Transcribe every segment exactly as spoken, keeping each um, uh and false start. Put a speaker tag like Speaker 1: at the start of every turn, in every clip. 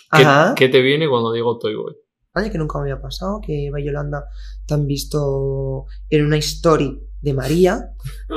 Speaker 1: ¿Qué, ¿Qué te viene cuando digo Toy Boy?
Speaker 2: Oye, que nunca me había pasado, que Eva y Yolanda te han visto en una story de María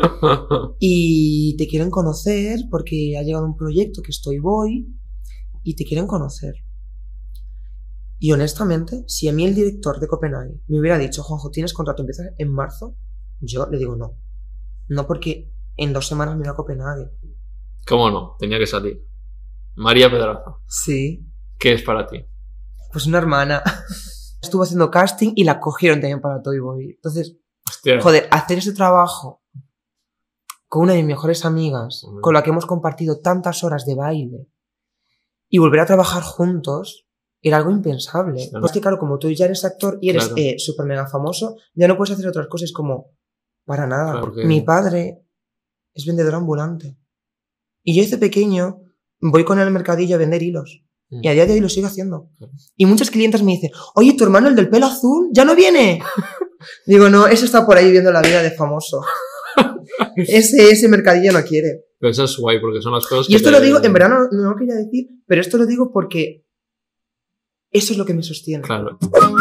Speaker 2: y te quieren conocer porque ha llegado un proyecto que es Toy Boy y te quieren conocer. Y honestamente, si a mí el director de Copenhague me hubiera dicho, Juanjo, tienes contrato, empiezas en marzo, yo le digo no. No, porque en dos semanas me voy a Copenhague.
Speaker 1: ¿Cómo no? Tenía que salir. María Pedraza.
Speaker 2: Sí.
Speaker 1: ¿Qué es para ti?
Speaker 2: Pues una hermana. Estuvo haciendo casting y la cogieron también para Toy Boy. Entonces,
Speaker 1: hostia,
Speaker 2: joder, hacer ese trabajo con una de mis mejores amigas, mm. con la que hemos compartido tantas horas de baile, y volver a trabajar juntos, era algo impensable. Claro. Pues que claro, como tú ya eres actor y eres claro. eh, súper mega famoso, ya no puedes hacer otras cosas como, para nada. Claro, porque... Mi padre es vendedor ambulante. Y yo desde pequeño voy con él al mercadillo a vender hilos. Y a día de hoy lo sigo haciendo. Y muchas clientas me dicen, oye, ¿tu hermano, el del pelo azul, ya no viene? Digo, no, ese está por ahí viviendo la vida de famoso. Ese, ese mercadillo no quiere.
Speaker 1: Pero eso es guay, porque son las cosas que...
Speaker 2: Y esto lo digo, en verdad no, no lo quería decir, pero esto lo digo porque eso es lo que me sostiene.
Speaker 1: Claro.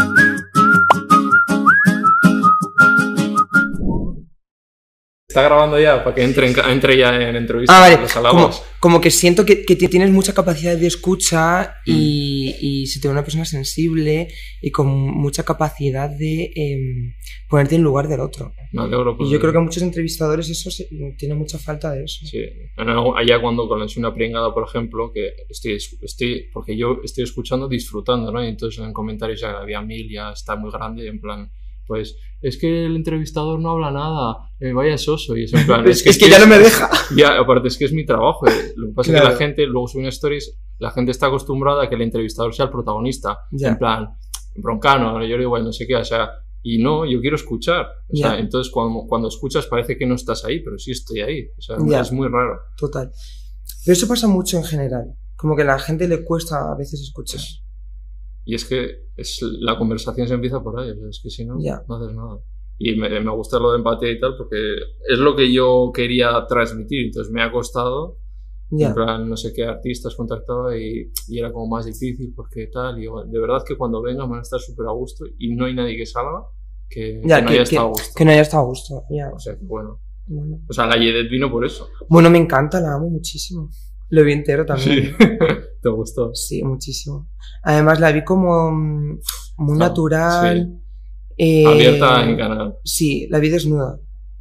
Speaker 1: Está grabando ya para que entre, en, entre ya en entrevista.
Speaker 2: Ah, vale. Como, como que siento que, que tienes mucha capacidad de escucha y, mm. y si te ve una persona sensible y con mucha capacidad de eh, ponerte en lugar del otro.
Speaker 1: No, alegro, pues,
Speaker 2: y yo creo que a muchos entrevistadores eso se, tiene mucha falta de eso.
Speaker 1: Sí. Allá cuando conocí una pringada, por ejemplo, que estoy, estoy porque yo estoy escuchando disfrutando, ¿no? Y entonces en comentarios ya había mil, ya está muy grande, en plan... Pues es que el entrevistador no habla nada, eh, vaya soso. Y es en plan,
Speaker 2: es, es, que, es que ya es, no me deja.
Speaker 1: Ya, aparte es que es mi trabajo. Eh. Lo que pasa claro. es que la gente, luego sube stories, la gente está acostumbrada a que el entrevistador sea el protagonista. Ya. En plan, broncano, yo le digo, no sé qué, o sea, y no, yo quiero escuchar. O sea, entonces cuando, cuando escuchas parece que no estás ahí, pero sí estoy ahí. O sea, ya. es muy raro.
Speaker 2: Total. Pero eso pasa mucho en general. Como que a la gente le cuesta a veces escuchar.
Speaker 1: Sí. Y es que es, la conversación se empieza por ahí, o sea, es que si no, yeah. no haces nada. Y me, me gusta lo de empatía y tal, porque es lo que yo quería transmitir, entonces me ha costado, yeah. en plan, no sé qué artistas contactaba y, y era como más difícil, porque tal, y de verdad que cuando vengan van a estar súper a gusto y no hay nadie que salga que,
Speaker 2: yeah,
Speaker 1: que no
Speaker 2: que,
Speaker 1: haya
Speaker 2: que,
Speaker 1: estado a gusto.
Speaker 2: Que no haya estado a gusto, ya. Yeah.
Speaker 1: O sea, que bueno. bueno. O sea, la Yedet vino por eso.
Speaker 2: Bueno, me encanta, la amo muchísimo. Lo vi entero también.
Speaker 1: Sí. ¿Te gustó?
Speaker 2: Sí, muchísimo. Además la vi como muy no, natural.
Speaker 1: Sí.
Speaker 2: Eh,
Speaker 1: Abierta en canal.
Speaker 2: Sí, la vi desnuda.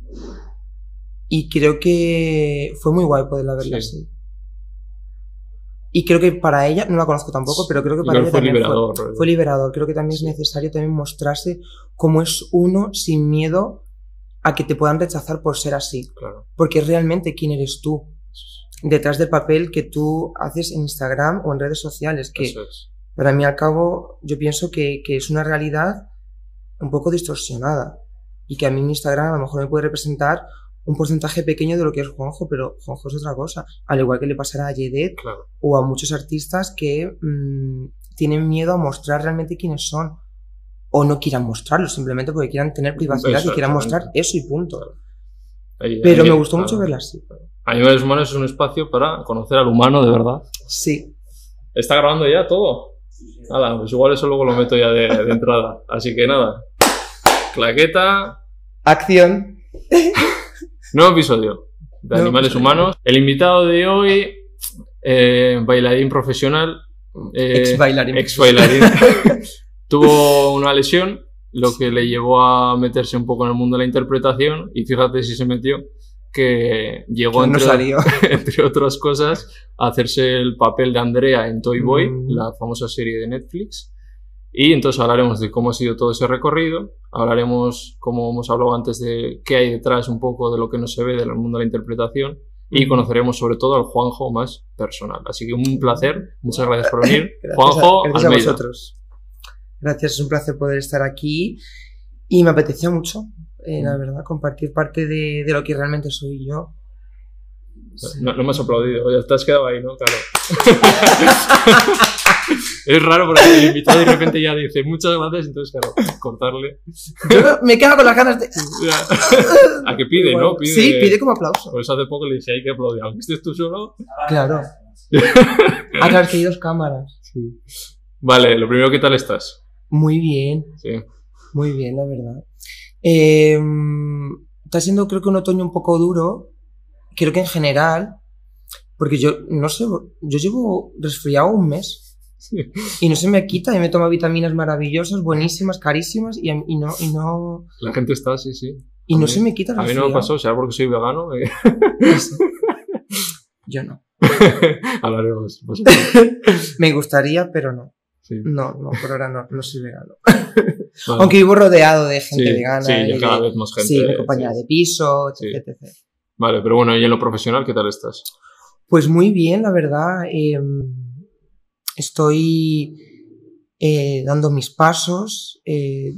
Speaker 2: Y creo que fue muy guay poderla verla sí. así. Y creo que para ella, no la conozco tampoco, pero creo que para
Speaker 1: creo
Speaker 2: ella
Speaker 1: fue
Speaker 2: también
Speaker 1: liberador,
Speaker 2: fue, fue liberador. Creo que también sí. es necesario también mostrarse cómo es uno sin miedo a que te puedan rechazar por ser así.
Speaker 1: Claro.
Speaker 2: Porque es realmente quién eres tú. Detrás del papel que tú haces en Instagram o en redes sociales, que
Speaker 1: es.
Speaker 2: para mí al cabo yo pienso que, que es una realidad un poco distorsionada y que a mí en Instagram a lo mejor me puede representar un porcentaje pequeño de lo que es Juanjo, pero Juanjo es otra cosa, al igual que le pasará a Yedet
Speaker 1: claro.
Speaker 2: o a muchos artistas que mmm, tienen miedo a mostrar realmente quiénes son o no quieran mostrarlo simplemente porque quieran tener privacidad y quieran mostrar eso y punto. Claro. Ahí, pero ahí, me gustó claro. mucho verla así.
Speaker 1: Animales Humanos es un espacio para conocer al humano de verdad.
Speaker 2: Sí.
Speaker 1: ¿Está grabando ya todo? Nada, pues igual eso luego lo meto ya de, de entrada. Así que nada. Claqueta.
Speaker 2: Acción.
Speaker 1: Nuevo episodio de no, Animales pues, Humanos. El invitado de hoy, eh, bailarín profesional. Eh,
Speaker 2: ex bailarín.
Speaker 1: Ex bailarín. Tuvo una lesión, lo que le llevó a meterse un poco en el mundo de la interpretación. Y fíjate si se metió. Que llegó, entre,
Speaker 2: no
Speaker 1: entre otras cosas, a hacerse el papel de Andrea en Toy Boy, mm. la famosa serie de Netflix. Y entonces hablaremos de cómo ha sido todo ese recorrido, hablaremos, como hemos hablado antes, de qué hay detrás un poco de lo que no se ve del mundo de la interpretación y mm. conoceremos sobre todo al Juanjo más personal. Así que un placer, muchas gracias por venir.
Speaker 2: gracias
Speaker 1: Juanjo,
Speaker 2: a, gracias
Speaker 1: Almeida.
Speaker 2: a vosotros. Gracias, es un placer poder estar aquí y me apetecía mucho. Eh, la verdad, compartir parte de, de lo que realmente soy yo.
Speaker 1: No, no me has aplaudido, ya te has quedado ahí, ¿no? Claro. Es raro porque el invitado de repente ya dice muchas gracias, entonces claro, cortarle.
Speaker 2: Yo me quedo con las ganas de...
Speaker 1: A que pide, bueno, ¿no? Pide...
Speaker 2: Sí, pide como aplauso.
Speaker 1: Por eso hace poco le dije hay que aplaudir, aunque estés tú solo.
Speaker 2: Claro. Ah, claro, es que hay dos cámaras.
Speaker 1: Sí. Vale, lo primero, ¿qué tal estás?
Speaker 2: Muy bien.
Speaker 1: Sí.
Speaker 2: Muy bien, la verdad. Eh, está siendo, creo que un otoño un poco duro. Creo que en general, porque yo, no sé, yo llevo resfriado un mes.
Speaker 1: Sí.
Speaker 2: Y no se me quita, y me tomo vitaminas maravillosas, buenísimas, carísimas, y, y, no, y no...
Speaker 1: La gente está, sí, sí.
Speaker 2: Y no se me quita el
Speaker 1: resfriado. A mí no me pasó, será porque soy vegano. Eh.
Speaker 2: Yo no.
Speaker 1: Hablaremos.
Speaker 2: Me gustaría, pero no.
Speaker 1: Sí.
Speaker 2: No, no, por ahora no, no soy vegano. Vale. Aunque vivo rodeado de gente
Speaker 1: sí,
Speaker 2: vegana.
Speaker 1: Sí, y cada
Speaker 2: de,
Speaker 1: vez más gente.
Speaker 2: Sí, mi compañera sí. de piso, etcétera,
Speaker 1: sí.
Speaker 2: etcétera.
Speaker 1: Vale, pero bueno, ¿y en lo profesional qué tal estás?
Speaker 2: Pues muy bien, la verdad. Eh, estoy eh, dando mis pasos, eh,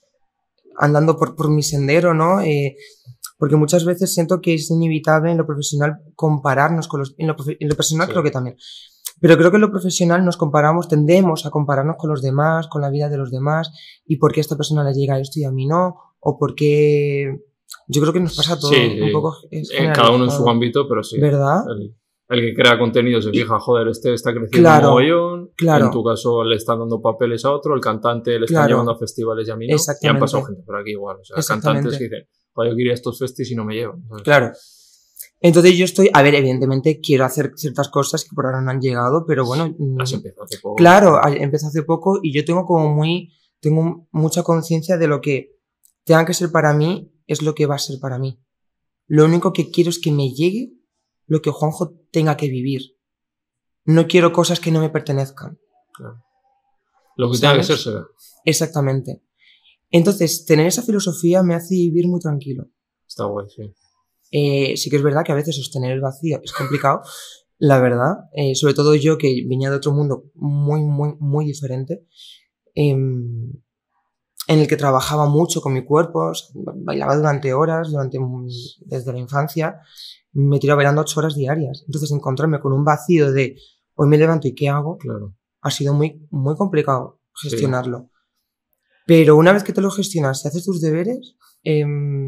Speaker 2: andando por, por mi sendero, ¿no? Eh, porque muchas veces siento que es inevitable en lo profesional compararnos con los... En lo, en lo personal sí. Creo que también. Pero creo que en lo profesional nos comparamos, tendemos a compararnos con los demás, con la vida de los demás, y por qué a esta persona le llega esto y a mí no, o por qué... Yo creo que nos pasa todo,
Speaker 1: sí,
Speaker 2: un poco...
Speaker 1: Eh, cada uno en su ámbito, pero sí.
Speaker 2: ¿Verdad?
Speaker 1: El, el que crea contenido se fija, joder, este está creciendo
Speaker 2: claro,
Speaker 1: un mogollón,
Speaker 2: claro.
Speaker 1: En tu caso le están dando papeles a otro, el cantante le están
Speaker 2: claro.
Speaker 1: llevando a festivales y a mí no, y han pasado gente por aquí igual, o sea, cantantes que dicen, joder, yo quería estos festis y no me llevan. ¿Sabes?
Speaker 2: Claro. Entonces yo estoy, a ver, evidentemente quiero hacer ciertas cosas que por ahora no han llegado, pero bueno.
Speaker 1: Has empezado hace poco.
Speaker 2: Claro, empecé hace poco y yo tengo como muy, tengo mucha conciencia de lo que tenga que ser para mí es lo que va a ser para mí. Lo único que quiero es que me llegue lo que Juanjo tenga que vivir. No quiero cosas que no me pertenezcan.
Speaker 1: Claro. Lo que
Speaker 2: ¿sabes?
Speaker 1: Tenga que ser será.
Speaker 2: Exactamente. Entonces, tener esa filosofía me hace vivir muy tranquilo.
Speaker 1: Está guay, sí.
Speaker 2: Eh, sí que es verdad que a veces sostener el vacío es complicado, la verdad, eh, sobre todo yo que venía de otro mundo muy, muy, muy diferente, eh, en el que trabajaba mucho con mi cuerpo, o sea, bailaba durante horas, durante desde la infancia, me tiraba bailando ocho horas diarias. Entonces encontrarme con un vacío de hoy me levanto y ¿qué hago?
Speaker 1: Claro.
Speaker 2: Ha sido muy, muy complicado gestionarlo. Sí. Pero una vez que te lo gestionas, si haces tus deberes, eh,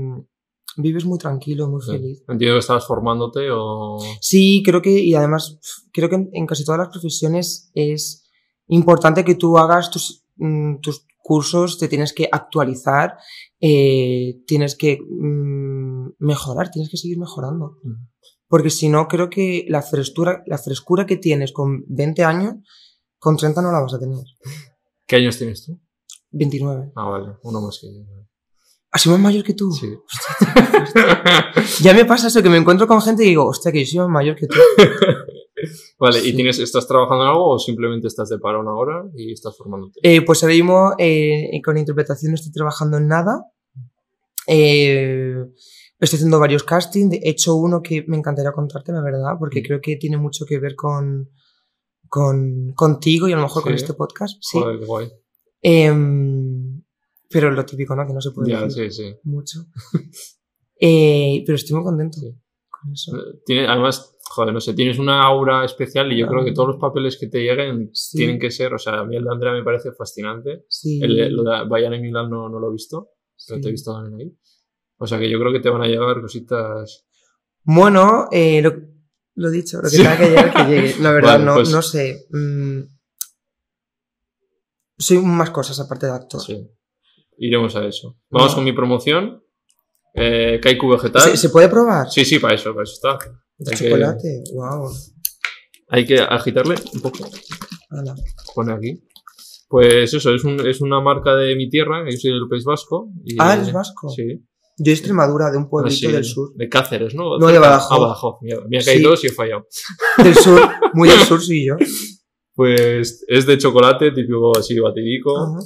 Speaker 2: vives muy tranquilo, muy
Speaker 1: sí.
Speaker 2: feliz.
Speaker 1: Entiendo que estabas formándote o...
Speaker 2: Sí, creo que, y además, creo que en, en casi todas las profesiones es importante que tú hagas tus, mm, tus cursos, te tienes que actualizar, eh, tienes que mm, mejorar, tienes que seguir mejorando. Mm. Porque si no, creo que la frescura, la frescura que tienes con veinte años, con treinta no la vas a tener.
Speaker 1: ¿Qué años tienes tú?
Speaker 2: veintinueve.
Speaker 1: Ah, vale, uno más que yo.
Speaker 2: ¿Así más mayor que tú?
Speaker 1: Sí.
Speaker 2: Hostia, ya me pasa eso, que me encuentro con gente y digo, hostia, que yo soy más mayor que tú.
Speaker 1: Vale,
Speaker 2: sí.
Speaker 1: ¿y tienes, estás trabajando en algo o simplemente estás de parón ahora y estás formándote?
Speaker 2: Eh, pues ahora mismo eh, con interpretación no estoy trabajando en nada. Eh, estoy haciendo varios castings. He hecho uno que me encantaría contarte, la verdad, porque mm. creo que tiene mucho que ver con, con contigo y a lo mejor ¿sí? con este podcast. Sí.
Speaker 1: Joder, qué guay.
Speaker 2: Eh, pero lo típico, ¿no? Que no se puede
Speaker 1: ya,
Speaker 2: decir
Speaker 1: sí, sí.
Speaker 2: mucho. eh, pero estoy muy contento sí. con eso.
Speaker 1: Tiene, además, joder, no sé, tienes una aura especial y yo ah. creo que todos los papeles que te lleguen sí. tienen que ser, o sea, a mí el de Andrea me parece fascinante.
Speaker 2: Sí.
Speaker 1: El, lo de Bayana y Milán no, no lo he visto, pero sí. te he visto también ahí. O sea, que yo creo que te van a llegar cositas...
Speaker 2: Bueno, eh, lo, lo dicho, lo que sí. tenga que llegar, que llegue. La verdad, vale, no, pues... no sé. Mm, soy más cosas aparte de actor.
Speaker 1: Sí. Iremos a eso. Vamos no. con mi promoción. Eh, Kaiku Vegetal.
Speaker 2: ¿Se, ¿Se puede probar?
Speaker 1: Sí, sí, para eso, para eso está.
Speaker 2: ¿De chocolate? Que... Wow.
Speaker 1: Hay que agitarle un poco.
Speaker 2: Ala.
Speaker 1: Pone aquí. Pues eso, es, un, es una marca de mi tierra, yo soy del País Vasco. Y,
Speaker 2: ah, ¿eres vasco?
Speaker 1: Sí.
Speaker 2: Yo de Extremadura, de un pueblito
Speaker 1: sí,
Speaker 2: del sur.
Speaker 1: De Cáceres, ¿no?
Speaker 2: No, de Badajoz.
Speaker 1: Ah, Badajoz. Mira, mira que hay sí. dos y he fallado.
Speaker 2: Del sur, muy del sur soy yo.
Speaker 1: Pues es de chocolate, típico así batidico.
Speaker 2: Ajá.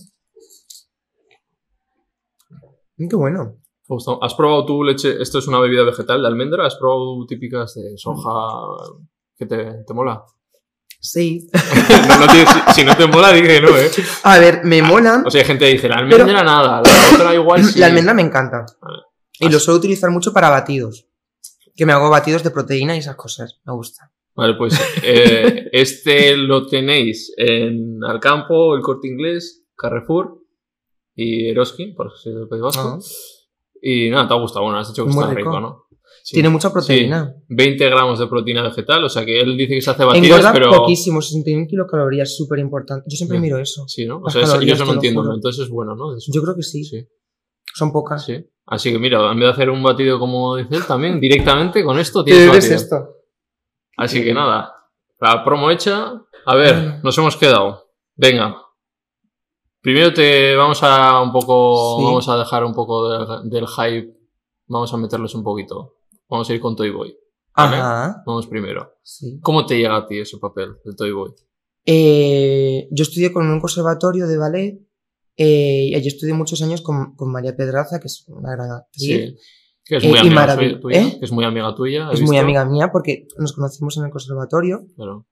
Speaker 2: Qué bueno.
Speaker 1: ¿Has probado tú leche? Esto es una bebida vegetal de almendra. ¿Has probado típicas de soja que te, te mola?
Speaker 2: Sí.
Speaker 1: no, no te, si, si no te mola, dije no, ¿eh?
Speaker 2: A ver, me molan.
Speaker 1: O sea, hay gente que dice, la almendra pero, nada, la otra igual sí.
Speaker 2: La almendra me encanta. Vale. Y lo suelo utilizar mucho para batidos. Que me hago batidos de proteína y esas cosas. Me gusta.
Speaker 1: Vale, pues eh, este lo tenéis en Alcampo, El Corte Inglés, Carrefour y Eroski, por si del País Vasco. Uh-huh. Y nada, te ha gustado. Bueno, has dicho que muy está rico, rico ¿no? Sí.
Speaker 2: Tiene mucha proteína.
Speaker 1: Sí. veinte gramos de proteína vegetal, o sea que él dice que se hace batidos,
Speaker 2: Engorda
Speaker 1: pero...
Speaker 2: poquísimo, sesenta y un kilocalorías, es súper importante. Yo siempre
Speaker 1: sí.
Speaker 2: miro eso.
Speaker 1: Sí, ¿no? O sea, eso, yo eso no entiendo, ¿no? Entonces es bueno, ¿no? Eso.
Speaker 2: Yo creo que sí.
Speaker 1: Sí.
Speaker 2: Son pocas.
Speaker 1: Sí. Así que mira, en vez de hacer un batido como dice él, también directamente con esto tienes batido.
Speaker 2: ¿Qué es esto?
Speaker 1: Así que nada, la promo hecha. A ver, nos hemos quedado. Venga. Primero te vamos a un poco, sí. vamos a dejar un poco del, del hype, vamos a meterlos un poquito. Vamos a ir con Toy Boy. ¿Vale?
Speaker 2: Ajá.
Speaker 1: Vamos primero.
Speaker 2: Sí.
Speaker 1: ¿Cómo te llega a ti ese papel de Toy Boy?
Speaker 2: Eh, yo estudié con un conservatorio de ballet eh, y allí estudié muchos años con, con María Pedraza, que es una gran actriz.
Speaker 1: Sí. Que es muy eh, amiga
Speaker 2: marav-
Speaker 1: tuya,
Speaker 2: ¿eh?
Speaker 1: que es muy amiga tuya.
Speaker 2: Es
Speaker 1: visto?
Speaker 2: muy amiga mía porque nos conocimos en el conservatorio.
Speaker 1: Claro.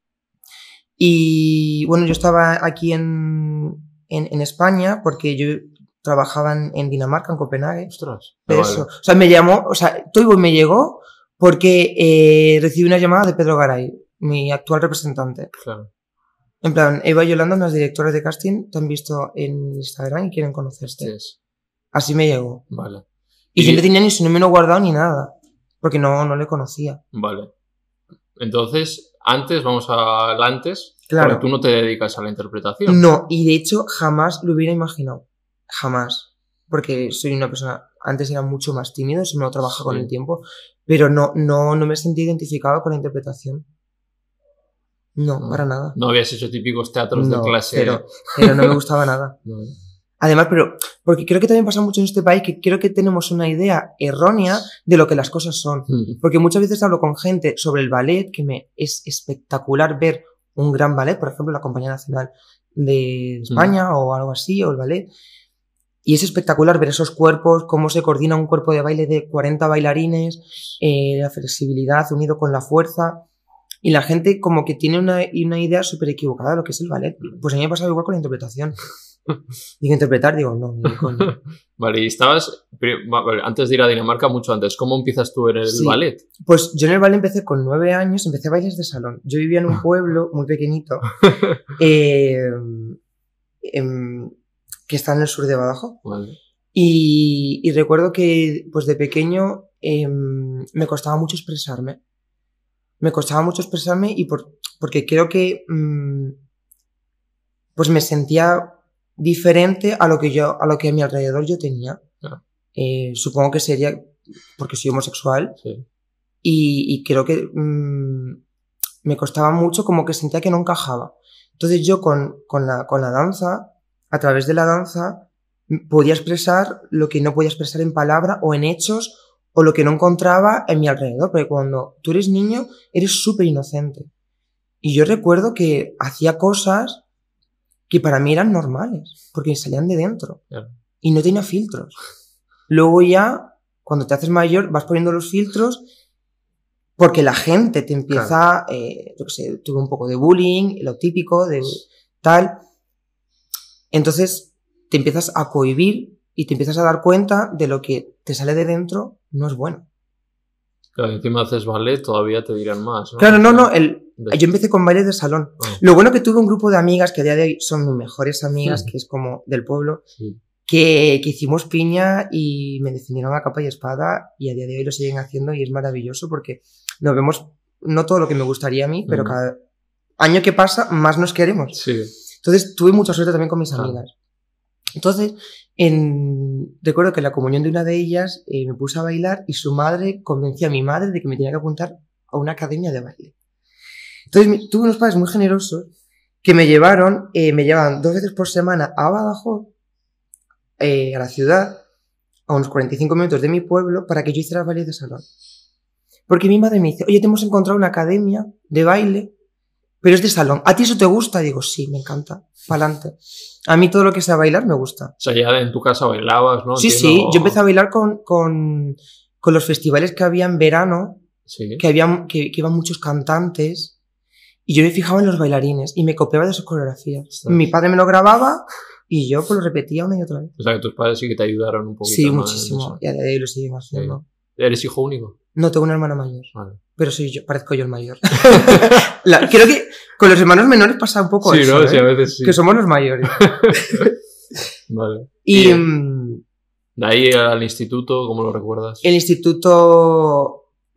Speaker 2: Y bueno, yo estaba aquí en, en, en España porque yo trabajaba en, en Dinamarca, en Copenhague.
Speaker 1: Ostras.
Speaker 2: Eso.
Speaker 1: Vale.
Speaker 2: O sea, me llamó, o sea, Toy Boy me llegó porque eh, recibí una llamada de Pedro Garay, mi actual representante.
Speaker 1: Claro.
Speaker 2: En plan, Eva y Yolanda, las directoras de casting, te han visto en Instagram y quieren conocerte.
Speaker 1: Sí.
Speaker 2: Así me llegó.
Speaker 1: Vale.
Speaker 2: Y, y yo no tenía ni su número guardado ni nada, porque no, no le conocía.
Speaker 1: Vale. Entonces, antes, vamos al antes,
Speaker 2: claro.
Speaker 1: Porque tú no te dedicas a la interpretación.
Speaker 2: No, y de hecho jamás lo hubiera imaginado. Jamás. Porque soy una persona, antes era mucho más tímido, eso me lo trabaja sí. con el tiempo, pero no, no, no me sentí identificado con la interpretación. No, no, para nada.
Speaker 1: No habías hecho típicos teatros
Speaker 2: no,
Speaker 1: de clase.
Speaker 2: Pero, pero no me gustaba nada.
Speaker 1: No.
Speaker 2: Además, pero, porque creo que también pasa mucho en este país que creo que tenemos una idea errónea de lo que las cosas son. Porque muchas veces hablo con gente sobre el ballet, que me es espectacular ver un gran ballet, por ejemplo, la Compañía Nacional de España mm. o algo así, o el ballet. Y es espectacular ver esos cuerpos, cómo se coordina un cuerpo de baile de cuarenta bailarines, eh, la flexibilidad unido con la fuerza. Y la gente como que tiene una, una idea súper equivocada de lo que es el ballet. Pues a mí me ha pasado igual con la interpretación. Digo, interpretar, digo, no, ni coño.
Speaker 1: Vale, y estabas, antes de ir a Dinamarca, mucho antes, ¿cómo empiezas tú en el sí. ballet?
Speaker 2: Pues yo en el ballet empecé con nueve años, empecé bailes de salón. Yo vivía en un pueblo muy pequeñito, eh, eh, que está en el sur de Badajoz.
Speaker 1: Vale.
Speaker 2: Y, y recuerdo que, pues de pequeño, eh, me costaba mucho expresarme. Me costaba mucho expresarme y por, porque creo que, mmm, pues me sentía diferente a lo que yo, a lo que a mi alrededor yo tenía. Ah. Eh, supongo que sería porque soy homosexual.
Speaker 1: Sí.
Speaker 2: Y, y creo que mmm, me costaba mucho, como que sentía que no encajaba. Entonces yo con, con, la, con la danza, a través de la danza, podía expresar lo que no podía expresar en palabra o en hechos o lo que no encontraba en mi alrededor. Porque cuando tú eres niño, eres súper inocente. Y yo recuerdo que hacía cosas que para mí eran normales, porque salían de dentro.
Speaker 1: Yeah.
Speaker 2: Y no tenía filtros. Luego ya, cuando te haces mayor, vas poniendo los filtros porque la gente te empieza, claro. eh, yo qué sé, tuve un poco de bullying, lo típico, de tal. Entonces, te empiezas a cohibir y te empiezas a dar cuenta de lo que te sale de dentro no es bueno.
Speaker 1: Claro, encima haces ballet, todavía te dirán más, ¿no?
Speaker 2: Claro, no, no, el, yo empecé con baile de salón. Oh. Lo bueno que tuve un grupo de amigas que a día de hoy son mis mejores amigas, sí. que es como del pueblo, sí. que, que hicimos piña y me defendieron a capa y espada y a día de hoy lo siguen haciendo y es maravilloso porque nos vemos, no todo lo que me gustaría a mí, pero mm. cada año que pasa más nos queremos.
Speaker 1: Sí.
Speaker 2: Entonces tuve mucha suerte también con mis ah. amigas. Entonces, en... recuerdo que en la comunión de una de ellas eh, me puse a bailar y su madre convenció a mi madre de que me tenía que apuntar a una academia de baile. Entonces tuve unos padres muy generosos que me llevaron, eh, me llevaban dos veces por semana a Badajoz, eh, a la ciudad, a unos cuarenta y cinco minutos de mi pueblo, para que yo hiciera baile de salón. Porque mi madre me dice, oye, te hemos encontrado una academia de baile, pero es de salón. ¿A ti eso te gusta? Digo, sí, me encanta. Pa'lante. A mí todo lo que sea bailar me gusta.
Speaker 1: O sea, ya en tu casa bailabas, ¿no?
Speaker 2: Sí, Entiendo... sí. Yo empecé a bailar con, con, con los festivales que había en verano,
Speaker 1: sí.
Speaker 2: que, había, que, que iban muchos cantantes, y yo me fijaba en los bailarines y me copiaba de sus coreografías. Sí. Mi padre me lo grababa y yo pues lo repetía una y otra vez.
Speaker 1: O sea, que tus padres sí que te ayudaron un poquito.
Speaker 2: Sí,
Speaker 1: más
Speaker 2: muchísimo. Y a día de hoy lo siguen haciendo.
Speaker 1: Sí. ¿Eres hijo único?
Speaker 2: No, tengo una hermana mayor.
Speaker 1: Vale.
Speaker 2: Pero soy yo, parezco yo el mayor. La, creo que con los hermanos menores pasa un poco
Speaker 1: sí,
Speaker 2: eso,
Speaker 1: ¿no?
Speaker 2: ¿eh?
Speaker 1: Sí, a veces sí.
Speaker 2: Que somos los mayores.
Speaker 1: Vale.
Speaker 2: Y...
Speaker 1: ¿De ahí al instituto, cómo lo recuerdas?
Speaker 2: El instituto...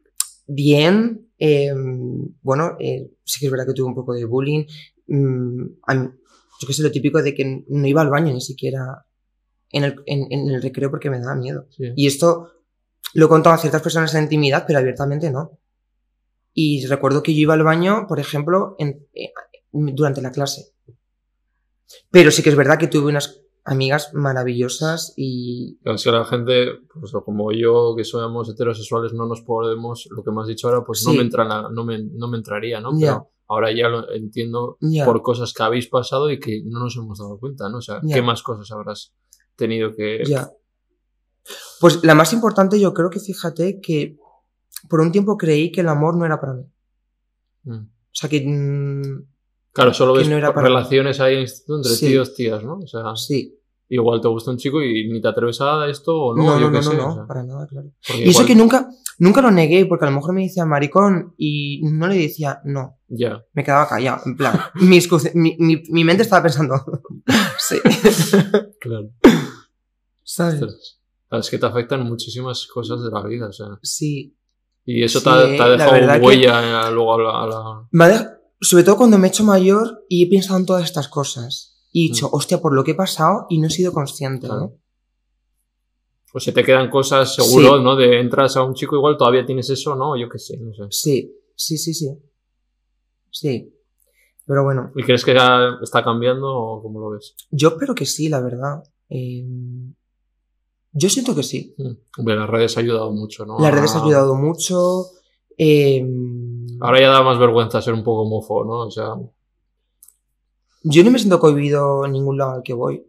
Speaker 2: bien, eh, bueno, eh, sí que es verdad que tuve un poco de bullying. Mm, a mí, yo que sé, lo típico de que no iba al baño ni siquiera en el, en, en el recreo porque me daba miedo. Sí. Y esto lo he contado a ciertas personas en la intimidad, pero abiertamente no. Y recuerdo que yo iba al baño, por ejemplo, en, eh, durante la clase. Pero sí que es verdad que tuve unas amigas maravillosas y...
Speaker 1: Es que la gente, pues como yo, que somos heterosexuales, no nos podemos, lo que me has dicho ahora, pues sí. no, me entra, no, me, no me entraría, ¿no?
Speaker 2: Yeah.
Speaker 1: Pero ahora ya lo entiendo yeah. por cosas que habéis pasado y que no nos hemos dado cuenta, ¿no? O sea, yeah. ¿qué más cosas habrás tenido que...?
Speaker 2: Ya. Yeah. Pues la más importante, yo creo que, fíjate, que por un tiempo creí que el amor no era para mí. Mm. O sea, que... Mmm,
Speaker 1: claro, solo ves no relaciones ahí en el instituto entre sí. tíos, tías, ¿no? O sea,
Speaker 2: sí.
Speaker 1: igual te gusta un chico y ni te atreves a esto o no,
Speaker 2: no,
Speaker 1: yo
Speaker 2: no,
Speaker 1: qué
Speaker 2: no,
Speaker 1: sé.
Speaker 2: No,
Speaker 1: o sea,
Speaker 2: para nada, claro. Y igual... eso que nunca, nunca lo negué, porque a lo mejor me decía maricón y no le decía no.
Speaker 1: Ya. Yeah.
Speaker 2: Me quedaba callado, en plan, mi, mi, mi, mi mente estaba pensando, sí.
Speaker 1: Claro.
Speaker 2: ¿Sabes?
Speaker 1: Ostras. Es que te afectan muchísimas cosas de la vida, o sea.
Speaker 2: Sí.
Speaker 1: Y eso
Speaker 2: sí,
Speaker 1: te, ha, te ha dejado huella que... luego a la... A la...
Speaker 2: Me ha dejado... Sobre todo cuando me he hecho mayor y he pensado en todas estas cosas. Y he dicho, mm. hostia, por lo que he pasado y no he sido consciente, claro. ¿no?
Speaker 1: O se te quedan cosas, seguro, sí. ¿no? De entras a un chico igual, todavía tienes eso, ¿no? Yo qué sé, no sé.
Speaker 2: Sí, sí, sí, sí. Sí. Pero bueno.
Speaker 1: ¿Y crees que ya está cambiando o cómo lo ves?
Speaker 2: Yo espero que sí, la verdad. Eh... Yo siento que sí.
Speaker 1: Hombre, las redes han ayudado mucho, ¿no?
Speaker 2: Las redes han ayudado mucho. Eh...
Speaker 1: Ahora ya da más vergüenza ser un poco homófobo, ¿no? O sea...
Speaker 2: Yo no me siento cohibido en ningún lado al que voy.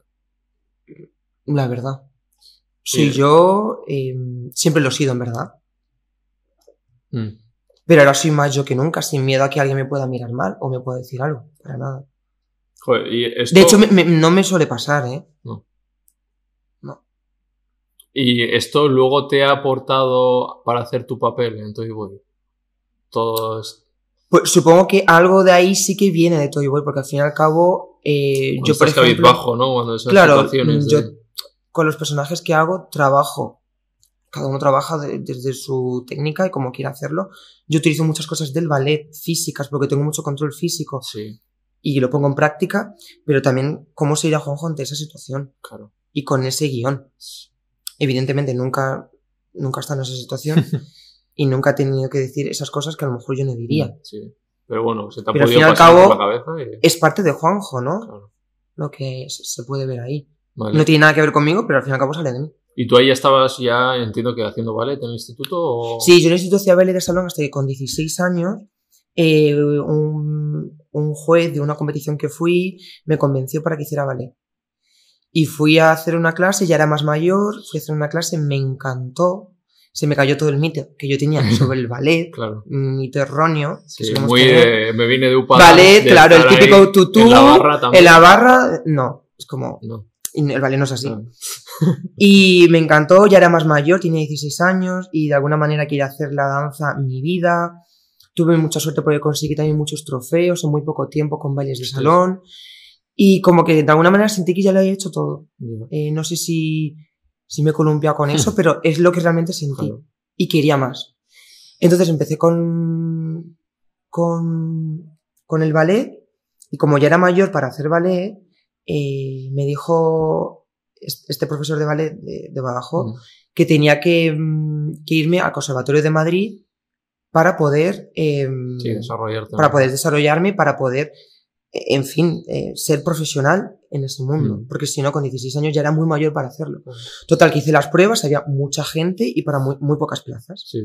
Speaker 2: La verdad. Soy sí. yo... Eh, siempre lo he sido, en verdad. Mm. Pero ahora soy más yo que nunca, sin miedo a que alguien me pueda mirar mal o me pueda decir algo. Para nada.
Speaker 1: Joder, y esto...
Speaker 2: De hecho, me, me, no me suele pasar, ¿eh?
Speaker 1: No. ¿Y esto luego te ha aportado para hacer tu papel en Toy Boy? Todos...
Speaker 2: Pues supongo que algo de ahí sí que viene de Toy Boy, porque al fin y al cabo... Eh, yo, por ejemplo...
Speaker 1: bajo, ¿no? Cuando esas
Speaker 2: claro,
Speaker 1: situaciones
Speaker 2: yo
Speaker 1: de...
Speaker 2: con los personajes que hago trabajo. Cada uno trabaja de, desde su técnica y como quiera hacerlo. Yo utilizo muchas cosas del ballet, físicas, porque tengo mucho control físico.
Speaker 1: Sí.
Speaker 2: Y lo pongo en práctica, pero también cómo se irá Juanjo ante esa situación.
Speaker 1: Claro.
Speaker 2: Y con ese guión. Evidentemente nunca, nunca he estado en esa situación y nunca he tenido que decir esas cosas que a lo mejor yo no diría.
Speaker 1: Sí. Pero bueno, se te ha
Speaker 2: Pero
Speaker 1: podido
Speaker 2: al fin y al
Speaker 1: pasar
Speaker 2: cabo,
Speaker 1: por la cabeza. Y...
Speaker 2: es parte de Juanjo, ¿no?
Speaker 1: Claro.
Speaker 2: Lo que se puede ver ahí.
Speaker 1: Vale.
Speaker 2: No tiene nada que ver conmigo, pero al fin y al cabo sale de mí.
Speaker 1: ¿Y tú ahí ya estabas, ya entiendo que haciendo ballet en el instituto? O...
Speaker 2: Sí, yo en el instituto hacía ballet de salón hasta que con dieciséis años eh, un, un juez de una competición que fui me convenció para que hiciera ballet. Y fui a hacer una clase, ya era más mayor, fui a hacer una clase, me encantó. Se me cayó todo el mito que yo tenía sobre el ballet.
Speaker 1: Claro.
Speaker 2: Mito erróneo.
Speaker 1: Sí, muy de, me vine de Upa.
Speaker 2: Ballet, de claro, el típico tutú.
Speaker 1: En la barra también.
Speaker 2: En la barra, no. Es como...
Speaker 1: No.
Speaker 2: El ballet no es así.
Speaker 1: No.
Speaker 2: Y me encantó, ya era más mayor, tenía dieciséis años y de alguna manera quería hacer la danza mi vida. Tuve mucha suerte porque conseguí también muchos trofeos en muy poco tiempo con bailes de salón. Sí. Y como que de alguna manera sentí que ya lo había hecho todo. Yeah. Eh, no sé si, si me he columpiado con eso, pero es lo que realmente sentí. Claro. Y quería más. Entonces empecé con, con, con el ballet. Y como ya era mayor para hacer ballet, eh, me dijo este profesor de ballet de, de Badajoz mm. que tenía que, que irme al Conservatorio de Madrid para poder, eh,
Speaker 1: sí, desarrollarte.
Speaker 2: para poder desarrollarme, para poder... en fin, eh, ser profesional en ese mundo, mm. porque si no, con dieciséis años ya era muy mayor para hacerlo. Mm. Total, que hice las pruebas, había mucha gente y para muy, muy pocas plazas.
Speaker 1: Sí.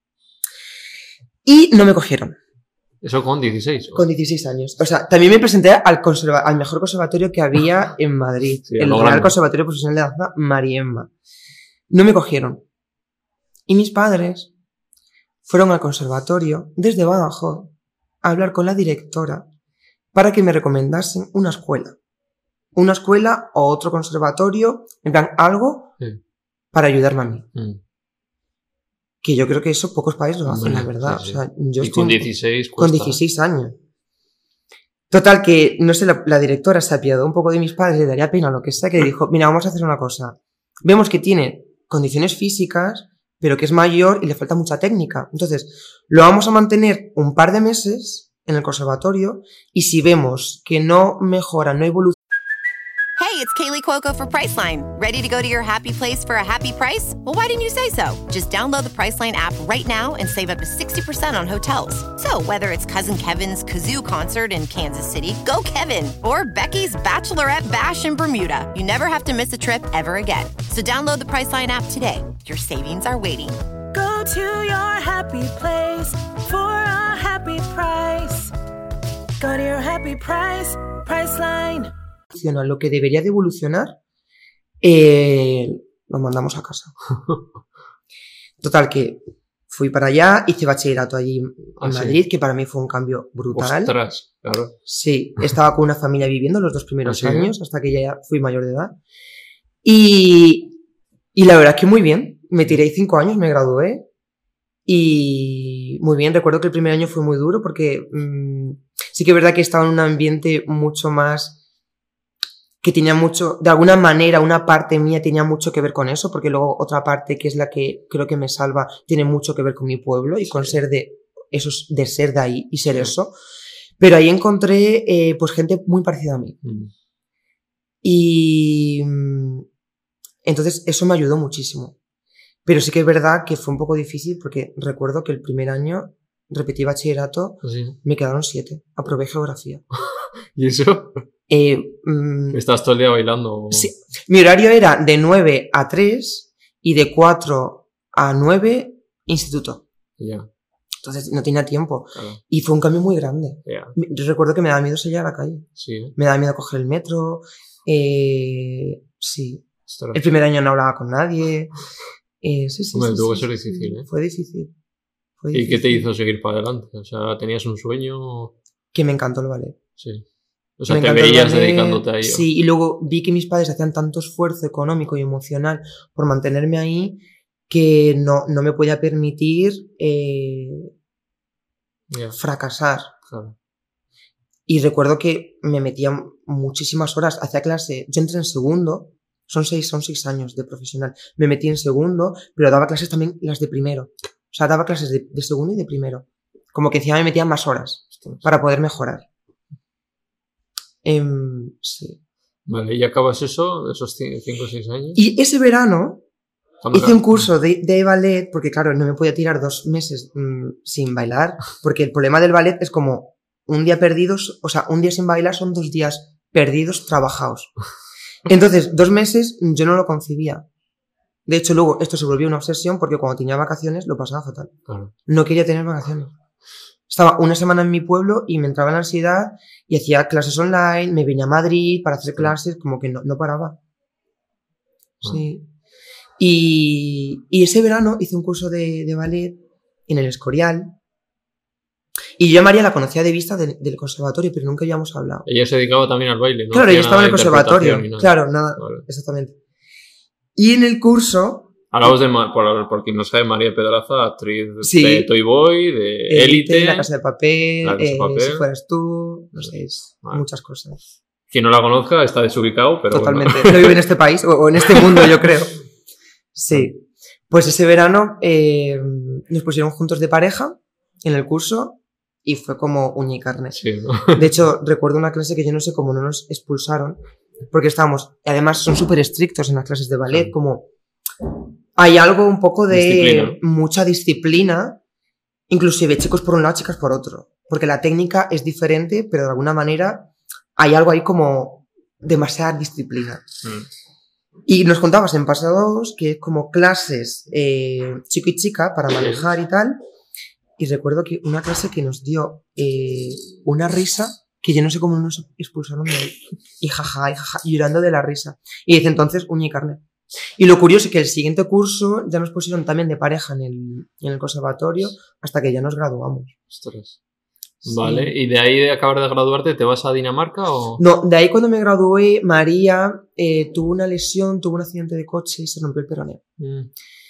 Speaker 2: Y no me cogieron.
Speaker 1: ¿Eso con dieciséis? ¿O?
Speaker 2: Con dieciséis años. O sea, también me presenté al, conserva al mejor conservatorio que había en Madrid, sí, el Real Conservatorio Profesional de Danza Mariemma. No me cogieron. Y mis padres fueron al conservatorio desde Badajoz a hablar con la directora para que me recomendasen una escuela. Una escuela o otro conservatorio, en plan, algo sí. para ayudarme a mí. Mm. Que yo creo que eso pocos países lo hacen, la verdad. Sí, sí. O sea, yo
Speaker 1: y
Speaker 2: estoy
Speaker 1: con dieciséis
Speaker 2: Con dieciséis años. Total, que, no sé, la, la directora se apiadó un poco de mis padres, le daría pena o lo que sea, que le dijo, mira, vamos a hacer una cosa. Vemos que tiene condiciones físicas, pero que es mayor y le falta mucha técnica. Entonces, lo vamos a mantener un par de meses en el conservatorio y si vemos que no mejora, no evoluciona.
Speaker 3: Hey, it's Kaylee Cuoco for Priceline. Ready to go to your happy place for a happy price? Well, why didn't you say so? Just download the Priceline app right now and save up to sixty percent on hotels. So whether it's Cousin Kevin's Kazoo Concert in Kansas City, go Kevin, or Becky's Bachelorette Bash in Bermuda, you never have to miss a trip ever again. So download the Priceline app today. Your savings are waiting.
Speaker 4: Go to your happy place for a happy price. Go to your happy price, Priceline.
Speaker 2: Lo que debería de evolucionar, eh, lo mandamos a casa. Total, que fui para allá, hice bachillerato allí en
Speaker 1: ah,
Speaker 2: Madrid,
Speaker 1: sí.
Speaker 2: que para mí fue un cambio brutal.
Speaker 1: Ostras, claro.
Speaker 2: Sí, estaba con una familia viviendo los dos primeros
Speaker 1: ¿Ah, sí?
Speaker 2: años, hasta que ya fui mayor de edad. Y, y la verdad es que muy bien, me tiré cinco años, me gradué. Y muy bien, recuerdo que el primer año fue muy duro porque mmm, sí que es verdad que estaba en un ambiente mucho más... que tenía mucho, de alguna manera, una parte mía tenía mucho que ver con eso, porque luego otra parte, que es la que creo que me salva, tiene mucho que ver con mi pueblo y con ser de, esos, de ser de ahí y ser eso. Pero ahí encontré, eh, pues gente muy parecida a mí. Mm. Y entonces eso me ayudó muchísimo. Pero sí que es verdad que fue un poco difícil porque recuerdo que el primer año repetí bachillerato, sí. Me quedaron siete. Aprobé geografía.
Speaker 1: ¿Y eso?
Speaker 2: Eh, mmm,
Speaker 1: ¿Estás todo el día bailando?
Speaker 2: Sí. Mi horario era de nueve a tres y de cuatro a nueve instituto.
Speaker 1: Ya. Yeah.
Speaker 2: Entonces no tenía tiempo.
Speaker 1: Claro.
Speaker 2: Y fue un cambio muy grande.
Speaker 1: Yeah.
Speaker 2: Yo recuerdo que me daba miedo salir a la calle.
Speaker 1: Sí.
Speaker 2: Me daba miedo coger el metro. Eh, sí.
Speaker 1: Ostras.
Speaker 2: El primer año no hablaba con nadie. Eh, sí, sí,
Speaker 1: Hombre,
Speaker 2: sí,
Speaker 1: tuvo
Speaker 2: sí,
Speaker 1: que ser
Speaker 2: sí,
Speaker 1: difícil, ¿eh?
Speaker 2: Fue difícil. Fue
Speaker 1: ¿Y
Speaker 2: difícil.
Speaker 1: qué te hizo seguir para adelante? O sea, ¿tenías un sueño?
Speaker 2: Que me encantó el ballet.
Speaker 1: Sí. O sea, te veías dedicándote a ello.
Speaker 2: Sí, y luego vi que mis padres hacían tanto esfuerzo económico y emocional por mantenerme ahí que no, no me podía permitir eh, yeah. fracasar.
Speaker 1: Claro.
Speaker 2: Y recuerdo que me metía muchísimas horas, hacía clase, yo entré en segundo, son seis, son seis años de profesional, me metí en segundo, pero daba clases también las de primero. O sea, daba clases de, de segundo y de primero. Como que encima me metía más horas para poder mejorar. Um, sí.
Speaker 1: Vale, ¿y acabas eso, esos cinco o seis años?
Speaker 2: Y ese verano hice un curso de, de ballet, porque claro, no me podía tirar dos meses mmm, sin bailar, porque el problema del ballet es como un día perdidos, o sea, un día sin bailar son dos días perdidos trabajados. Entonces, dos meses yo no lo concibía. De hecho, luego esto se volvió una obsesión porque cuando tenía vacaciones lo pasaba fatal.
Speaker 1: Claro.
Speaker 2: No quería tener vacaciones. Estaba una semana en mi pueblo y me entraba en la ansiedad y hacía clases online, me venía a Madrid para hacer clases, como que no, no paraba. Sí. Y, y ese verano hice un curso de, de ballet en el Escorial. Y yo a María la conocía de vista de, del conservatorio, pero nunca habíamos hablado.
Speaker 1: Ella se dedicaba también al baile, ¿no?
Speaker 2: Claro, ella estaba en el conservatorio. Nada. Claro, nada, vale. Exactamente. Y en el curso...
Speaker 1: Hablamos de, por, por quien no sabe, María Pedraza, actriz
Speaker 2: sí.
Speaker 1: de Toy Boy, de Élite,
Speaker 2: La Casa de Papel,
Speaker 1: La Casa de Papel.
Speaker 2: Eh, Si Fueras Tú, no sé, vale. Muchas cosas.
Speaker 1: Quien no la conozca está desubicado, pero
Speaker 2: totalmente.
Speaker 1: Bueno.
Speaker 2: No vive en este país, o, o en este mundo, yo creo. Sí. Pues ese verano eh, nos pusieron juntos de pareja en el curso y fue como uña y carne.
Speaker 1: Sí, ¿no?
Speaker 2: De hecho, recuerdo una clase que yo no sé cómo no nos expulsaron, porque estábamos, además son súper estrictos en las clases de ballet, sí. Como... Hay algo un poco de
Speaker 1: disciplina.
Speaker 2: Mucha disciplina, inclusive chicos por un lado, chicas por otro, porque la técnica es diferente, pero de alguna manera hay algo ahí como demasiada disciplina. Mm. Y nos contabas en pasados que es como clases eh, chico y chica para manejar y tal, y recuerdo que una clase que nos dio eh, una risa que yo no sé cómo nos expulsaron de ahí, y jaja, y jaja, llorando de la risa, y desde entonces uña y carne. Y lo curioso es que el siguiente curso ya nos pusieron también de pareja en el, en el conservatorio hasta que ya nos graduamos.
Speaker 1: Ostras. Sí. Vale, ¿y de ahí de acabar de graduarte te vas a Dinamarca o...?
Speaker 2: No, de ahí cuando me gradué, María eh, tuvo una lesión, tuvo un accidente de coche y se rompió el peroneo. Mm.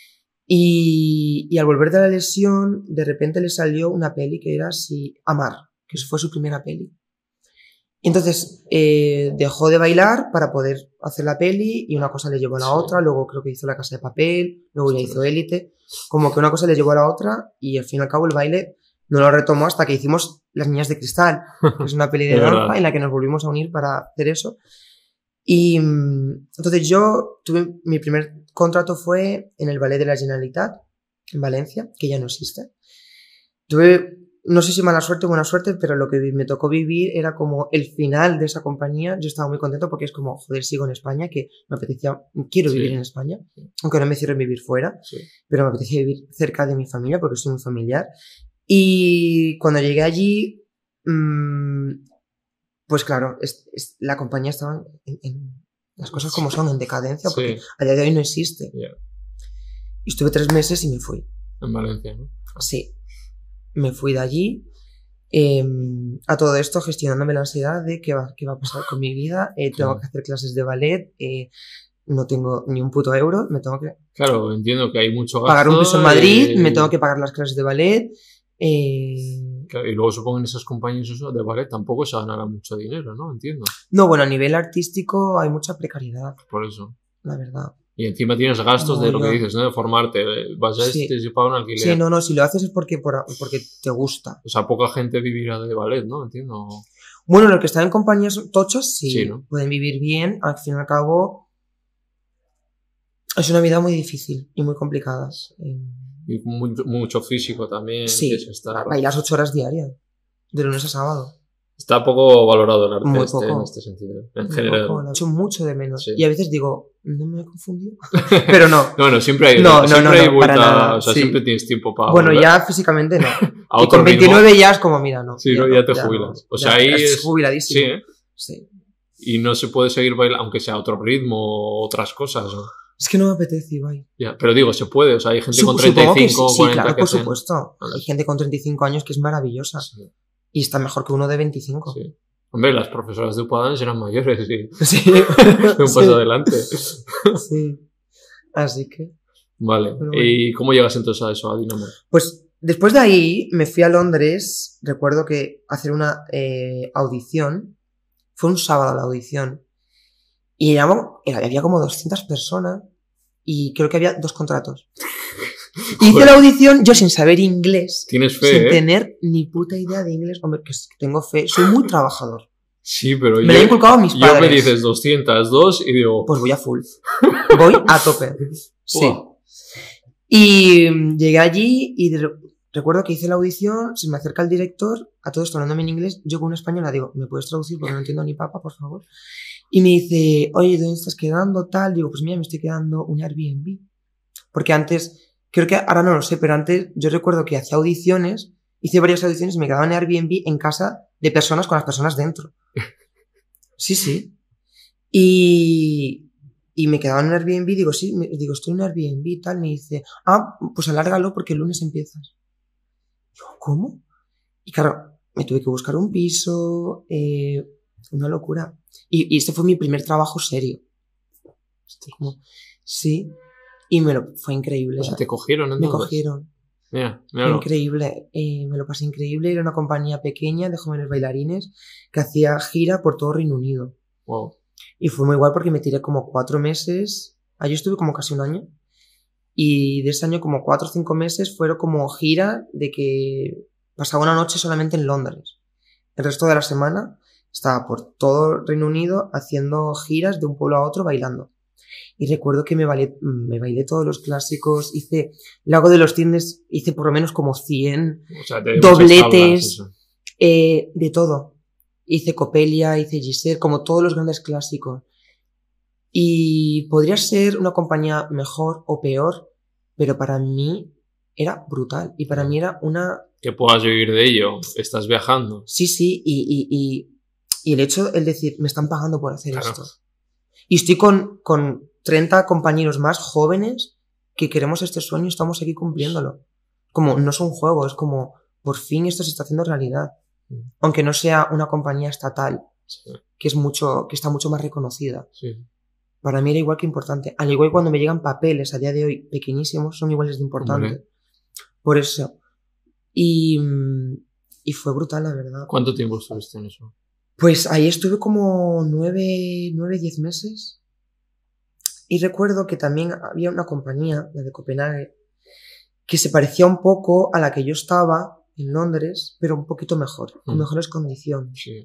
Speaker 2: Y, y al volver de la lesión, de repente le salió una peli que era así, Amar, que fue su primera peli. Entonces eh, dejó de bailar para poder hacer la peli y una cosa le llevó a la sí. otra, luego creo que hizo La Casa de Papel, luego ya hizo Élite, como que una cosa le llevó a la otra y al fin y al cabo el baile no lo retomó hasta que hicimos Las Niñas de Cristal, que es una peli de danza en la que nos volvimos a unir para hacer eso. Y entonces yo tuve, mi primer contrato fue en el Ballet de la Generalitat, en Valencia, que ya no existe. Tuve, no sé si mala suerte o buena suerte, pero lo que me tocó vivir era como el final de esa compañía. Yo estaba muy contento porque es como, joder, sigo en España, que me apetecía, quiero vivir sí. en España, aunque no me cierren vivir fuera, sí. pero me apetecía vivir cerca de mi familia porque soy muy familiar. Y cuando llegué allí, mmm, pues claro, es, es, la compañía estaba en, en las cosas como son, en decadencia, porque sí. a día de hoy no existe. Yeah. Y estuve tres meses y me fui.
Speaker 1: En Valencia, ¿no?
Speaker 2: Sí. Me fui de allí. Eh, a todo esto gestionándome la ansiedad de qué va, qué va a pasar con mi vida. Eh, tengo claro. que hacer clases de ballet. Eh, no tengo ni un puto euro. Me tengo que...
Speaker 1: Claro, entiendo que hay mucho gasto.
Speaker 2: Pagar un piso en Madrid. Eh... Me tengo que pagar las clases de ballet. Eh...
Speaker 1: Claro, y luego supongo en esas compañías eso de ballet tampoco se ganará mucho dinero, ¿no? Entiendo.
Speaker 2: No, bueno, a nivel artístico hay mucha precariedad.
Speaker 1: Por eso.
Speaker 2: La verdad.
Speaker 1: Y encima tienes gastos no, de lo yo... que dices, ¿no? De formarte. Vas a
Speaker 2: sí.
Speaker 1: este y pagas un alquiler.
Speaker 2: Sí, no, no, si lo haces es porque, por, porque te gusta.
Speaker 1: O sea, poca gente vivirá de ballet, ¿no? Entiendo.
Speaker 2: Bueno, los que están en compañías tochas, sí,
Speaker 1: sí, ¿no?
Speaker 2: Pueden vivir bien. Al fin y al cabo, es una vida muy difícil y muy complicada.
Speaker 1: Y muy, mucho físico también.
Speaker 2: Sí, estar... bailas ocho horas diarias, de lunes a sábado.
Speaker 1: Está poco valorado el arte
Speaker 2: muy
Speaker 1: este,
Speaker 2: poco.
Speaker 1: en este sentido. En
Speaker 2: muy
Speaker 1: general.
Speaker 2: Poco, lo he hecho mucho de menos.
Speaker 1: Sí.
Speaker 2: Y a veces digo, ¿no me he confundido? Pero no.
Speaker 1: no, no, siempre hay,
Speaker 2: no, no,
Speaker 1: siempre
Speaker 2: no,
Speaker 1: hay
Speaker 2: no,
Speaker 1: vuelta.
Speaker 2: Para nada,
Speaker 1: o sea,
Speaker 2: sí.
Speaker 1: siempre tienes tiempo para.
Speaker 2: Bueno,
Speaker 1: volver.
Speaker 2: ya físicamente no.
Speaker 1: A
Speaker 2: y con veintinueve
Speaker 1: ritmo.
Speaker 2: ya es como, mira, no.
Speaker 1: Sí,
Speaker 2: ya,
Speaker 1: no,
Speaker 2: no,
Speaker 1: ya te
Speaker 2: ya
Speaker 1: jubilas.
Speaker 2: No,
Speaker 1: o sea,
Speaker 2: ya,
Speaker 1: ahí
Speaker 2: es.
Speaker 1: es.
Speaker 2: jubiladísimo.
Speaker 1: Sí, ¿eh?
Speaker 2: Sí.
Speaker 1: Y no se puede seguir bailando, aunque sea otro ritmo o otras cosas, ¿no?
Speaker 2: Es que no me apetece, Ibai.
Speaker 1: Ya, pero digo, se puede, o sea, hay gente
Speaker 2: Sup-
Speaker 1: con treinta y cinco,
Speaker 2: sí,
Speaker 1: cuarenta
Speaker 2: claro,
Speaker 1: que
Speaker 2: por
Speaker 1: hacen...
Speaker 2: supuesto. Vale. Hay gente con treinta y cinco años que es maravillosa. Sí. Y está mejor que uno de veinticinco.
Speaker 1: Sí. Hombre, las profesoras de Upadance eran mayores y...
Speaker 2: Sí.
Speaker 1: Un paso sí. adelante.
Speaker 2: Sí. Así que...
Speaker 1: Vale. Bueno. ¿Y cómo llegas entonces a eso, a Dynamo?
Speaker 2: Pues después de ahí me fui a Londres. Recuerdo que hacer una eh, audición. Fue un sábado la audición. Y éramos, había como doscientas personas y creo que había dos contratos. Hice la audición yo sin saber inglés.
Speaker 1: Tienes fe,
Speaker 2: Sin
Speaker 1: ¿eh?
Speaker 2: tener ni puta idea de inglés. Hombre, que tengo fe. Soy muy trabajador.
Speaker 1: Sí, pero
Speaker 2: me
Speaker 1: yo...
Speaker 2: lo he inculcado a mis padres.
Speaker 1: Yo me dices doscientos dos y digo...
Speaker 2: Pues voy a full. Voy a tope. Sí.
Speaker 1: Wow.
Speaker 2: Y llegué allí y de... recuerdo que hice la audición, se me acerca el director, a todo esto hablándome en inglés, yo con una española digo, ¿me puedes traducir? Porque no entiendo ni papa, por favor. Y me dice, oye, ¿dónde estás quedando? Tal, digo, pues mira, me estoy quedando un Airbnb. Porque antes, creo que ahora no lo sé, pero antes yo recuerdo que hacía audiciones, hice varias audiciones y me quedaba en Airbnb en casa de personas con las personas dentro. Sí, sí. Y... Y me quedaba en un Airbnb, digo, sí, me, digo, estoy en un Airbnb y tal, me dice, ah, pues alárgalo porque el lunes empiezas. Yo, ¿cómo? Y claro, me tuve que buscar un piso, eh, una locura. Y, y este fue mi primer trabajo serio. Este como, sí, y me lo, fue increíble.
Speaker 1: O sea, te cogieron, ¿no?
Speaker 2: Me cogieron.
Speaker 1: Mira,
Speaker 2: mira. Fue increíble, eh, me lo pasé increíble, era una compañía pequeña de jóvenes bailarines que hacía gira por todo Reino Unido.
Speaker 1: Wow.
Speaker 2: Y fue muy guay porque me tiré como cuatro meses. Allí estuve como casi un año. Y de ese año como cuatro o cinco meses fueron como gira de que pasaba una noche solamente en Londres. El resto de la semana estaba por todo Reino Unido haciendo giras de un pueblo a otro bailando. Y recuerdo que me bailé, me bailé todos los clásicos. Hice Lago de los Cisnes, hice por lo menos como cien
Speaker 1: o sea,
Speaker 2: dobletes, tablas, eh, de todo. Hice Coppelia, hice Giselle, como todos los grandes clásicos. Y podría ser una compañía mejor o peor, pero para mí era brutal. Y para mí era una...
Speaker 1: Que puedas vivir de ello, estás viajando.
Speaker 2: Sí, sí, y, y, y, y el hecho, el decir, me están pagando por hacer claro. esto. Y estoy con, con treinta compañeros más jóvenes que queremos este sueño y estamos aquí cumpliéndolo. Como, no es un juego, es como, por fin esto se está haciendo realidad. Aunque no sea una compañía estatal, sí. que es mucho, que está mucho más reconocida.
Speaker 1: Sí.
Speaker 2: Para mí era igual que importante. Al igual cuando me llegan papeles a día de hoy pequeñísimos, son iguales de importante. Vale. Por eso. Y, y fue brutal, la verdad.
Speaker 1: ¿Cuánto tiempo estuviste en eso?
Speaker 2: Pues ahí estuve como nueve, nueve, diez meses. Y recuerdo que también había una compañía, la de Copenhague, que se parecía un poco a la que yo estaba en Londres, pero un poquito mejor, con mm. mejores condiciones.
Speaker 1: Sí.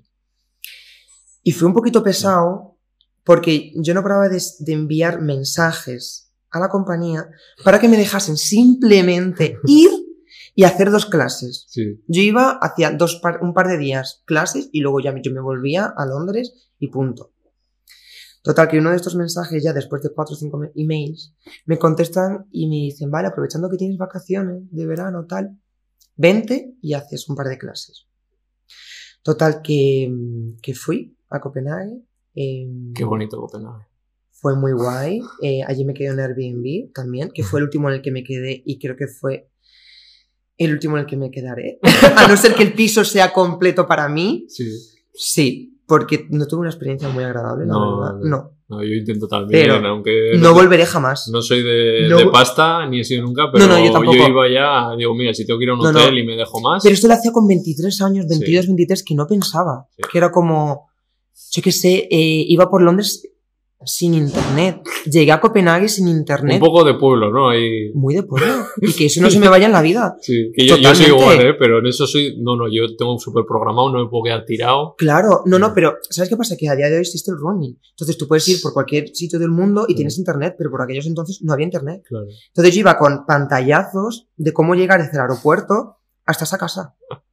Speaker 2: Y fue un poquito pesado porque yo no paraba de, de enviar mensajes a la compañía para que me dejasen simplemente ir y hacer dos clases.
Speaker 1: Sí.
Speaker 2: Yo iba, hacía dos par, un par de días clases y luego ya yo me volvía a Londres y punto. Total, que uno de estos mensajes, ya después de cuatro o cinco emails, me contestan y me dicen, vale, aprovechando que tienes vacaciones de verano, tal, vente y haces un par de clases. Total, que, que fui a Copenhague. Eh,
Speaker 1: Qué bonito Copenhague.
Speaker 2: Fue muy guay. Eh, allí me quedé en Airbnb también, que fue el último en el que me quedé y creo que fue el último en el que me quedaré. A no ser que el piso sea completo para mí.
Speaker 1: Sí.
Speaker 2: Sí. Porque no tuve una experiencia muy agradable, la
Speaker 1: no,
Speaker 2: verdad. No.
Speaker 1: No, yo intento también,
Speaker 2: pero
Speaker 1: aunque...
Speaker 2: No, no volveré jamás.
Speaker 1: No soy de,
Speaker 2: no,
Speaker 1: de pasta, ni he sido nunca, pero
Speaker 2: no, no, yo, tampoco.
Speaker 1: yo iba ya, digo, mira, si tengo que ir a un
Speaker 2: no,
Speaker 1: hotel
Speaker 2: no.
Speaker 1: y me dejo más...
Speaker 2: Pero esto lo hacía con veintitrés años, veintidós,
Speaker 1: sí.
Speaker 2: veintitrés, que no pensaba.
Speaker 1: Sí.
Speaker 2: Que era como... Yo qué sé, eh, iba por Londres sin internet. Llegué a Copenhague sin internet.
Speaker 1: Un poco de pueblo, ¿no? Ahí...
Speaker 2: Muy de pueblo. Y que eso no se me vaya en la vida.
Speaker 1: Sí, que yo, yo soy igual, ¿eh? Pero en eso soy... No, no, yo tengo un súper programado, no me puedo quedar tirado.
Speaker 2: Claro, no, no, pero ¿sabes qué pasa? Que a día de hoy existe el roaming. Entonces tú puedes ir por cualquier sitio del mundo y sí. tienes internet, pero por aquellos entonces no había internet.
Speaker 1: Claro.
Speaker 2: Entonces yo iba con pantallazos de cómo llegar desde el aeropuerto hasta esa casa.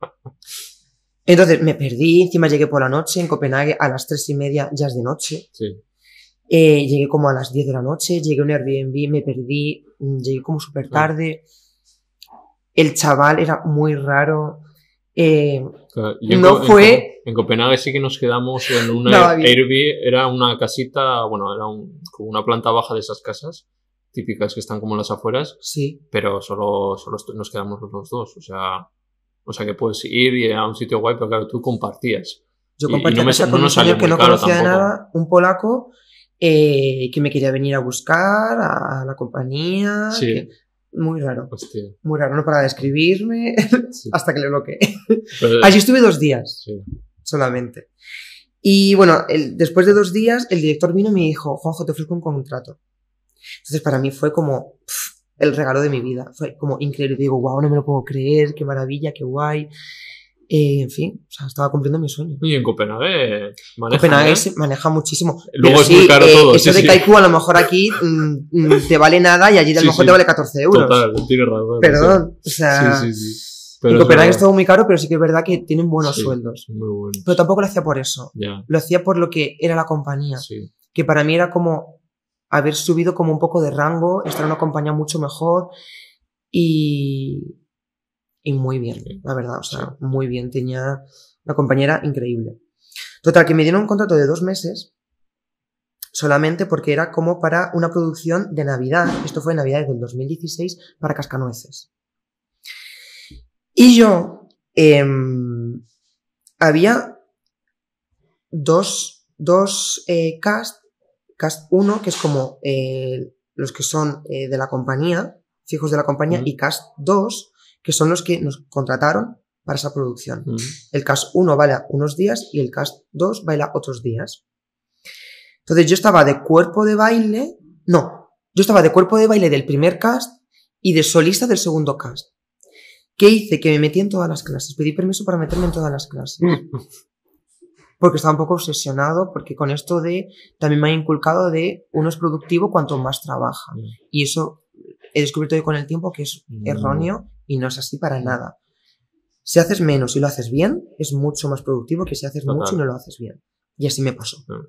Speaker 2: Entonces me perdí, encima llegué por la noche en Copenhague a las tres y media, ya es de noche.
Speaker 1: Sí.
Speaker 2: Eh, llegué como a las diez de la noche, llegué a un Airbnb, me perdí, llegué como súper tarde. El chaval era muy raro. Eh,
Speaker 1: claro, yo
Speaker 2: no
Speaker 1: en,
Speaker 2: fue...
Speaker 1: En, en Copenhague sí que nos quedamos en una Airbnb, era una casita, bueno, era un, como una planta baja de esas casas típicas que están como en las afueras.
Speaker 2: Sí.
Speaker 1: Pero solo, solo nos quedamos los dos, o sea... O sea, que puedes ir y a un sitio guay, pero claro, tú compartías.
Speaker 2: Yo compartía
Speaker 1: y, y no
Speaker 2: casa
Speaker 1: me,
Speaker 2: con
Speaker 1: no
Speaker 2: un señor que no conocía de
Speaker 1: tampoco.
Speaker 2: nada, un polaco, eh, que me quería venir a buscar a la compañía.
Speaker 1: Sí.
Speaker 2: Que, muy raro.
Speaker 1: Hostia.
Speaker 2: Muy raro, no paraba de escribirme sí. hasta que le bloqueé.
Speaker 1: Pero,
Speaker 2: Allí estuve dos días,
Speaker 1: sí.
Speaker 2: solamente. Y bueno, el, después de dos días, el director vino y me dijo, Juanjo, te ofrezco un contrato. Entonces para mí fue como... Pff, el regalo de mi vida. Fue como increíble. Digo, wow, no me lo puedo creer, qué maravilla, qué guay. Eh, en fin, o sea, estaba cumpliendo mi sueño.
Speaker 1: Y en Copenhague maneja,
Speaker 2: Copenhague
Speaker 1: ¿eh?
Speaker 2: se maneja muchísimo.
Speaker 1: Luego
Speaker 2: pero
Speaker 1: es
Speaker 2: sí,
Speaker 1: muy caro
Speaker 2: eh,
Speaker 1: todo.
Speaker 2: Eso
Speaker 1: sí,
Speaker 2: de
Speaker 1: sí.
Speaker 2: Kaiku a lo mejor aquí mmm, te vale nada y allí a lo
Speaker 1: sí,
Speaker 2: mejor
Speaker 1: sí.
Speaker 2: te vale catorce euros.
Speaker 1: Total, tienes razón.
Speaker 2: Perdón, o sea...
Speaker 1: Sí, sí, sí. Pero
Speaker 2: en Copenhague es todo muy caro, pero sí que es verdad que tienen buenos
Speaker 1: sí,
Speaker 2: sueldos.
Speaker 1: Muy buenos.
Speaker 2: Pero tampoco lo hacía por eso.
Speaker 1: Ya.
Speaker 2: Lo hacía por lo que era la compañía.
Speaker 1: Sí.
Speaker 2: Que para mí era como haber subido como un poco de rango, estar en una compañía mucho mejor y, y muy bien, la verdad. O sea, sí. muy bien. Tenía una compañera increíble. Total, que me dieron un contrato de dos meses solamente porque era como para una producción de Navidad. Esto fue Navidad del dos mil dieciséis para Cascanueces. Y yo eh, había dos, dos eh, cast, cast uno, que es como eh, los que son eh, de la compañía, fijos de la compañía, mm. y cast dos, que son los que nos contrataron para esa producción. Mm. El cast uno baila unos días y el cast dos baila otros días. Entonces yo estaba de cuerpo de baile, no, yo estaba de cuerpo de baile del primer cast y de solista del segundo cast. ¿Qué hice? Que me metí en todas las clases. Pedí permiso para meterme en todas las clases. Porque estaba un poco obsesionado, porque con esto de... También me ha inculcado de uno es productivo cuanto más trabaja. Mm. Y eso he descubierto yo con el tiempo que es mm. erróneo y no es así para mm. nada. Si haces menos y lo haces bien, es mucho más productivo que si haces Total. mucho y no lo haces bien. Y así me pasó. Mm.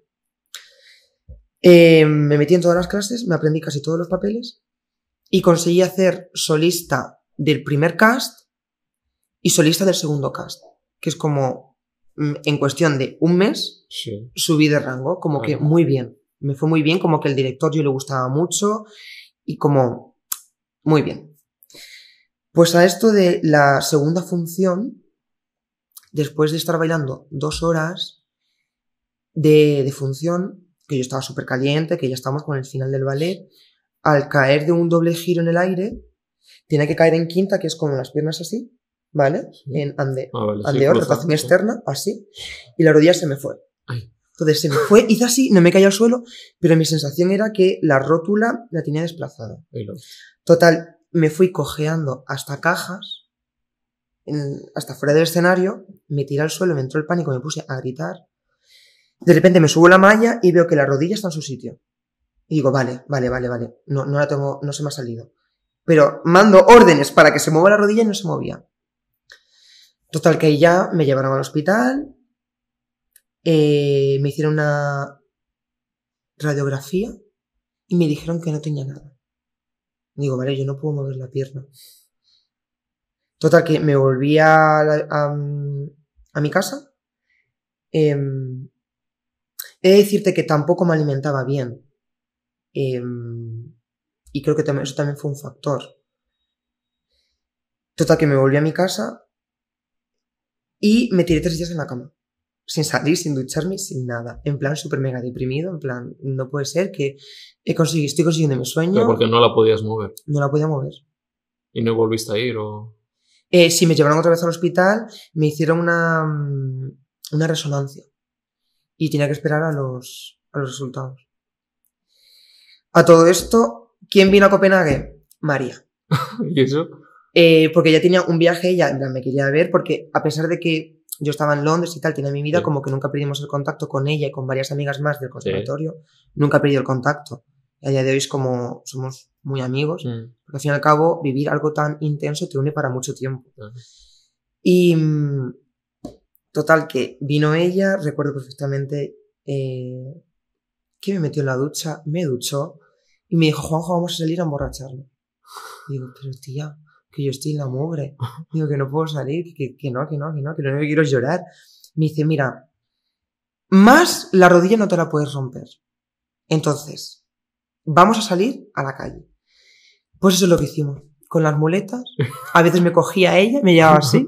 Speaker 2: Eh, me metí en todas las clases, me aprendí casi todos los papeles y conseguí hacer solista del primer cast y solista del segundo cast, que es como en cuestión de un mes
Speaker 1: sí.
Speaker 2: subí de rango, como que muy bien, me fue muy bien, como que el director yo le gustaba mucho y como muy bien. Pues a esto de la segunda función, después de estar bailando dos horas de, de función, que yo estaba súper caliente, que ya estábamos con el final del ballet, al caer de un doble giro en el aire, tiene que caer en quinta, que es como las piernas así, ¿vale? Sí. En ande,
Speaker 1: ah, vale,
Speaker 2: andeor,
Speaker 1: sí,
Speaker 2: rotación externa, así, y la rodilla se me fue.
Speaker 1: Ay.
Speaker 2: Entonces se me fue, hice así, no me caí al suelo, pero mi sensación era que la rótula la tenía desplazada.
Speaker 1: Ay, no.
Speaker 2: Total, me fui cojeando hasta cajas, en, hasta fuera del escenario, me tiré al suelo, me entró el pánico, me puse a gritar. De repente me subo la malla y veo que la rodilla está en su sitio. Y digo, vale, vale, vale, vale, no, no la tengo, no se me ha salido. Pero mando órdenes para que se mueva la rodilla y no se movía. Total, que ahí ya me llevaron al hospital, eh, me hicieron una radiografía y me dijeron que no tenía nada. Digo, vale, yo no puedo mover la pierna. Total, que me volví a, a, a mi casa. Eh, he de decirte que tampoco me alimentaba bien. Eh, y creo que también, eso también fue un factor. Total, que me volví a mi casa y me tiré tres días en la cama. Sin salir, sin ducharme, sin nada. En plan súper mega deprimido, en plan, no puede ser que he conseguido, estoy consiguiendo mi sueño.
Speaker 1: Pero porque no la podías mover.
Speaker 2: No la podía mover.
Speaker 1: ¿Y no volviste a ir o...?
Speaker 2: Eh, sí, me llevaron otra vez al hospital, me hicieron una, una resonancia. Y tenía que esperar a los, a los resultados. A todo esto, ¿quién vino a Copenhague? María.
Speaker 1: ¿Y eso?
Speaker 2: Eh, porque ya tenía un viaje, ella en plan, me quería ver, porque a pesar de que yo estaba en Londres y tal, tenía mi vida, sí. Como que nunca perdimos el contacto con ella y con varias amigas más del conservatorio. Sí. Nunca he perdido el contacto. Y a día de hoy es como, somos muy amigos, mm. porque al fin y al cabo vivir algo tan intenso te une para mucho tiempo. Uh-huh. Y total, que vino ella, recuerdo perfectamente eh, que me metió en la ducha, me duchó y me dijo, Juanjo, vamos a salir a emborracharnos. Y digo, pero tía, que yo estoy en la mugre. Digo, que no puedo salir, que, que no, que no, que no, que no quiero llorar. Me dice, mira, más la rodilla no te la puedes romper. Entonces, vamos a salir a la calle. Pues eso es lo que hicimos. Con las muletas, a veces me cogía a ella, me llevaba así.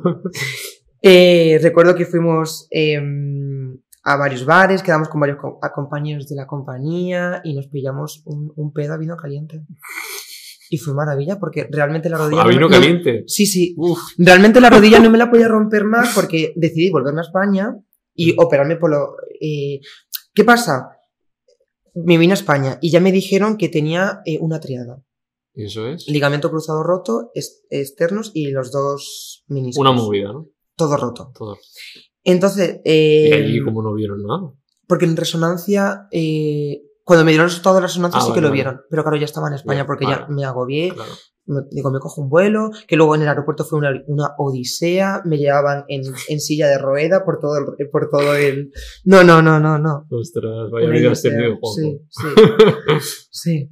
Speaker 2: Eh, recuerdo que fuimos eh, a varios bares, quedamos con varios co- compañeros de la compañía y nos pillamos un, un pedo a vino caliente. Y fue maravilla porque realmente la rodilla...
Speaker 1: ¿A vino
Speaker 2: no,
Speaker 1: caliente?
Speaker 2: No, sí, sí. Uf. Realmente la rodilla no me la podía romper más porque decidí volverme a España y operarme por lo... Eh, ¿Qué pasa? Me vine a España y ya me dijeron que tenía eh, una triada.
Speaker 1: ¿Y eso es?
Speaker 2: Ligamento cruzado roto, est- externos y los dos meniscos.
Speaker 1: Una movida, ¿no?
Speaker 2: Todo roto.
Speaker 1: Todo.
Speaker 2: Entonces... Eh,
Speaker 1: ¿Y allí cómo no vieron nada?
Speaker 2: Porque en resonancia... Eh, cuando me dieron el resultado de la resonancia ah, sí que vale, lo vieron. Vale. Pero claro, ya estaba en España yeah, porque vale. ya me agobié. Claro. Me, digo, me cojo un vuelo, que luego en el aeropuerto fue una, una odisea, me llevaban en, en silla de rueda por todo el, por todo el... No, no, no, no, no.
Speaker 1: Ostras, vaya vida has tenido, Juanjo.
Speaker 2: Sí, sí, sí.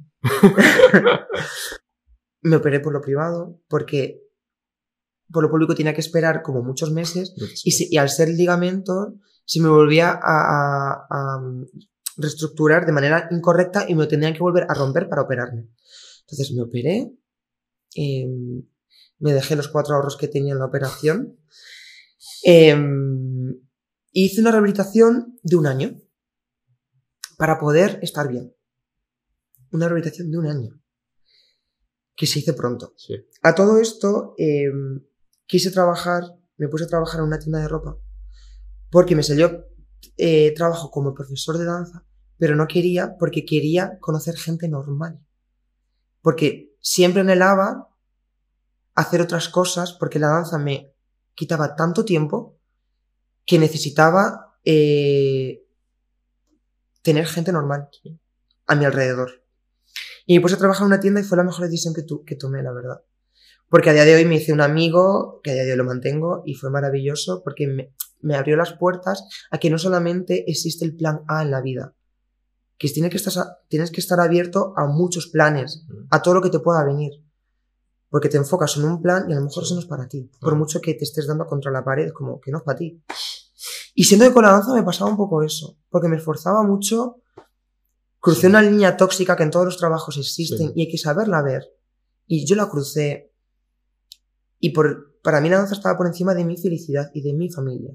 Speaker 2: Me operé por lo privado, porque por lo público tenía que esperar como muchos meses, y, si, y al ser ligamento, se me volvía a... a, a reestructurar de manera incorrecta y me lo tendrían que volver a romper para operarme. Entonces me operé, eh, me dejé los cuatro ahorros que tenía en la operación, eh, hice una rehabilitación de un año para poder estar bien. Una rehabilitación de un año que se hizo pronto.
Speaker 1: Sí.
Speaker 2: A todo esto eh, quise trabajar, me puse a trabajar en una tienda de ropa porque me salió Eh, trabajo como profesor de danza, pero no quería porque quería conocer gente normal. Porque siempre anhelaba hacer otras cosas porque la danza me quitaba tanto tiempo que necesitaba eh, tener gente normal a mi alrededor. Y me puse a trabajar en una tienda y fue la mejor decisión que, tu, que tomé, la verdad. Porque a día de hoy me hice un amigo, que a día de hoy lo mantengo, y fue maravilloso porque me... me abrió las puertas a que no solamente existe el plan A en la vida, que tienes que estar, tienes que estar abierto a muchos planes, a todo lo que te pueda venir, porque te enfocas en un plan y a lo mejor eso no es para ti, por mucho que te estés dando contra la pared, como que no es para ti. Y siendo que con la danza me pasaba un poco eso, porque me esforzaba mucho, crucé sí. una línea tóxica que en todos los trabajos existen sí. y hay que saberla ver, y yo la crucé, y por, para mí la danza estaba por encima de mi felicidad y de mi familia.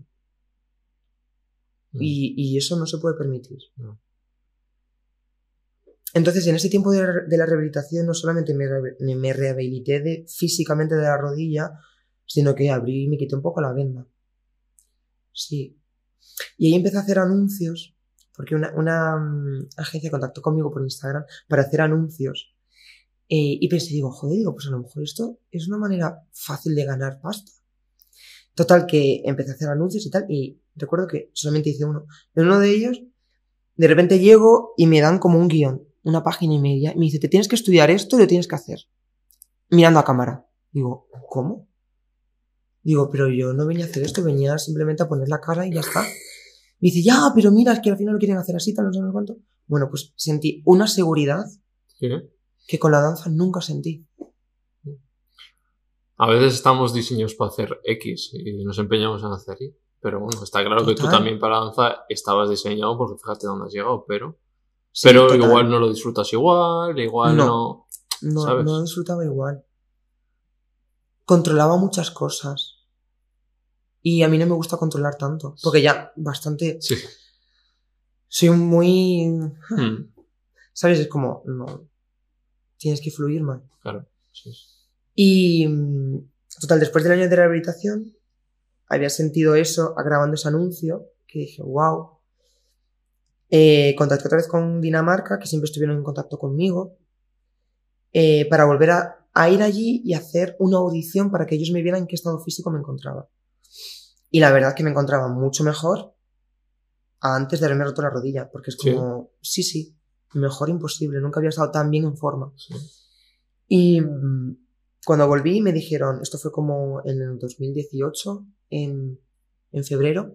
Speaker 2: Y, y eso no se puede permitir. No. Entonces, en ese tiempo de, de la rehabilitación, no solamente me, me rehabilité de, físicamente de la rodilla, sino que abrí y me quité un poco la venda. Sí. Y ahí empecé a hacer anuncios, porque una, una um, agencia contactó conmigo por Instagram para hacer anuncios. Eh, y pensé, digo, joder, digo, pues a lo mejor esto es una manera fácil de ganar pasta. Total, que empecé a hacer anuncios y tal, y recuerdo que solamente hice uno. En uno de ellos, de repente llego y me dan como un guión, una página y media, y me dice, te tienes que estudiar esto y lo tienes que hacer. Mirando a cámara. Digo, ¿cómo? Digo, pero yo no venía a hacer esto, venía simplemente a poner la cara y ya está. Me dice, ya, pero mira, es que al final lo quieren hacer así, tal, no sé cuánto. Bueno, pues sentí una seguridad
Speaker 1: ¿Sí?
Speaker 2: que con la danza nunca sentí.
Speaker 1: A veces estamos diseñados para hacer X y nos empeñamos en hacer Y. Pero bueno, está claro total. Que tú también para danza estabas diseñado porque fíjate dónde has llegado, pero... Sí, pero total. Igual no lo disfrutas igual, igual no...
Speaker 2: No, no, ¿sabes? No lo disfrutaba igual. Controlaba muchas cosas. Y a mí no me gusta controlar tanto. Porque ya bastante...
Speaker 1: Sí.
Speaker 2: Soy muy...
Speaker 1: Hmm.
Speaker 2: ¿Sabes? Es como... No. Tienes que fluir más.
Speaker 1: Claro, sí.
Speaker 2: Y... Total, después del año de rehabilitación, había sentido eso grabando ese anuncio, que dije, wow. Eh, contacté otra vez con Dinamarca, que siempre estuvieron en contacto conmigo, eh, para volver a, a ir allí y hacer una audición para que ellos me vieran en qué estado físico me encontraba. Y la verdad que me encontraba mucho mejor antes de haberme roto la rodilla, porque es como, sí, sí, sí mejor imposible, nunca había estado tan bien en forma.
Speaker 1: Sí.
Speaker 2: Y mmm, cuando volví me dijeron, esto fue como en el dos mil dieciocho, en, en febrero,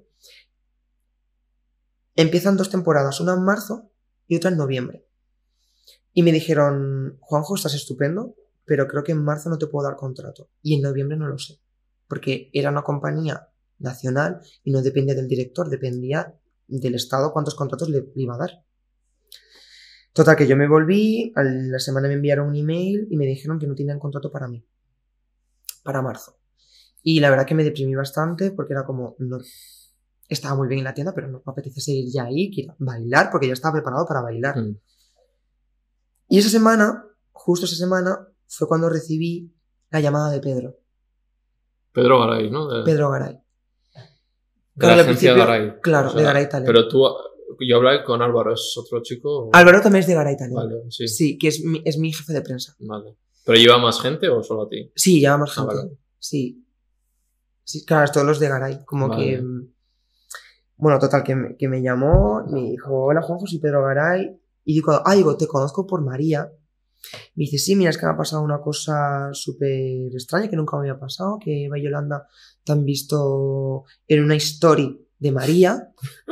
Speaker 2: empiezan dos temporadas, una en marzo y otra en noviembre. Y me dijeron, Juanjo, estás estupendo, pero creo que en marzo no te puedo dar contrato. Y en noviembre no lo sé. Porque era una compañía nacional y no dependía del director, dependía del Estado cuántos contratos le, le iba a dar. Total, que yo me volví, a la semana me enviaron un email y me dijeron que no tenían contrato para mí. Para marzo. Y la verdad que me deprimí bastante porque era como... no estaba muy bien en la tienda, pero no me apetece seguir ya ahí, quiero bailar, porque ya estaba preparado para bailar. Mm. Y esa semana, justo esa semana, fue cuando recibí la llamada de Pedro.
Speaker 1: Pedro Garay, ¿no? De...
Speaker 2: Pedro Garay.
Speaker 1: De la agencia Garay.
Speaker 2: Claro, o sea, de Garay Talent.
Speaker 1: Pero tú, yo hablé con Álvaro, ¿es otro chico? O...
Speaker 2: Álvaro también es de Garay Talent.
Speaker 1: Vale, sí.
Speaker 2: Sí, que es mi, es mi jefe de prensa.
Speaker 1: Vale. ¿Pero lleva más gente o solo a ti?
Speaker 2: Sí, lleva más gente. Ah,
Speaker 1: vale.
Speaker 2: Sí. Sí, claro, todos los de Garay. Como vale. que... Bueno, total, que me, que me llamó, me dijo, hola Juanjo, soy Pedro Garay. Y digo, ah, digo, te conozco por María. Me dice, sí, mira, es que me ha pasado una cosa súper extraña que nunca me había pasado, que Eva y Yolanda te han visto en una story de María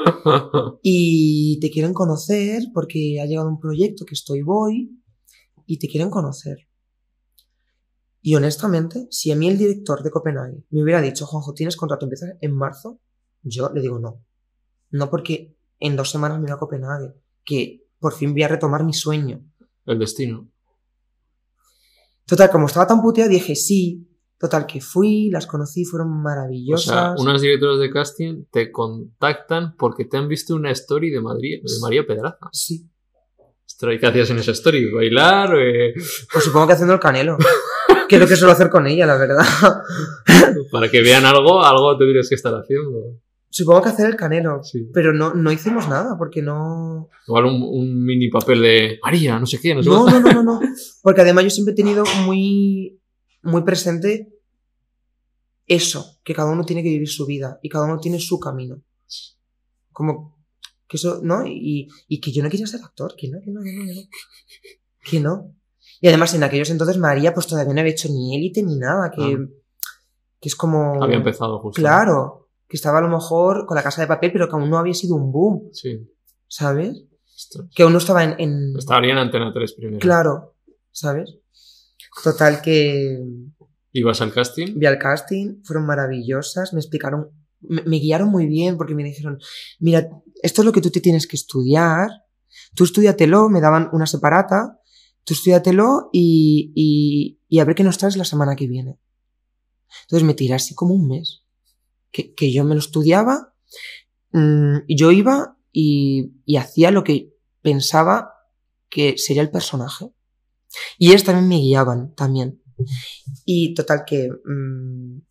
Speaker 2: y te quieren conocer porque ha llegado un proyecto que estoy voy y te quieren conocer. Y honestamente, si a mí el director de Copenhague me hubiera dicho, Juanjo, tienes contrato, empieza en marzo, yo le digo no. No, porque en dos semanas me voy a Copenhague, que por fin voy a retomar mi sueño.
Speaker 1: El destino.
Speaker 2: Total, como estaba tan puteado, dije sí. Total, que fui, las conocí, fueron maravillosas.
Speaker 1: O sea, unas directoras de casting te contactan porque te han visto una story de Madrid, de María Pedraza.
Speaker 2: Sí.
Speaker 1: ¿Qué hacías en esa story? ¿Bailar? Eh...
Speaker 2: Pues supongo que haciendo el Canelo. Que es lo que suelo hacer con ella, la verdad.
Speaker 1: Para que vean algo, algo tendrías que estar haciendo.
Speaker 2: Supongo que hacer el Canelo,
Speaker 1: sí.
Speaker 2: Pero no, no hicimos nada, porque no...
Speaker 1: Igual un, un mini papel de María, no sé qué, no sé
Speaker 2: No, no, no, no, no. Porque además yo siempre he tenido muy, muy presente eso, que cada uno tiene que vivir su vida y cada uno tiene su camino. Como que eso, ¿no? Y, y que yo no quería ser actor, que no, que no, que no, que no. Que no. Y además en aquellos entonces María pues todavía no había hecho ni élite ni nada, que, ah. que es como...
Speaker 1: Había empezado justo.
Speaker 2: Claro. Que estaba a lo mejor con La Casa de Papel, pero que aún no había sido un boom.
Speaker 1: Sí.
Speaker 2: ¿Sabes?
Speaker 1: Esto.
Speaker 2: Que aún no estaba en... en...
Speaker 1: Estaría en Antena tres primero.
Speaker 2: Claro. ¿Sabes? Total que...
Speaker 1: ¿Ibas al casting?
Speaker 2: Vi al casting, fueron maravillosas, me explicaron, me, me guiaron muy bien porque me dijeron, mira, esto es lo que tú te tienes que estudiar, tú estudiatelo, me daban una separata, tú estudiatelo y, y, y a ver qué nos traes la semana que viene. Entonces me tiré así como un mes. Que, que yo me lo estudiaba, mmm, yo iba y, y hacía lo que pensaba que sería el personaje. Y ellos también me guiaban, también. Y total que mmm,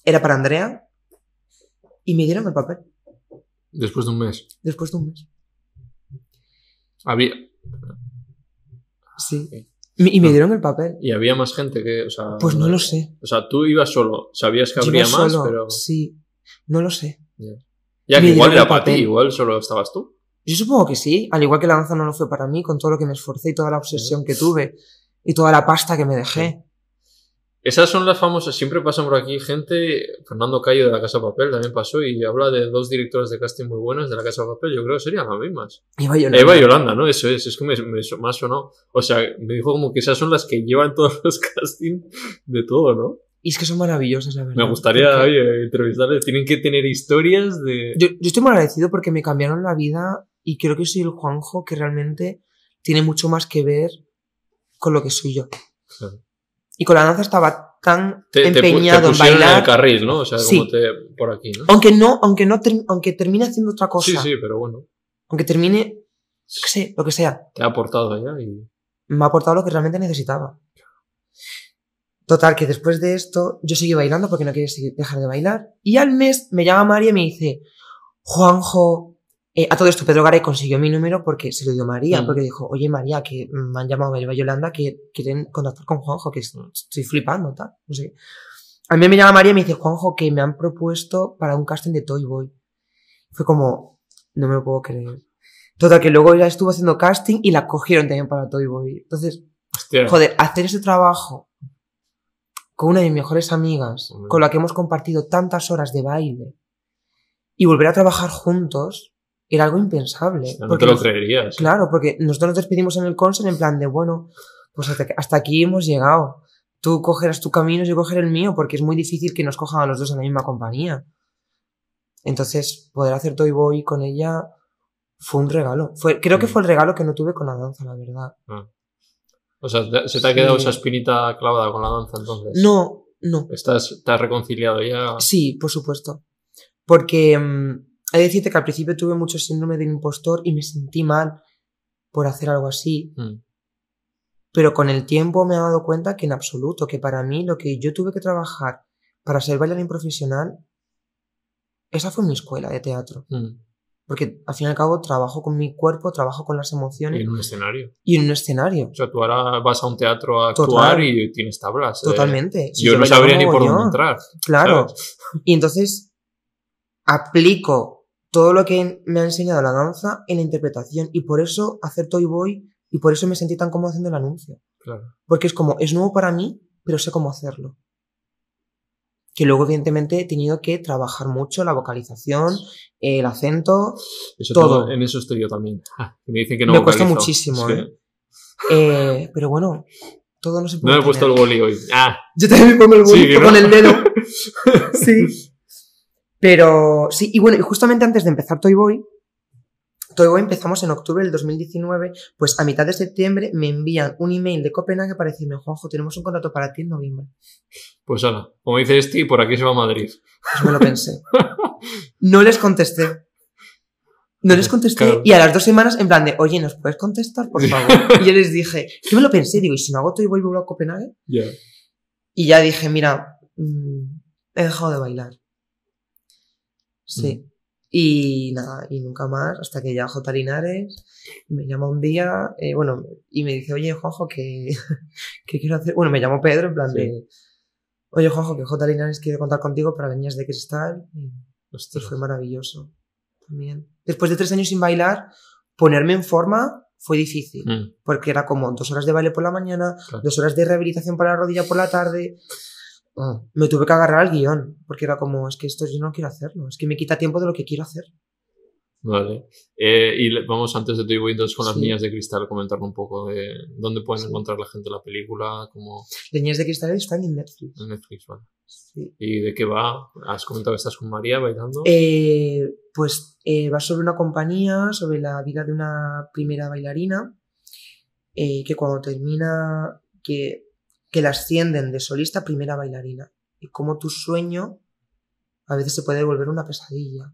Speaker 2: Era para Andrea y me dieron el papel.
Speaker 1: Después de un mes.
Speaker 2: Después de un mes.
Speaker 1: Había...
Speaker 2: Sí. Y me dieron el papel.
Speaker 1: ¿Y había más gente que...? O sea,
Speaker 2: pues no lo sé.
Speaker 1: O sea, tú ibas solo. Sabías que habría más,
Speaker 2: solo,
Speaker 1: pero...
Speaker 2: Sí. No lo sé.
Speaker 1: Yeah. Ya que igual era para ti, igual solo estabas tú.
Speaker 2: Yo supongo que sí. Al igual que la danza no lo fue para mí, con todo lo que me esforcé y toda la obsesión que tuve y toda la pasta que me dejé.
Speaker 1: Esas son las famosas, siempre pasan por aquí gente, Fernando Cayo de la Casa de Papel también pasó y habla de dos directores de casting muy buenos de la Casa de Papel, yo creo que serían las mismas.
Speaker 2: Eva Yolanda.
Speaker 1: Eva Yolanda, ¿no? Eso es, es que me, me, me ha sonado. O sea, me dijo como que esas son las que llevan todos los castings de todo, ¿no?
Speaker 2: Y es que son maravillosas, la verdad.
Speaker 1: Me gustaría, porque... oye, entrevistarles. Tienen que tener historias de...
Speaker 2: Yo, yo estoy muy agradecido porque me cambiaron la vida y creo que soy el Juanjo que realmente tiene mucho más que ver con lo que soy yo. Claro. Y con la danza estaba tan te, empeñado
Speaker 1: te, te
Speaker 2: en bailar.
Speaker 1: En el carril, ¿no? O sea,
Speaker 2: sí.
Speaker 1: como te, por aquí, ¿no?
Speaker 2: Aunque no, aunque no, ter, aunque termine haciendo otra cosa.
Speaker 1: Sí, sí, pero bueno.
Speaker 2: Aunque termine, qué sé, lo que sea.
Speaker 1: Te ha aportado ya y...
Speaker 2: Me ha aportado lo que realmente necesitaba. Total, que después de esto, yo seguí bailando porque no quería seguir, dejar de bailar. Y al mes me llama María y me dice, Juanjo, eh, a todo esto Pedro Garay consiguió mi número porque se lo dio María, mm. porque dijo, oye María, que me han llamado Eva Yolanda, que quieren contactar con Juanjo, que estoy flipando, tal, no sé. A mí me llama María y me dice, Juanjo, que me han propuesto para un casting de Toy Boy. Fue como, no me lo puedo creer. Total, que luego ya estuvo haciendo casting y la cogieron también para Toy Boy. Entonces, hostia, joder, hacer ese trabajo con una de mis mejores amigas, mm. con la que hemos compartido tantas horas de baile, y volver a trabajar juntos, era algo impensable.
Speaker 1: No te lo nos, creerías.
Speaker 2: Claro, porque nosotros nos despedimos en el concert en plan de, bueno, pues hasta, hasta aquí hemos llegado. Tú cogerás tu camino, yo cogeré el mío, porque es muy difícil que nos cojan a los dos en la misma compañía. Entonces, poder hacer Toy Boy con ella fue un regalo. Fue, creo que fue el regalo que no tuve con la danza, la verdad.
Speaker 1: Ah. O sea, ¿se te ha quedado sí. esa espinita clavada con la danza entonces?
Speaker 2: No, no.
Speaker 1: ¿Estás, ¿Te has reconciliado ya?
Speaker 2: Sí, por supuesto. Porque um, he de decirte que al principio tuve mucho síndrome del impostor y me sentí mal por hacer algo así. Mm. Pero con el tiempo me he dado cuenta que en absoluto, que para mí lo que yo tuve que trabajar para ser bailarín profesional, esa fue mi escuela de teatro. Mm. Porque al fin y al cabo trabajo con mi cuerpo, trabajo con las emociones.
Speaker 1: Y en un escenario.
Speaker 2: Y en un escenario.
Speaker 1: O sea, tú ahora vas a un teatro a actuar Total. Y tienes tablas.
Speaker 2: Totalmente.
Speaker 1: Eh. Si yo, yo no sabría ni por dónde entrar.
Speaker 2: Claro.
Speaker 1: ¿Sabes?
Speaker 2: Y entonces aplico todo lo que me ha enseñado la danza en la interpretación. Y por eso hacer Toy Boy, y por eso me sentí tan cómodo haciendo el anuncio.
Speaker 1: Claro.
Speaker 2: Porque es como, es nuevo para mí, pero sé cómo hacerlo. Que luego, evidentemente, he tenido que trabajar mucho la vocalización, el acento,
Speaker 1: eso
Speaker 2: todo.
Speaker 1: todo. En eso estoy yo también. Me dicen que no
Speaker 2: Me
Speaker 1: vocalizo.
Speaker 2: cuesta muchísimo, sí. ¿eh? eh. Pero bueno, todo no se puede
Speaker 1: No me he
Speaker 2: tener.
Speaker 1: puesto el boli hoy. Ah.
Speaker 2: Yo también me pongo el boli sí,
Speaker 1: ¿no?
Speaker 2: con el dedo. Sí. Pero, sí, y bueno, y justamente antes de empezar Toy Boy, Toy Boy empezamos en octubre del dos mil diecinueve, pues a mitad de septiembre me envían un email de Copenhague para decirme, Juanjo, tenemos un contrato para ti en noviembre.
Speaker 1: Pues ahora, como dice este, por aquí se va a Madrid.
Speaker 2: Pues me lo pensé. No les contesté. No les contesté claro. Y a las dos semanas en plan de, oye, ¿nos puedes contestar, por favor? Y yo les dije, yo me lo pensé, digo, ¿y si no hago Toy Boy vuelvo a Copenhague?
Speaker 1: Yeah.
Speaker 2: Y ya dije, mira, mmm, he dejado de bailar. Sí. Mm. Y nada, y nunca más, hasta que ya J. Linares me llama un día, eh, bueno, y me dice, oye, Juanjo, que, que quiero hacer... Bueno, me llamó Pedro en plan sí. de, oye, Juanjo, que J. Linares quiere contar contigo para las niñas de Cristal. Y, y fue maravilloso también. Después de tres años sin bailar, ponerme en forma fue difícil, mm. porque era como dos horas de baile por la mañana, claro. dos horas de rehabilitación para la rodilla por la tarde... Oh, me tuve que agarrar al guión, porque era como, es que esto yo no quiero hacerlo, es que me quita tiempo de lo que quiero hacer.
Speaker 1: Vale. Eh, y vamos, antes de Toy Boy, entonces con las
Speaker 2: sí.
Speaker 1: niñas de cristal, comentar un poco de dónde pueden sí. encontrar la gente la película, como...
Speaker 2: Las niñas de cristal están en Netflix.
Speaker 1: En Netflix, vale.
Speaker 2: Sí.
Speaker 1: ¿Y de qué va? ¿Has comentado que estás con María bailando?
Speaker 2: Eh, pues eh, va sobre una compañía, sobre la vida de una primera bailarina, eh, que cuando termina... que que la ascienden de solista a primera bailarina. Y cómo tu sueño a veces se puede volver una pesadilla.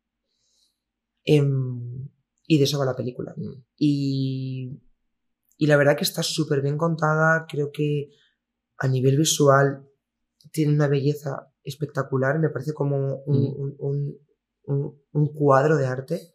Speaker 2: Eh, y de eso va la película. Mm. Y, y la verdad que está súper bien contada. Creo que a nivel visual tiene una belleza espectacular, me parece como un, mm. un, un, un, un cuadro de arte.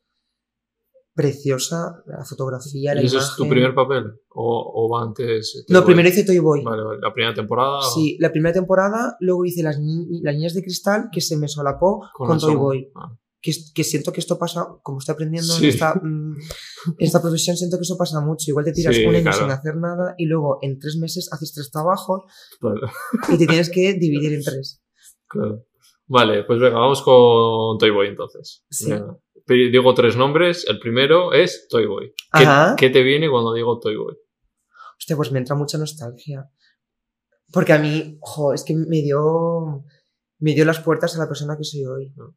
Speaker 2: Preciosa, la fotografía, la
Speaker 1: ¿Y ese
Speaker 2: imagen.
Speaker 1: es tu primer papel? ¿O, o va antes?
Speaker 2: No, primero hice Toy Boy.
Speaker 1: Vale, vale. ¿La primera temporada?
Speaker 2: Sí, la primera temporada, luego hice Las, ni las Niñas de Cristal, que se me solapó con, con Toy Boy. Ah. Que, que siento que esto pasa, como estoy aprendiendo sí. en, esta, en esta profesión, siento que eso pasa mucho. Igual te tiras sí, un año claro. sin hacer nada y luego en tres meses haces tres trabajos claro. y te tienes que dividir en tres.
Speaker 1: Claro. Vale, pues venga, vamos con Toy Boy entonces.
Speaker 2: Sí.
Speaker 1: Venga. Digo tres nombres. El primero es Toy Boy. ¿Qué, ¿Qué te viene cuando digo Toy Boy?
Speaker 2: Hostia, pues me entra mucha nostalgia. Porque a mí, jo, es que me dio, me dio las puertas a la persona que soy hoy. ¿No?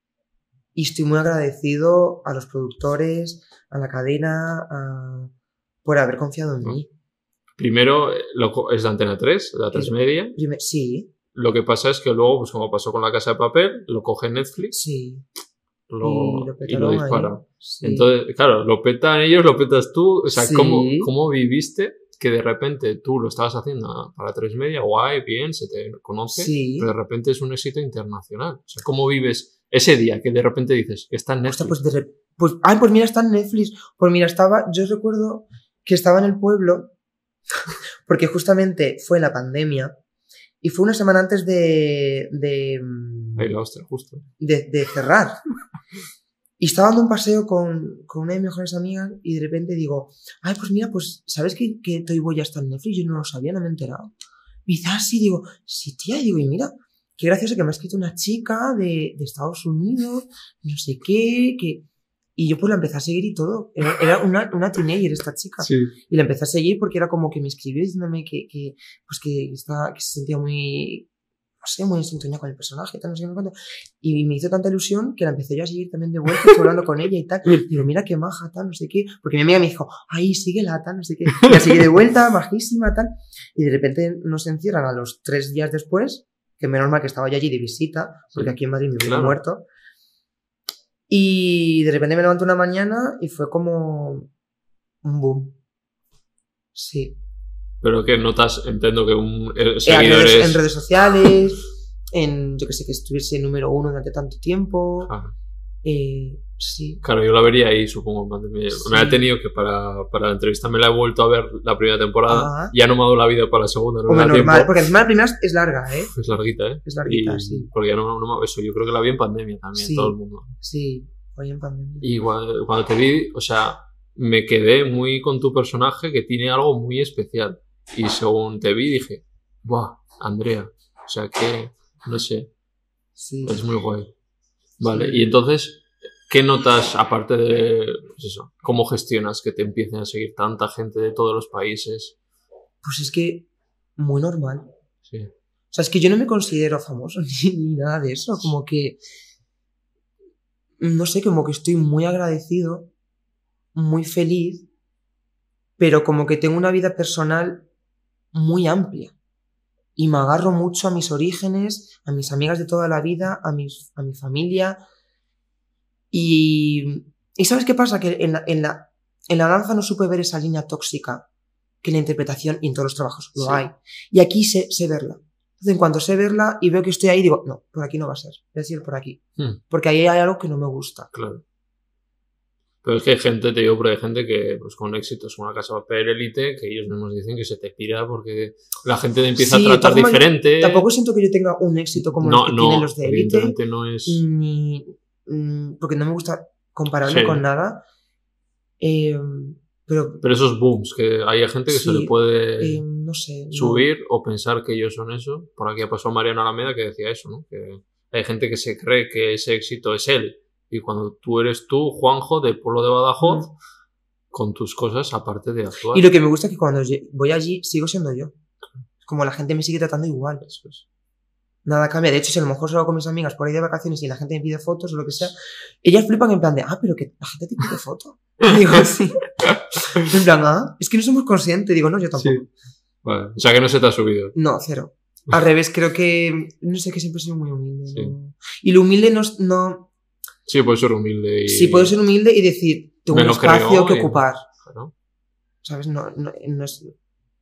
Speaker 2: Y estoy muy agradecido a los productores, a la cadena, a, por haber confiado en ¿No? mí.
Speaker 1: Primero, lo, es de Antena tres, de la tres Media.
Speaker 2: Primer, sí.
Speaker 1: Lo que pasa es que luego, pues como pasó con La Casa de Papel, lo coge Netflix.
Speaker 2: Sí.
Speaker 1: Lo, y, lo y lo dispara. Sí. Entonces, claro, lo petan ellos, lo petas tú. O sea, sí. ¿cómo, ¿cómo viviste que de repente tú lo estabas haciendo para tres Media? Guay, bien, se te conoce. Sí. Pero de repente es un éxito internacional. O sea, ¿cómo vives ese día que de repente dices que está en Netflix?
Speaker 2: O sea, pues, de, pues, ay, pues mira, está en Netflix. Pues mira, estaba, yo recuerdo que estaba en el pueblo, porque justamente fue la pandemia. Y fue una semana antes de... de
Speaker 1: Ay, la hostia, justo.
Speaker 2: De, de cerrar. Y estaba dando un paseo con, con una de mis mejores amigas y de repente digo, ay, pues mira, pues, ¿sabes que, que Toy Boy ya está en Netflix? Yo no lo sabía, no me he enterado. Y dice, ah, sí, digo, sí, tía, y digo, y mira, qué gracioso que me ha escrito una chica de, de Estados Unidos, no sé qué, que... Y yo pues la empecé a seguir y todo. Era, era una, una teenager esta chica.
Speaker 1: Sí.
Speaker 2: Y la empecé a seguir porque era como que me escribió diciéndome que, que, pues que, estaba, que se sentía muy, no sé, muy en sintonía con el personaje, tal, no sé qué, no sé cuánto. Y me hizo tanta ilusión que la empecé yo a seguir también de vuelta, estoy hablando con ella y tal. Y digo, mira qué maja, tal, no sé qué. Porque mi amiga me dijo, ay, síguela, tal, no sé qué. Y la seguí de vuelta, majísima, tal. Y de repente nos encierran a los tres días después, que menos mal que estaba yo allí de visita, porque sí. aquí en Madrid me hubiera claro. muerto. Y de repente me levanto una mañana y fue como un boom. Sí.
Speaker 1: Pero que notas, entiendo que un
Speaker 2: seguidores... En redes, en redes sociales, en, yo que sé, que estuviese número uno durante tanto tiempo. Ah. Eh, sí.
Speaker 1: Claro, yo la vería ahí, supongo. Me, sí. me ha tenido que para, para la entrevista me la he vuelto a ver la primera temporada. Ah. Ya no me ha dado la vida para la segunda. No
Speaker 2: Hombre, normal, tiempo. Porque encima la primera es larga, ¿eh?
Speaker 1: Es larguita, ¿eh?
Speaker 2: Es larguita,
Speaker 1: y,
Speaker 2: sí.
Speaker 1: Porque ya no, no me eso. Yo creo que la vi en pandemia también,
Speaker 2: sí.
Speaker 1: todo el mundo.
Speaker 2: Sí, hoy en pandemia.
Speaker 1: Y cuando, cuando te vi, o sea, me quedé muy con tu personaje que tiene algo muy especial. Y según te vi dije, ¡buah! Andrea. O sea que, no sé.
Speaker 2: Sí.
Speaker 1: Es muy guay. Vale, sí. Y entonces... ¿Qué notas, aparte de pues eso, cómo gestionas que te empiecen a seguir tanta gente de todos los países?
Speaker 2: Pues es que muy normal.
Speaker 1: Sí.
Speaker 2: O sea, es que yo no me considero famoso ni, ni nada de eso. Como que, no sé, como que estoy muy agradecido, muy feliz, pero como que tengo una vida personal muy amplia. Y me agarro mucho a mis orígenes, a mis amigas de toda la vida, a, mis, a mi familia... Y, y ¿sabes qué pasa? Que en la, en, la, en la danza no supe ver esa línea tóxica que en la interpretación y en todos los trabajos lo sí. hay. Y aquí sé, sé verla. Entonces, en cuanto sé verla y veo que estoy ahí, digo, no, por aquí no va a ser. Voy a decir por aquí. Hmm. Porque ahí hay algo que no me gusta.
Speaker 1: Claro. Pero es que hay gente, te digo, pero hay gente que pues con éxitos, con una casa de papel élite, que ellos mismos dicen que se te pira porque la gente te empieza sí, a tratar diferente.
Speaker 2: Yo, tampoco siento que yo tenga un éxito como no, los que no, tienen los de élite.
Speaker 1: Evidentemente no es...
Speaker 2: Ni... porque no me gusta compararme sí. con nada eh, pero
Speaker 1: pero esos booms que hay gente que sí, se le puede
Speaker 2: eh, no sé,
Speaker 1: subir
Speaker 2: no.
Speaker 1: o pensar que ellos son eso. Por aquí ha pasado Mariano Alameda que decía eso, ¿no? Que hay gente que se cree que ese éxito es él y cuando tú eres tú, Juanjo, del pueblo de Badajoz mm. con tus cosas aparte de actuar.
Speaker 2: Y lo que me gusta es que cuando voy allí sigo siendo yo, como la gente me sigue tratando igual.
Speaker 1: Eso es.
Speaker 2: Nada cambia. De hecho, si a lo mejor salgo con mis amigas por ahí de vacaciones y la gente me pide fotos o lo que sea, ellas flipan en plan de, ah, pero que la gente te pide foto. Y digo, sí. En plan, ah, es que no somos conscientes. Digo, no, yo tampoco.
Speaker 1: Sí. Vale. O sea, que no se te ha subido.
Speaker 2: No, cero. Al revés, creo que, no sé, que siempre he sido muy humilde. Sí. ¿No? Y lo humilde no, no...
Speaker 1: Sí, puedo ser humilde y...
Speaker 2: Sí, puedo ser humilde y decir, tengo me un espacio que
Speaker 1: y...
Speaker 2: ocupar.
Speaker 1: Claro.
Speaker 2: ¿Sabes? No, no, no es...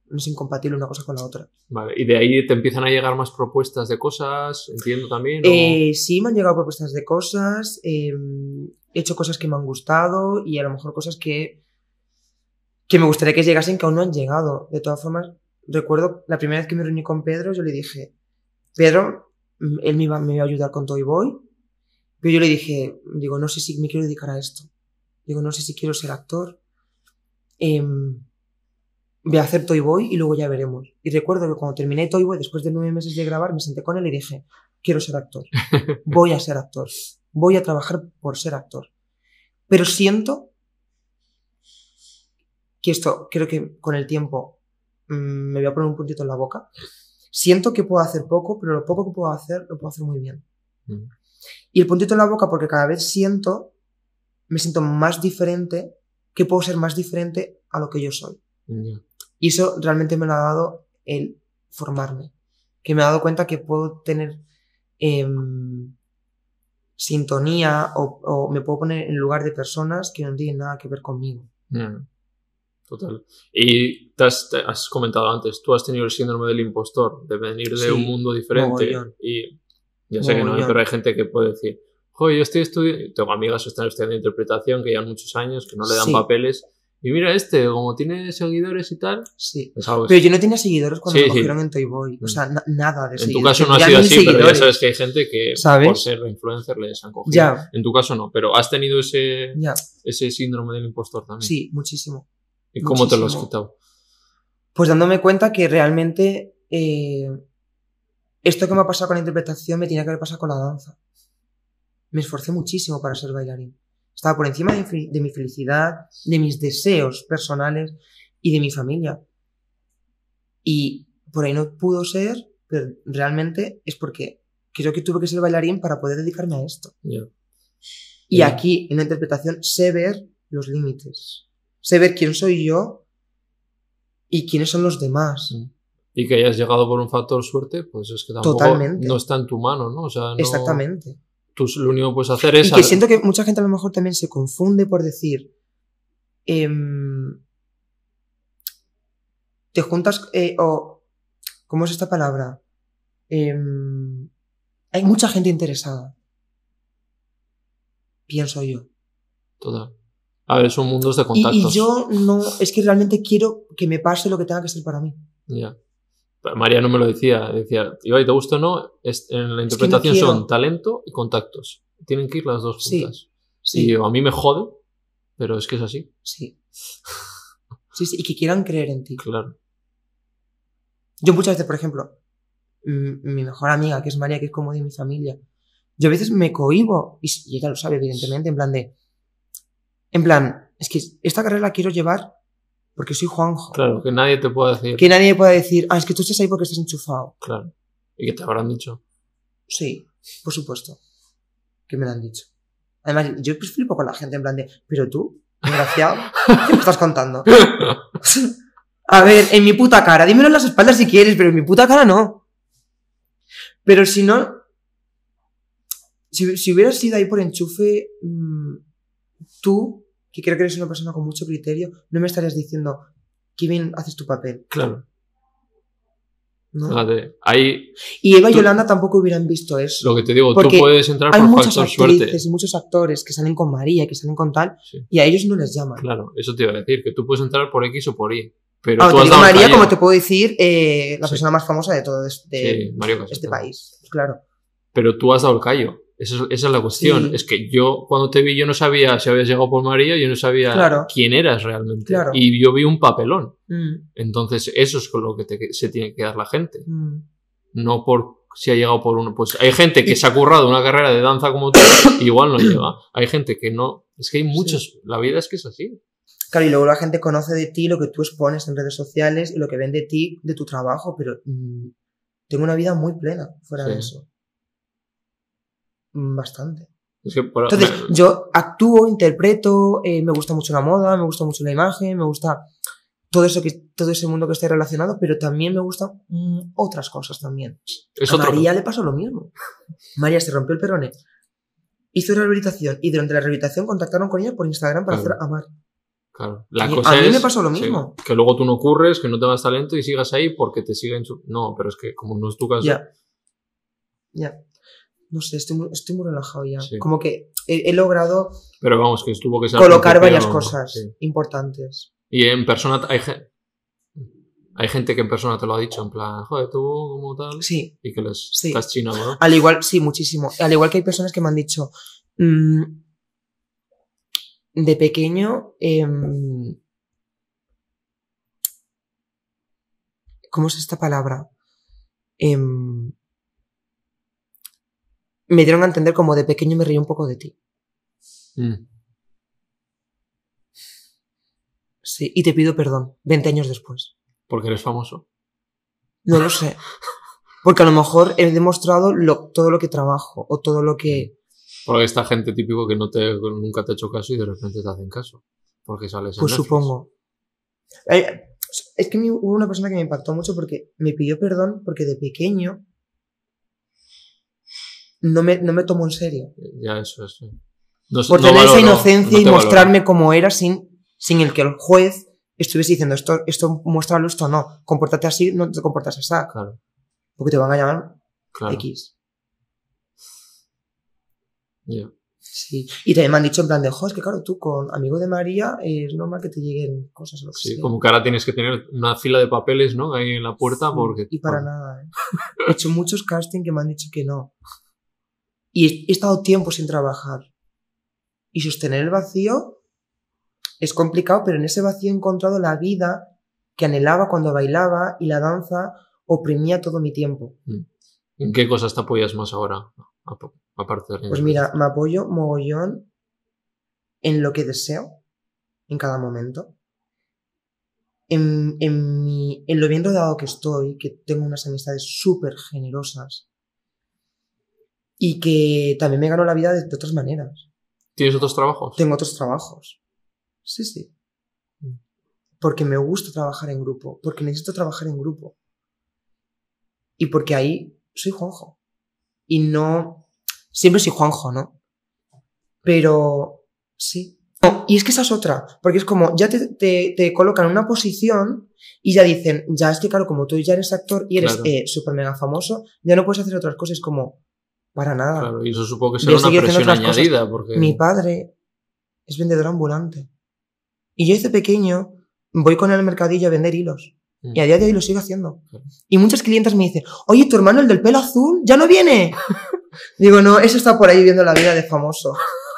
Speaker 2: no es incompatible una cosa con la otra.
Speaker 1: Vale, y de ahí te empiezan a llegar más propuestas de cosas, entiendo también. ¿O?
Speaker 2: Eh, sí, me han llegado propuestas de cosas, eh, he hecho cosas que me han gustado y a lo mejor cosas que, que me gustaría que llegasen que aún no han llegado. De todas formas, recuerdo la primera vez que me reuní con Pedro, yo le dije, Pedro, él me iba, me iba a ayudar con Toy Boy, pero yo le dije, digo, no sé si me quiero dedicar a esto. Digo, no sé si quiero ser actor. Eh, voy a hacer Toy Boy y luego ya veremos. Y recuerdo que cuando terminé Toy Boy, después de nueve meses de grabar, me senté con él y dije, quiero ser actor. Voy a ser actor. Voy a trabajar por ser actor. Pero siento que esto, creo que con el tiempo mmm, me voy a poner un puntito en la boca. Siento que puedo hacer poco, pero lo poco que puedo hacer, lo puedo hacer muy bien. Mm. Y el puntito en la boca porque cada vez siento, me siento más diferente, que puedo ser más diferente a lo que yo soy. Mm. Y eso realmente me lo ha dado el formarme. Que me he dado cuenta que puedo tener eh, sintonía o, o me puedo poner en lugar de personas que no tienen nada que ver conmigo.
Speaker 1: Mm. Total. Y te has, te has comentado antes, tú has tenido el síndrome del impostor, de venir de sí, un mundo diferente. Mogollón. Y ya sé mogollón. Que no, pero hay gente que puede decir, joder, yo estoy estudiando, tengo amigas que están estudiando interpretación, que llevan muchos años, que no le dan sí. papeles. Y mira este, como tiene seguidores y tal.
Speaker 2: Sí. Pero yo no tenía seguidores cuando sí, me cogieron sí. en Toy Boy. O sea, na- nada de
Speaker 1: en
Speaker 2: seguidores.
Speaker 1: En tu caso no ha sido así, seguidores. Pero ya sabes que hay gente que ¿sabes? Por ser influencer les han cogido. Ya. En tu caso no, pero has tenido ese, ya. ese síndrome del impostor también.
Speaker 2: Sí, muchísimo.
Speaker 1: ¿Y cómo muchísimo. Te lo has quitado?
Speaker 2: Pues dándome cuenta que realmente eh, esto que me ha pasado con la interpretación me tenía que haber pasado con la danza. Me esforcé muchísimo para ser bailarín. Estaba por encima de mi, de mi felicidad, de mis deseos personales y de mi familia. Y por ahí no pudo ser, pero realmente es porque creo que tuve que ser bailarín para poder dedicarme a esto. Yeah. Y yeah. aquí, en la interpretación, sé ver los límites. Sé ver quién soy yo y quiénes son los demás.
Speaker 1: Y que hayas llegado por un factor suerte, pues es que tampoco Totalmente. No está en tu mano, ¿no? O sea, no...
Speaker 2: Exactamente.
Speaker 1: Tú lo único que puedes hacer es...
Speaker 2: Y que siento que mucha gente a lo mejor también se confunde por decir... Eh, te juntas... Eh, o ¿cómo es esta palabra? Eh, hay mucha gente interesada. Pienso yo.
Speaker 1: Total. A ver, son mundos de contactos.
Speaker 2: Y, y yo no... Es que realmente quiero que me pase lo que tenga que ser para mí.
Speaker 1: Ya. Yeah. María no me lo decía, decía, Ibai, ¿te gusta o no? Es, en la interpretación es que no son talento y contactos. Tienen que ir las dos juntas. Sí, sí. Y a mí me jode, pero es que es así.
Speaker 2: Sí. Sí, sí, y que quieran creer en ti.
Speaker 1: Claro.
Speaker 2: Yo muchas veces, por ejemplo, mi mejor amiga, que es María, que es como de mi familia, yo a veces me cohíbo, y ella lo sabe, evidentemente, en plan de... En plan, es que esta carrera la quiero llevar... Porque soy Juanjo.
Speaker 1: Claro, que nadie te pueda decir.
Speaker 2: Que nadie pueda decir, ah, es que tú estás ahí porque estás enchufado.
Speaker 1: Claro. ¿Y que te habrán dicho?
Speaker 2: Sí, por supuesto. Que me lo han dicho. Además, yo pues flipo con la gente en plan de, pero tú, desgraciado, ¿qué me estás contando? A ver, en mi puta cara, dímelo en las espaldas si quieres, pero en mi puta cara no. Pero si no, si, si hubieras sido ahí por enchufe, mmm, tú... que creo que eres una persona con mucho criterio, no me estarías diciendo qué bien haces tu papel.
Speaker 1: Claro. ¿No? Fíjate, ahí...
Speaker 2: Y Eva y tú, Yolanda tampoco hubieran visto eso.
Speaker 1: Lo que te digo, tú puedes entrar por factor suerte. Hay muchas actrices
Speaker 2: y muchos actores que salen con María, que salen con tal, sí. Y a ellos no les llaman.
Speaker 1: Claro, eso te iba a decir, que tú puedes entrar por X o por Y. Pero
Speaker 2: ah,
Speaker 1: tú
Speaker 2: te
Speaker 1: has
Speaker 2: digo
Speaker 1: dado
Speaker 2: María,
Speaker 1: callado.
Speaker 2: Como te puedo decir, eh, la sí. persona más famosa de todo este,
Speaker 1: sí, Mario
Speaker 2: este país. Claro.
Speaker 1: Pero tú has dado el callo. Esa es, esa es la cuestión. Sí. Es que yo, cuando te vi, yo no sabía si habías llegado por María, yo no sabía claro. quién eras realmente. Claro. Y yo vi un papelón. Mm. Entonces, eso es con lo que te, se tiene que dar la gente. Mm. No por si ha llegado por uno. Pues hay gente que se ha currado una carrera de danza como tú, igual no llega. Hay gente que no. Es que hay muchos. Sí. La vida es que es así.
Speaker 2: Claro, y luego la gente conoce de ti lo que tú expones en redes sociales y lo que ven de ti, de tu trabajo, pero mmm, tengo una vida muy plena fuera sí. de eso. Bastante.
Speaker 1: Es que por...
Speaker 2: Entonces, yo actúo, interpreto, eh, me gusta mucho la moda, me gusta mucho la imagen, me gusta todo eso que, todo ese mundo que esté relacionado, pero también me gustan mm, otras cosas también. Es a otro... María le pasó lo mismo. María se rompió el peroné, hizo rehabilitación y durante la rehabilitación contactaron con ella por Instagram para claro. hacer Amar.
Speaker 1: Claro. La
Speaker 2: y
Speaker 1: cosa
Speaker 2: a mí
Speaker 1: es,
Speaker 2: me pasó lo mismo.
Speaker 1: Sí, que luego tú no ocurres, que no tengas talento y sigas ahí porque te siguen... Su... No, pero es que como no es tu caso...
Speaker 2: Ya. Ya. No sé, estoy muy, estoy muy relajado ya. Sí. Como que he, he logrado...
Speaker 1: Pero vamos, que estuvo que ser...
Speaker 2: Colocar varias cosas sí. importantes.
Speaker 1: Y en persona hay gente... Hay gente que en persona te lo ha dicho, en plan, joder, tú como tal...
Speaker 2: Sí.
Speaker 1: Y que les
Speaker 2: sí.
Speaker 1: estás chino, ¿no?
Speaker 2: Al igual, sí, muchísimo. Al igual que hay personas que me han dicho... Mmm, de pequeño... Eh, ¿Cómo es esta palabra? Eh, me dieron a entender como de pequeño me reí un poco de ti.
Speaker 1: Mm.
Speaker 2: Sí, y te pido perdón, veinte años después.
Speaker 1: ¿Porque eres famoso?
Speaker 2: No lo sé. Porque a lo mejor he demostrado lo, todo lo que trabajo o todo lo que...
Speaker 1: Porque esta gente típico que no te, nunca te ha hecho caso y de repente te hacen caso. Porque sales en
Speaker 2: Pues
Speaker 1: Netflix.
Speaker 2: Supongo. Es que hubo una persona que me impactó mucho porque me pidió perdón porque de pequeño no me, no me tomó en serio.
Speaker 1: Ya, eso es. No,
Speaker 2: Por
Speaker 1: no
Speaker 2: tener
Speaker 1: valoro,
Speaker 2: esa inocencia
Speaker 1: no
Speaker 2: y mostrarme
Speaker 1: valoro.
Speaker 2: como era sin, sin el que el juez estuviese diciendo esto, esto muéstralo, esto no. Compórtate así, no te comportas así.
Speaker 1: Claro.
Speaker 2: Porque te van a llamar
Speaker 1: claro.
Speaker 2: X.
Speaker 1: Ya. Yeah.
Speaker 2: Sí, y también me han dicho en plan de, jo, es que claro, tú con amigo de María es normal que te lleguen cosas o lo que
Speaker 1: sí,
Speaker 2: sea.
Speaker 1: Como que ahora tienes que tener una fila de papeles, ¿no? Ahí en la puerta
Speaker 2: sí,
Speaker 1: porque...
Speaker 2: Y para
Speaker 1: bueno.
Speaker 2: nada, ¿eh? He hecho muchos castings que me han dicho que no. Y he estado tiempo sin trabajar. Y sostener el vacío es complicado, pero en ese vacío he encontrado la vida que anhelaba cuando bailaba y la danza oprimía todo mi tiempo.
Speaker 1: ¿En qué cosas te apoyas más ahora? Aparte de
Speaker 2: pues mira, me apoyo mogollón en lo que deseo en cada momento, en, en, mi, en lo bien rodeado que estoy, que tengo unas amistades súper generosas y que también me gano la vida de, de otras maneras.
Speaker 1: ¿Tienes otros trabajos?
Speaker 2: Tengo otros trabajos, sí, sí, porque me gusta trabajar en grupo, porque necesito trabajar en grupo y porque ahí soy Juanjo y no... Siempre soy Juanjo, ¿no? Pero sí. No, y es que esa es otra, porque es como, ya te, te, te colocan en una posición y ya dicen, ya es que claro, como tú ya eres actor y eres claro. eh, súper mega famoso, ya no puedes hacer otras cosas como, para nada.
Speaker 1: Claro, y eso supongo que será una presión añadida. Porque...
Speaker 2: Mi padre es vendedor ambulante. Y yo desde pequeño voy con él al mercadillo a vender hilos. Mm. Y a día de hoy lo sigo haciendo. Claro. Y muchas clientas me dicen, oye, tu hermano, el del pelo azul, ya no viene. Digo, no, ese está por ahí viviendo la vida de famoso.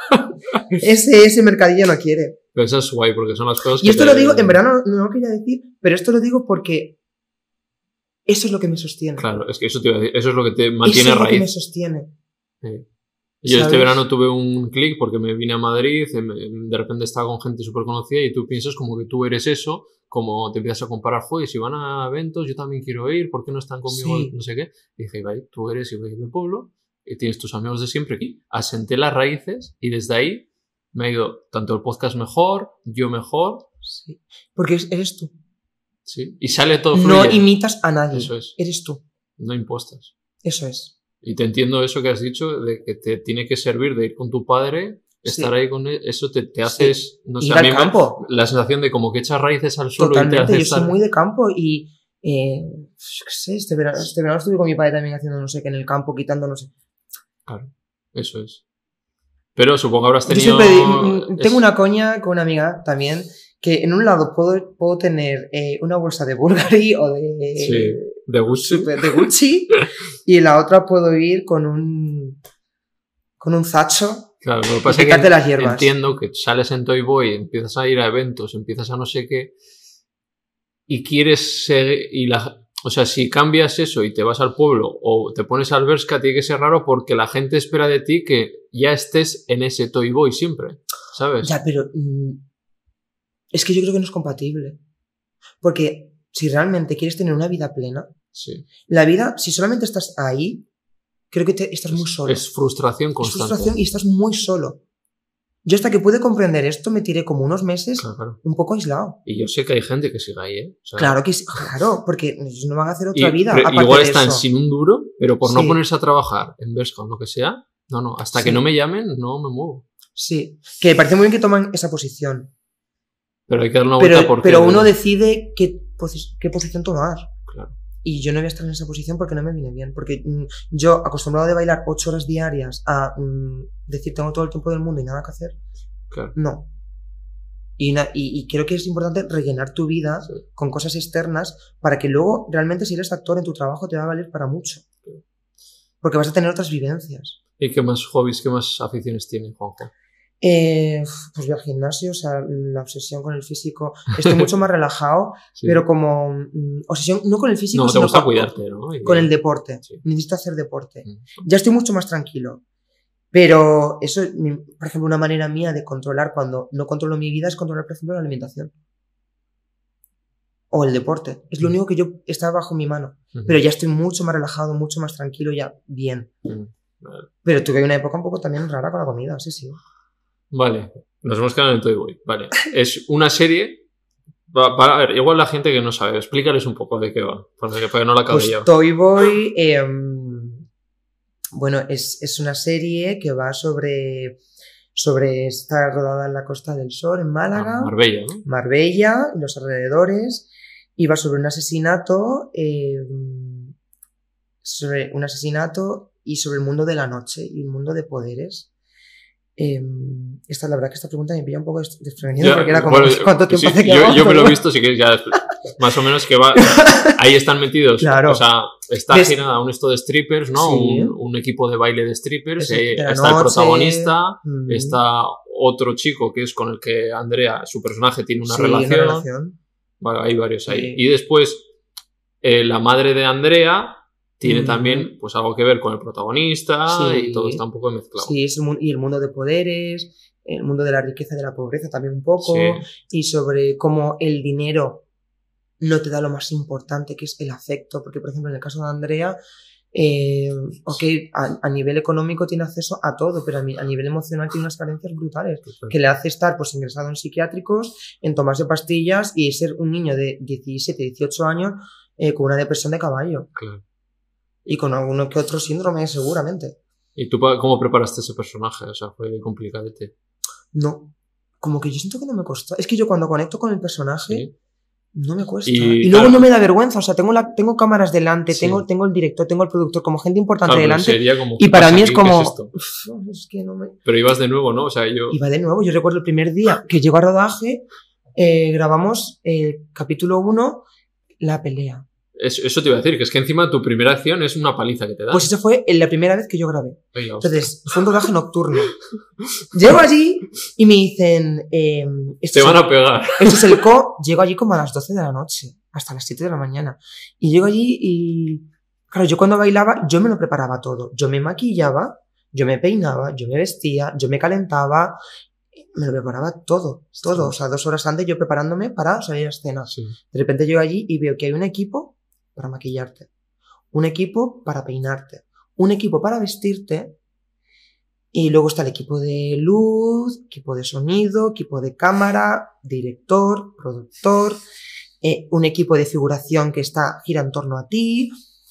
Speaker 2: ese, ese mercadillo no quiere.
Speaker 1: Pero eso es guay, porque son las cosas
Speaker 2: y
Speaker 1: que...
Speaker 2: Y esto
Speaker 1: te...
Speaker 2: lo digo, en verdad no, no lo quería decir, pero esto lo digo porque eso es lo que me sostiene.
Speaker 1: Claro, es que eso te iba a decir, eso es lo que te mantiene
Speaker 2: eso es
Speaker 1: raíz.
Speaker 2: Lo que me sostiene.
Speaker 1: Sí. Yo ¿sabes? Este verano tuve un clic porque me vine a Madrid, de repente estaba con gente súper conocida y tú piensas como que tú eres eso, como te empiezas a comparar, joder, si van a eventos yo también quiero ir, ¿por qué no están conmigo? Sí. No sé qué. Y dije, vaya, tú eres Ibai del pueblo y tienes tus amigos de siempre aquí. Asenté las raíces y desde ahí me ha ido tanto el podcast mejor, yo mejor.
Speaker 2: Sí, porque eres tú.
Speaker 1: Sí, y sale todo fluye.
Speaker 2: No imitas a nadie.
Speaker 1: Eso es.
Speaker 2: Eres tú.
Speaker 1: No impostas.
Speaker 2: Eso es.
Speaker 1: Y te entiendo eso que has dicho, de que te tiene que servir de ir con tu padre, estar sí. ahí con él, eso te, te haces, sí. no sé,
Speaker 2: ir
Speaker 1: a mí
Speaker 2: al campo.
Speaker 1: Me, la sensación de como que echas raíces al suelo.
Speaker 2: Totalmente,
Speaker 1: y te hace
Speaker 2: yo
Speaker 1: estar...
Speaker 2: soy muy de campo y, eh, qué sé, este verano, este verano estuve con mi padre también haciendo no sé qué en el campo, quitando no sé.
Speaker 1: Claro, eso es. Pero supongo que habrás tenido...
Speaker 2: Yo siempre tengo es... una coña con una amiga también, que en un lado puedo, puedo tener eh, una bolsa de Bulgari o de...
Speaker 1: Sí, de Gucci.
Speaker 2: De Gucci y en la otra puedo ir con un... con un zacho.
Speaker 1: Claro, lo que pasa es que las hierbas. Entiendo que sales en Toy Boy, empiezas a ir a eventos, empiezas a no sé qué, y quieres ser... Y la, o sea, si cambias eso y te vas al pueblo o te pones al Bershka, tiene que ser raro porque la gente espera de ti que ya estés en ese Toy Boy siempre, ¿sabes?
Speaker 2: Ya, pero... Mmm, es que yo creo que no es compatible. Porque si realmente quieres tener una vida plena,
Speaker 1: sí. La
Speaker 2: vida, si solamente estás ahí, creo que te, estás
Speaker 1: es,
Speaker 2: muy solo.
Speaker 1: Es frustración constante.
Speaker 2: Es frustración y estás muy solo. Yo hasta que pude comprender esto me tiré como unos meses
Speaker 1: claro, claro.
Speaker 2: un poco aislado.
Speaker 1: Y yo sé que hay gente que sigue ahí, ¿eh? O sea,
Speaker 2: claro que sí, claro, porque ellos no van a hacer otra
Speaker 1: y,
Speaker 2: vida.
Speaker 1: Igual están eso. Sin un duro, pero por
Speaker 2: sí.
Speaker 1: no ponerse a trabajar en Bershka o lo que sea, no, no, hasta sí. que no me llamen no me muevo.
Speaker 2: Sí, que me parece muy bien que toman esa posición.
Speaker 1: Pero hay que dar una vuelta
Speaker 2: pero,
Speaker 1: porque...
Speaker 2: Pero uno decide qué, posi- qué posición tomar.
Speaker 1: Claro.
Speaker 2: Y yo no voy a estar en esa posición porque no me viene bien. Porque mm, yo, acostumbrado de bailar ocho horas diarias a mm, decir tengo todo el tiempo del mundo y nada que hacer,
Speaker 1: claro.
Speaker 2: no. Y, na- y, y creo que es importante rellenar tu vida sí. con cosas externas para que luego realmente si eres actor en tu trabajo te va a valer para mucho. Porque vas a tener otras vivencias.
Speaker 1: ¿Y qué más hobbies, qué más aficiones tienes, Juanjo?
Speaker 2: Eh, pues voy al gimnasio, o sea, la obsesión con el físico. Estoy mucho más relajado, sí. pero como mm, obsesión, no con el físico,
Speaker 1: no, te
Speaker 2: sino
Speaker 1: gusta
Speaker 2: con,
Speaker 1: cuidarte, ¿no? Y...
Speaker 2: con el deporte. Sí. Necesito hacer deporte.
Speaker 1: Mm.
Speaker 2: Ya estoy mucho más tranquilo. Pero eso, por ejemplo, una manera mía de controlar cuando no controlo mi vida es controlar, por ejemplo, la alimentación. O el deporte. Es lo único que yo está bajo mi mano. Uh-huh. Pero ya estoy mucho más relajado, mucho más tranquilo, ya bien.
Speaker 1: Uh-huh. Vale.
Speaker 2: Pero tuve una época un poco también rara con la comida, sí, sí.
Speaker 1: Vale, nos hemos quedado en Toy Boy. Vale, es una serie... Para, a ver, igual la gente que no sabe, explícales un poco de qué va, porque, porque no la acabo
Speaker 2: pues
Speaker 1: yo.
Speaker 2: Toy Boy... Eh, Bueno, es, es una serie que va sobre, sobre... Está rodada en la Costa del Sol, en Málaga.
Speaker 1: Ah, Marbella, ¿no?
Speaker 2: Marbella y los alrededores. Y va sobre un asesinato... Eh, sobre un asesinato y sobre el mundo de la noche y el mundo de poderes. Eh, esta, la verdad que esta pregunta me pilla un poco desprevenido porque era como... Bueno, ¿cuánto tiempo
Speaker 1: sí,
Speaker 2: hace que
Speaker 1: yo,
Speaker 2: hago?
Speaker 1: yo me lo he visto, sí que ya... Más o menos que va... Ahí están metidos.
Speaker 2: Claro.
Speaker 1: O sea, está
Speaker 2: Des...
Speaker 1: girada un esto de strippers, ¿no?
Speaker 2: Sí.
Speaker 1: Un, un equipo de baile de strippers. Eh,
Speaker 2: de
Speaker 1: está
Speaker 2: noche.
Speaker 1: el protagonista.
Speaker 2: Mm.
Speaker 1: Está otro chico que es con el que Andrea, su personaje, tiene una
Speaker 2: sí,
Speaker 1: relación.
Speaker 2: Una relación.
Speaker 1: Bueno, hay varios ahí.
Speaker 2: Sí.
Speaker 1: Y después, eh, la madre de Andrea tiene mm. también pues algo que ver con el protagonista. Sí. Y todo está un poco mezclado.
Speaker 2: Sí, es un, y el mundo de poderes, el mundo de la riqueza y de la pobreza también un poco.
Speaker 1: Sí.
Speaker 2: Y sobre cómo el dinero no te da lo más importante, que es el afecto, porque por ejemplo en el caso de Andrea, eh, ok, a, a nivel económico tiene acceso a todo, pero a, mi, a nivel emocional tiene unas carencias brutales, sí. que le hace estar pues ingresado en psiquiátricos, en tomarse pastillas y ser un niño de diecisiete, dieciocho años eh, con una depresión de caballo.
Speaker 1: Claro.
Speaker 2: Y con alguno que otro síndrome seguramente.
Speaker 1: ¿Y tú cómo preparaste ese personaje? O sea, fue complicadete.
Speaker 2: No, como que yo siento que no me costó. Es que yo cuando conecto con el personaje... ¿Sí? No me cuesta.
Speaker 1: Y,
Speaker 2: y luego
Speaker 1: claro,
Speaker 2: no me da vergüenza. O sea, tengo, la, tengo cámaras delante,
Speaker 1: sí.
Speaker 2: tengo, tengo el director, tengo el productor, como gente importante
Speaker 1: claro,
Speaker 2: delante.
Speaker 1: Sería como,
Speaker 2: y para mí es
Speaker 1: aquí?
Speaker 2: como.
Speaker 1: ¿Es esto?
Speaker 2: Uf, es que no me...
Speaker 1: Pero ibas de nuevo, ¿no? O sea, yo.
Speaker 2: Iba de nuevo. Yo recuerdo el primer día que llegó a rodaje, eh, grabamos el capítulo uno, la pelea.
Speaker 1: Eso, eso te iba a decir, que es que encima tu primera acción es una paliza que te da.
Speaker 2: Pues esa fue la primera vez que yo grabé.
Speaker 1: Ay,
Speaker 2: entonces, fue un rodaje nocturno. Llego allí y me dicen... Eh,
Speaker 1: te van
Speaker 2: es,
Speaker 1: a pegar.
Speaker 2: Esto es el co... Llego allí como a las doce de la noche, hasta las siete de la mañana. Y llego allí y... Claro, yo cuando bailaba, yo me lo preparaba todo. Yo me maquillaba, yo me peinaba, yo me vestía, yo me calentaba... Me lo preparaba todo, todo. O sea, dos horas antes yo preparándome para salir a escena.
Speaker 1: Sí.
Speaker 2: De repente llego allí y veo que hay un equipo para maquillarte, un equipo para peinarte, un equipo para vestirte y luego está el equipo de luz, equipo de sonido, equipo de cámara, director, productor, eh, un equipo de figuración que está gira en torno a ti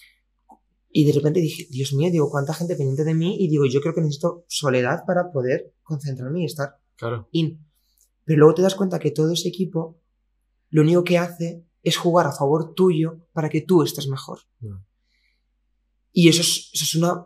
Speaker 2: y de repente dije, Dios mío, digo, cuánta gente pendiente de mí y digo, yo creo que necesito soledad para poder concentrarme y estar
Speaker 1: claro.
Speaker 2: in. Pero luego te das cuenta que todo ese equipo lo único que hace es jugar a favor tuyo para que tú estés mejor. Mm. Y eso es, eso es una,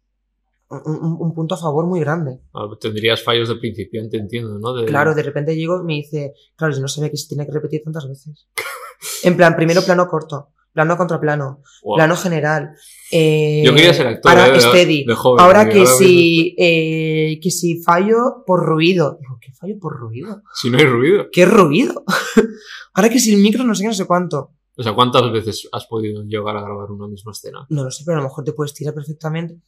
Speaker 2: un, un punto a favor muy grande.
Speaker 1: Ah, tendrías fallos de principiante, entiendo, ¿no? De...
Speaker 2: Claro, de repente llego y me dice, claro, yo no sabía que se tiene que repetir tantas veces. En plan, primero plano corto, plano contra plano, wow. plano general. Eh,
Speaker 1: yo quería ser actor.
Speaker 2: Ahora
Speaker 1: de,
Speaker 2: steady.
Speaker 1: De joven,
Speaker 2: ahora que ahora si, eh, que si fallo por ruido. Digo, ¿qué fallo por ruido?
Speaker 1: Si no hay ruido.
Speaker 2: ¿Qué ruido? Ahora que si el micro no sé qué, no sé cuánto.
Speaker 1: O sea, ¿cuántas veces has podido llegar a grabar una misma escena?
Speaker 2: No lo sé, pero a lo mejor te puedes tirar perfectamente.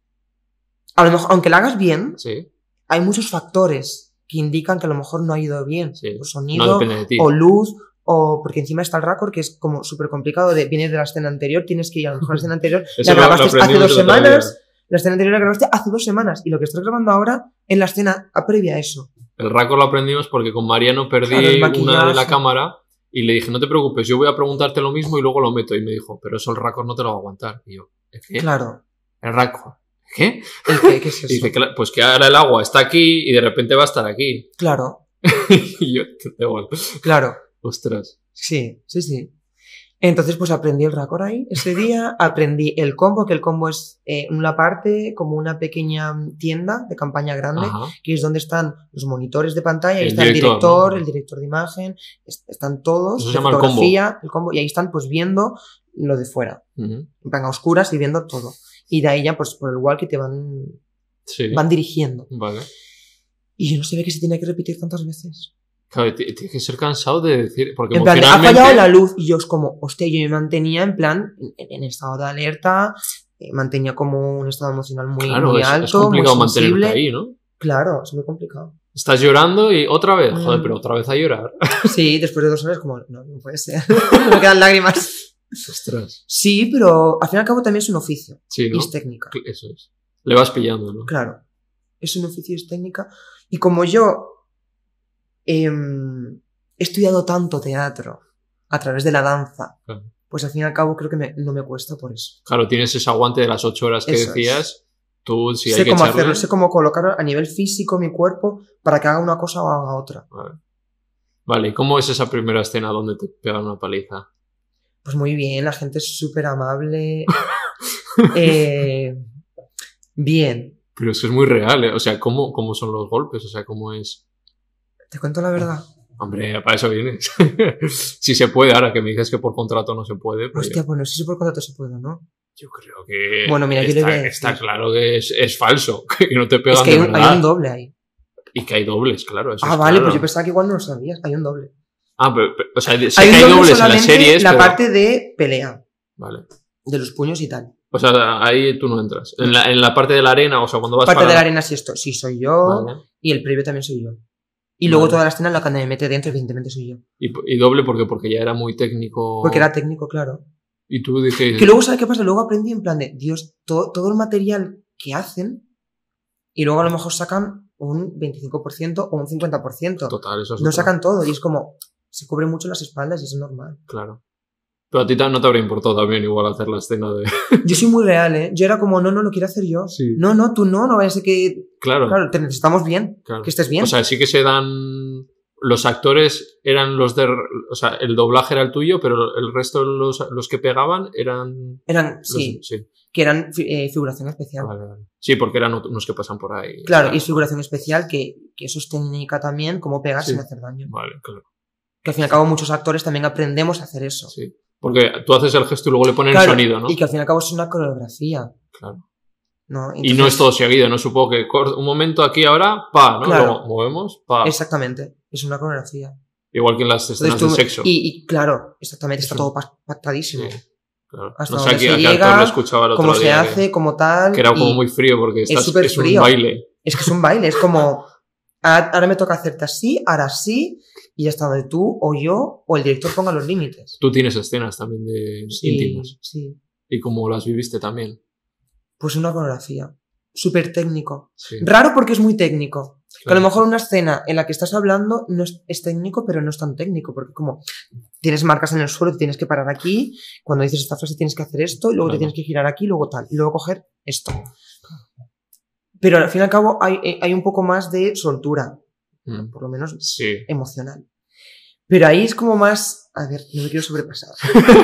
Speaker 2: A lo mejor, aunque la hagas bien,
Speaker 1: sí.
Speaker 2: hay muchos factores que indican que a lo mejor no ha ido bien.
Speaker 1: Sí.
Speaker 2: O sonido,
Speaker 1: no depende de ti.
Speaker 2: o luz, o porque encima está el récord, que es como súper complicado. De, vienes de la escena anterior, tienes que ir a lo mejor a la escena anterior. La grabaste hace dos semanas. La escena anterior la grabaste hace dos semanas. Y lo que estás grabando ahora en la escena previa a eso.
Speaker 1: El récord lo aprendimos porque con Mariano perdí claro, una de la cámara. Y le dije, no te preocupes, yo voy a preguntarte lo mismo y luego lo meto. Y me dijo, pero eso el récord no te lo va a aguantar. Y yo, ¿qué?
Speaker 2: Claro.
Speaker 1: El récord. ¿Qué?
Speaker 2: ¿El qué? ¿Qué es eso?
Speaker 1: Y dice, pues que ahora el agua está aquí y de repente va a estar aquí.
Speaker 2: Claro.
Speaker 1: Y yo, te da igual.
Speaker 2: Claro.
Speaker 1: Ostras.
Speaker 2: Sí, sí, sí. Entonces, pues aprendí el raccord ahí ese día, aprendí el combo, que el combo es eh, una parte, como una pequeña tienda de campaña grande, Ajá. que es donde están los monitores de pantalla, ahí el está director, el director, ¿no? el director de imagen, est- están todos,
Speaker 1: Eso
Speaker 2: de
Speaker 1: se llama
Speaker 2: fotografía,
Speaker 1: el combo.
Speaker 2: el combo, y ahí están pues viendo lo de fuera,
Speaker 1: Uh-huh.
Speaker 2: van a oscuras y viendo todo. Y de ahí ya pues por el walkie te van,
Speaker 1: sí.
Speaker 2: van dirigiendo.
Speaker 1: Vale.
Speaker 2: Y yo no sabía que se tenía que repetir tantas veces.
Speaker 1: Claro, tienes que ser cansado de decir... Porque
Speaker 2: en plan,
Speaker 1: emocionalmente...
Speaker 2: ha fallado la luz. Y yo es como, hostia, yo me mantenía en plan, en, en estado de alerta, eh, mantenía como un estado emocional muy,
Speaker 1: claro,
Speaker 2: muy
Speaker 1: es,
Speaker 2: alto,
Speaker 1: es complicado
Speaker 2: muy sensible.
Speaker 1: mantenerte ahí, ¿no?
Speaker 2: Claro, es muy complicado.
Speaker 1: Estás llorando y otra vez, joder,
Speaker 2: Mm.
Speaker 1: pero otra vez a llorar.
Speaker 2: Sí, después de dos horas como, no, no puede ser. Me quedan lágrimas.
Speaker 1: Ostras.
Speaker 2: Sí, pero al fin y al cabo también es un oficio.
Speaker 1: Sí, ¿no?
Speaker 2: Y es técnica.
Speaker 1: Eso es. Le vas pillando, ¿no?
Speaker 2: Claro. Es un oficio y es técnica. Y como yo... Eh, he estudiado tanto teatro a través de la danza,
Speaker 1: claro.
Speaker 2: pues al fin y al cabo creo que me, no me cuesta por eso.
Speaker 1: Claro, tienes ese aguante de las ocho horas que
Speaker 2: eso
Speaker 1: decías,
Speaker 2: es.
Speaker 1: tú si
Speaker 2: sé
Speaker 1: hay que
Speaker 2: cómo
Speaker 1: echarle...
Speaker 2: hacerlo, sé cómo colocar a nivel físico mi cuerpo para que haga una cosa o haga otra.
Speaker 1: Vale. Vale, ¿y cómo es esa primera escena donde te pegan una paliza?
Speaker 2: Pues muy bien, la gente es súper amable. eh, bien.
Speaker 1: Pero es que es muy real, ¿eh? O sea, ¿cómo, ¿cómo son los golpes? O sea, ¿cómo es...?
Speaker 2: Te cuento la verdad.
Speaker 1: Hombre, para eso vienes. Si se puede, ahora que me dices que por contrato no se puede. Pero
Speaker 2: Hostia,
Speaker 1: ya...
Speaker 2: pues no sé si por contrato se puede o no.
Speaker 1: Yo creo que...
Speaker 2: Bueno, mira,
Speaker 1: está,
Speaker 2: yo le voy a decir.
Speaker 1: Está claro que es, es falso, que no te pegan
Speaker 2: es que
Speaker 1: de
Speaker 2: hay un,
Speaker 1: verdad.
Speaker 2: hay un doble ahí.
Speaker 1: Y que hay dobles, claro. Eso
Speaker 2: Ah,
Speaker 1: es
Speaker 2: vale,
Speaker 1: claro.
Speaker 2: pues yo pensaba que igual no lo sabías. Hay un doble.
Speaker 1: Ah, pero, pero o sea, sé
Speaker 2: Hay
Speaker 1: que hay
Speaker 2: un doble
Speaker 1: dobles en las
Speaker 2: solamente
Speaker 1: series,
Speaker 2: la
Speaker 1: pero...
Speaker 2: parte de pelea.
Speaker 1: Vale.
Speaker 2: De los puños y tal.
Speaker 1: O sea, ahí tú no entras. En la, en la parte de la arena, o sea, cuando vas
Speaker 2: Parte
Speaker 1: para...
Speaker 2: de la arena sí esto. Sí, soy yo.
Speaker 1: Vale.
Speaker 2: Y el previo también soy yo. Y luego
Speaker 1: Vale.
Speaker 2: toda la escena en la que me mete dentro, evidentemente soy yo.
Speaker 1: Y, y doble porque, porque ya era muy técnico...
Speaker 2: Porque era técnico, claro.
Speaker 1: Y tú dices...
Speaker 2: Que luego, ¿sabes qué pasa? Luego aprendí en plan de, Dios, todo, todo el material que hacen y luego a lo mejor sacan un veinticinco por ciento o un cincuenta por ciento.
Speaker 1: Total, eso es
Speaker 2: No
Speaker 1: otra.
Speaker 2: sacan todo y es como, se cubre mucho las espaldas y eso es normal.
Speaker 1: Claro. Pero a ti no te habría importado también igual hacer la escena de...
Speaker 2: Yo soy muy real, ¿eh? Yo era como, no, no, lo quiero hacer yo.
Speaker 1: Sí.
Speaker 2: No, no, tú no, no vaya a ser que...
Speaker 1: Claro.
Speaker 2: Claro, te necesitamos bien,
Speaker 1: Claro.
Speaker 2: que estés bien.
Speaker 1: O sea, sí que se dan... Los actores eran los de... O sea, el doblaje era el tuyo, pero el resto, los, los que pegaban, eran...
Speaker 2: Eran,
Speaker 1: los-
Speaker 2: sí,
Speaker 1: sí.
Speaker 2: que eran fi- eh, figuración especial.
Speaker 1: Vale, vale. Sí, porque eran unos que pasan por ahí.
Speaker 2: Claro, y es figuración especial que, que eso es técnica también, cómo pegar
Speaker 1: Sí.
Speaker 2: sin hacer daño.
Speaker 1: Vale, claro.
Speaker 2: Que al fin y al cabo muchos actores también aprendemos a hacer eso.
Speaker 1: Sí. Porque tú haces el gesto y luego le ponen
Speaker 2: Claro,
Speaker 1: el sonido, ¿no?
Speaker 2: Y que al fin y al cabo es una coreografía.
Speaker 1: Claro.
Speaker 2: ¿No?
Speaker 1: Y
Speaker 2: Entonces,
Speaker 1: no es todo seguido, ¿no? Supongo que cor- un momento aquí ahora, pa, ¿no?
Speaker 2: Claro.
Speaker 1: Luego movemos, pa.
Speaker 2: Exactamente, es una coreografía.
Speaker 1: Igual que en las escenas
Speaker 2: Entonces
Speaker 1: de
Speaker 2: tú-
Speaker 1: sexo.
Speaker 2: Y, y claro, exactamente, está
Speaker 1: Eso.
Speaker 2: todo pa- pactadísimo.
Speaker 1: Sí, claro.
Speaker 2: Hasta
Speaker 1: No sé
Speaker 2: donde
Speaker 1: aquí,
Speaker 2: se
Speaker 1: aquí
Speaker 2: llega,
Speaker 1: actor lo escuchaba el otro
Speaker 2: Cómo se
Speaker 1: día,
Speaker 2: hace, como tal.
Speaker 1: que era como
Speaker 2: y
Speaker 1: muy frío porque estás,
Speaker 2: es súper
Speaker 1: es un
Speaker 2: frío.
Speaker 1: baile.
Speaker 2: Es que es un baile, es como, "Ah, ahora me toca hacerte así, ahora sí, y hasta donde tú o yo o el director ponga los límites.
Speaker 1: Tú tienes escenas también de
Speaker 2: Sí,
Speaker 1: íntimas.
Speaker 2: sí.
Speaker 1: Y como las viviste también.
Speaker 2: Pues una coreografía. Súper técnico.
Speaker 1: Sí.
Speaker 2: Raro porque es muy técnico. Que a
Speaker 1: Claro.
Speaker 2: lo mejor una escena en la que estás hablando no es, es técnico, pero no es tan técnico, porque como tienes marcas en el suelo, te tienes que parar aquí, cuando dices esta frase tienes que hacer esto, y luego
Speaker 1: Claro.
Speaker 2: te tienes que girar aquí, luego tal, y luego coger esto. Pero al fin y al cabo hay, hay un poco más de soltura,
Speaker 1: Mm.
Speaker 2: por lo menos
Speaker 1: Sí.
Speaker 2: emocional. Pero ahí es como más, a ver, no me quiero sobrepasar.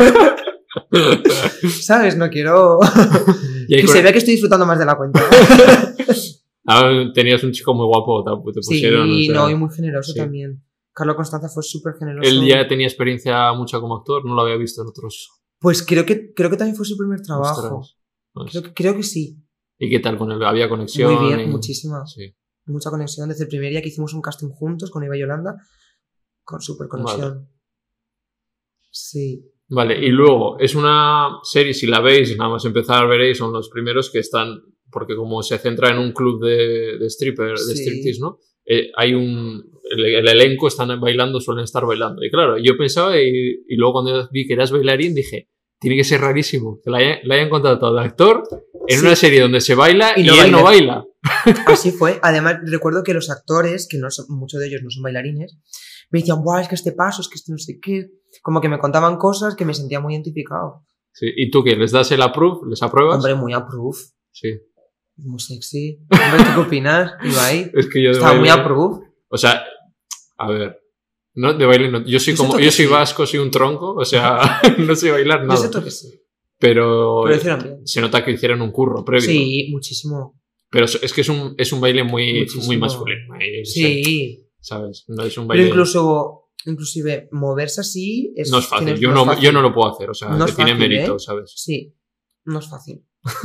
Speaker 2: ¿Sabes? No quiero
Speaker 1: Y ahí
Speaker 2: que
Speaker 1: con-
Speaker 2: se vea que estoy disfrutando más de la cuenta.
Speaker 1: Ah, tenías un chico muy guapo, te te
Speaker 2: Sí,
Speaker 1: pusieron. o sea,
Speaker 2: no, y muy generoso
Speaker 1: sí.
Speaker 2: también. Carlos Constanza fue súper generoso.
Speaker 1: Él ya tenía experiencia mucha como actor, no lo había visto en otros.
Speaker 2: Pues creo que, creo que también fue su primer trabajo.
Speaker 1: Ostras. Pues,
Speaker 2: Creo que, creo que sí.
Speaker 1: ¿y qué tal con él? ¿Había conexión?
Speaker 2: Muy bien,
Speaker 1: y-
Speaker 2: muchísima.
Speaker 1: Sí.
Speaker 2: Mucha conexión. Desde el primer día que hicimos un casting juntos con Eva y Yolanda, con súper conexión. Sí.
Speaker 1: Vale, y luego, es una serie, si la veis, nada más empezar veréis, son los primeros que están, porque como se centra en un club de, de stripper, de
Speaker 2: Sí.
Speaker 1: striptease, ¿no? Eh, hay un... El, el elenco están bailando, suelen estar bailando. Y claro, yo pensaba, y, y luego cuando vi que eras bailarín, dije, tiene que ser rarísimo que la haya- la hayan contratado de actor en
Speaker 2: Sí.
Speaker 1: una serie donde se baila y,
Speaker 2: Y no
Speaker 1: él no
Speaker 2: baila.
Speaker 1: baila.
Speaker 2: Así fue. Además, recuerdo que los actores, que no son, muchos de ellos no son bailarines, me decían, guau, es que este paso, es que este no sé qué. Como que me contaban cosas que me sentía muy identificado.
Speaker 1: Sí, ¿y tú qué? ¿Les das el approve? ¿Les apruebas?
Speaker 2: Hombre, muy approve.
Speaker 1: Sí.
Speaker 2: Muy sexy. Hombre, ¿tú qué opinas, Ibai?
Speaker 1: Es que yo de
Speaker 2: Estaba muy
Speaker 1: baile-
Speaker 2: approve.
Speaker 1: O sea, A ver, no, de baile no. Yo soy
Speaker 2: Yo
Speaker 1: como,
Speaker 2: siento
Speaker 1: yo
Speaker 2: que
Speaker 1: soy
Speaker 2: sí.
Speaker 1: vasco, soy un tronco, o sea, no sé bailar
Speaker 2: Yo
Speaker 1: nada.
Speaker 2: siento que sí.
Speaker 1: Pero,
Speaker 2: Pero hicieron bien.
Speaker 1: se nota que hicieron un curro previo.
Speaker 2: Sí, muchísimo.
Speaker 1: Pero es que es un, es un baile muy,
Speaker 2: Muchísimo.
Speaker 1: muy masculino. eh,
Speaker 2: Sí.
Speaker 1: ¿Sabes? No es un baile...
Speaker 2: Pero incluso, inclusive, moverse así es...
Speaker 1: No es fácil.
Speaker 2: tienes-
Speaker 1: Yo
Speaker 2: no
Speaker 1: no,
Speaker 2: es fácil.
Speaker 1: yo no lo puedo hacer. O sea,
Speaker 2: No
Speaker 1: que
Speaker 2: es
Speaker 1: tiene
Speaker 2: fácil,
Speaker 1: mérito,
Speaker 2: ¿eh?
Speaker 1: ¿sabes?
Speaker 2: Sí, no es fácil.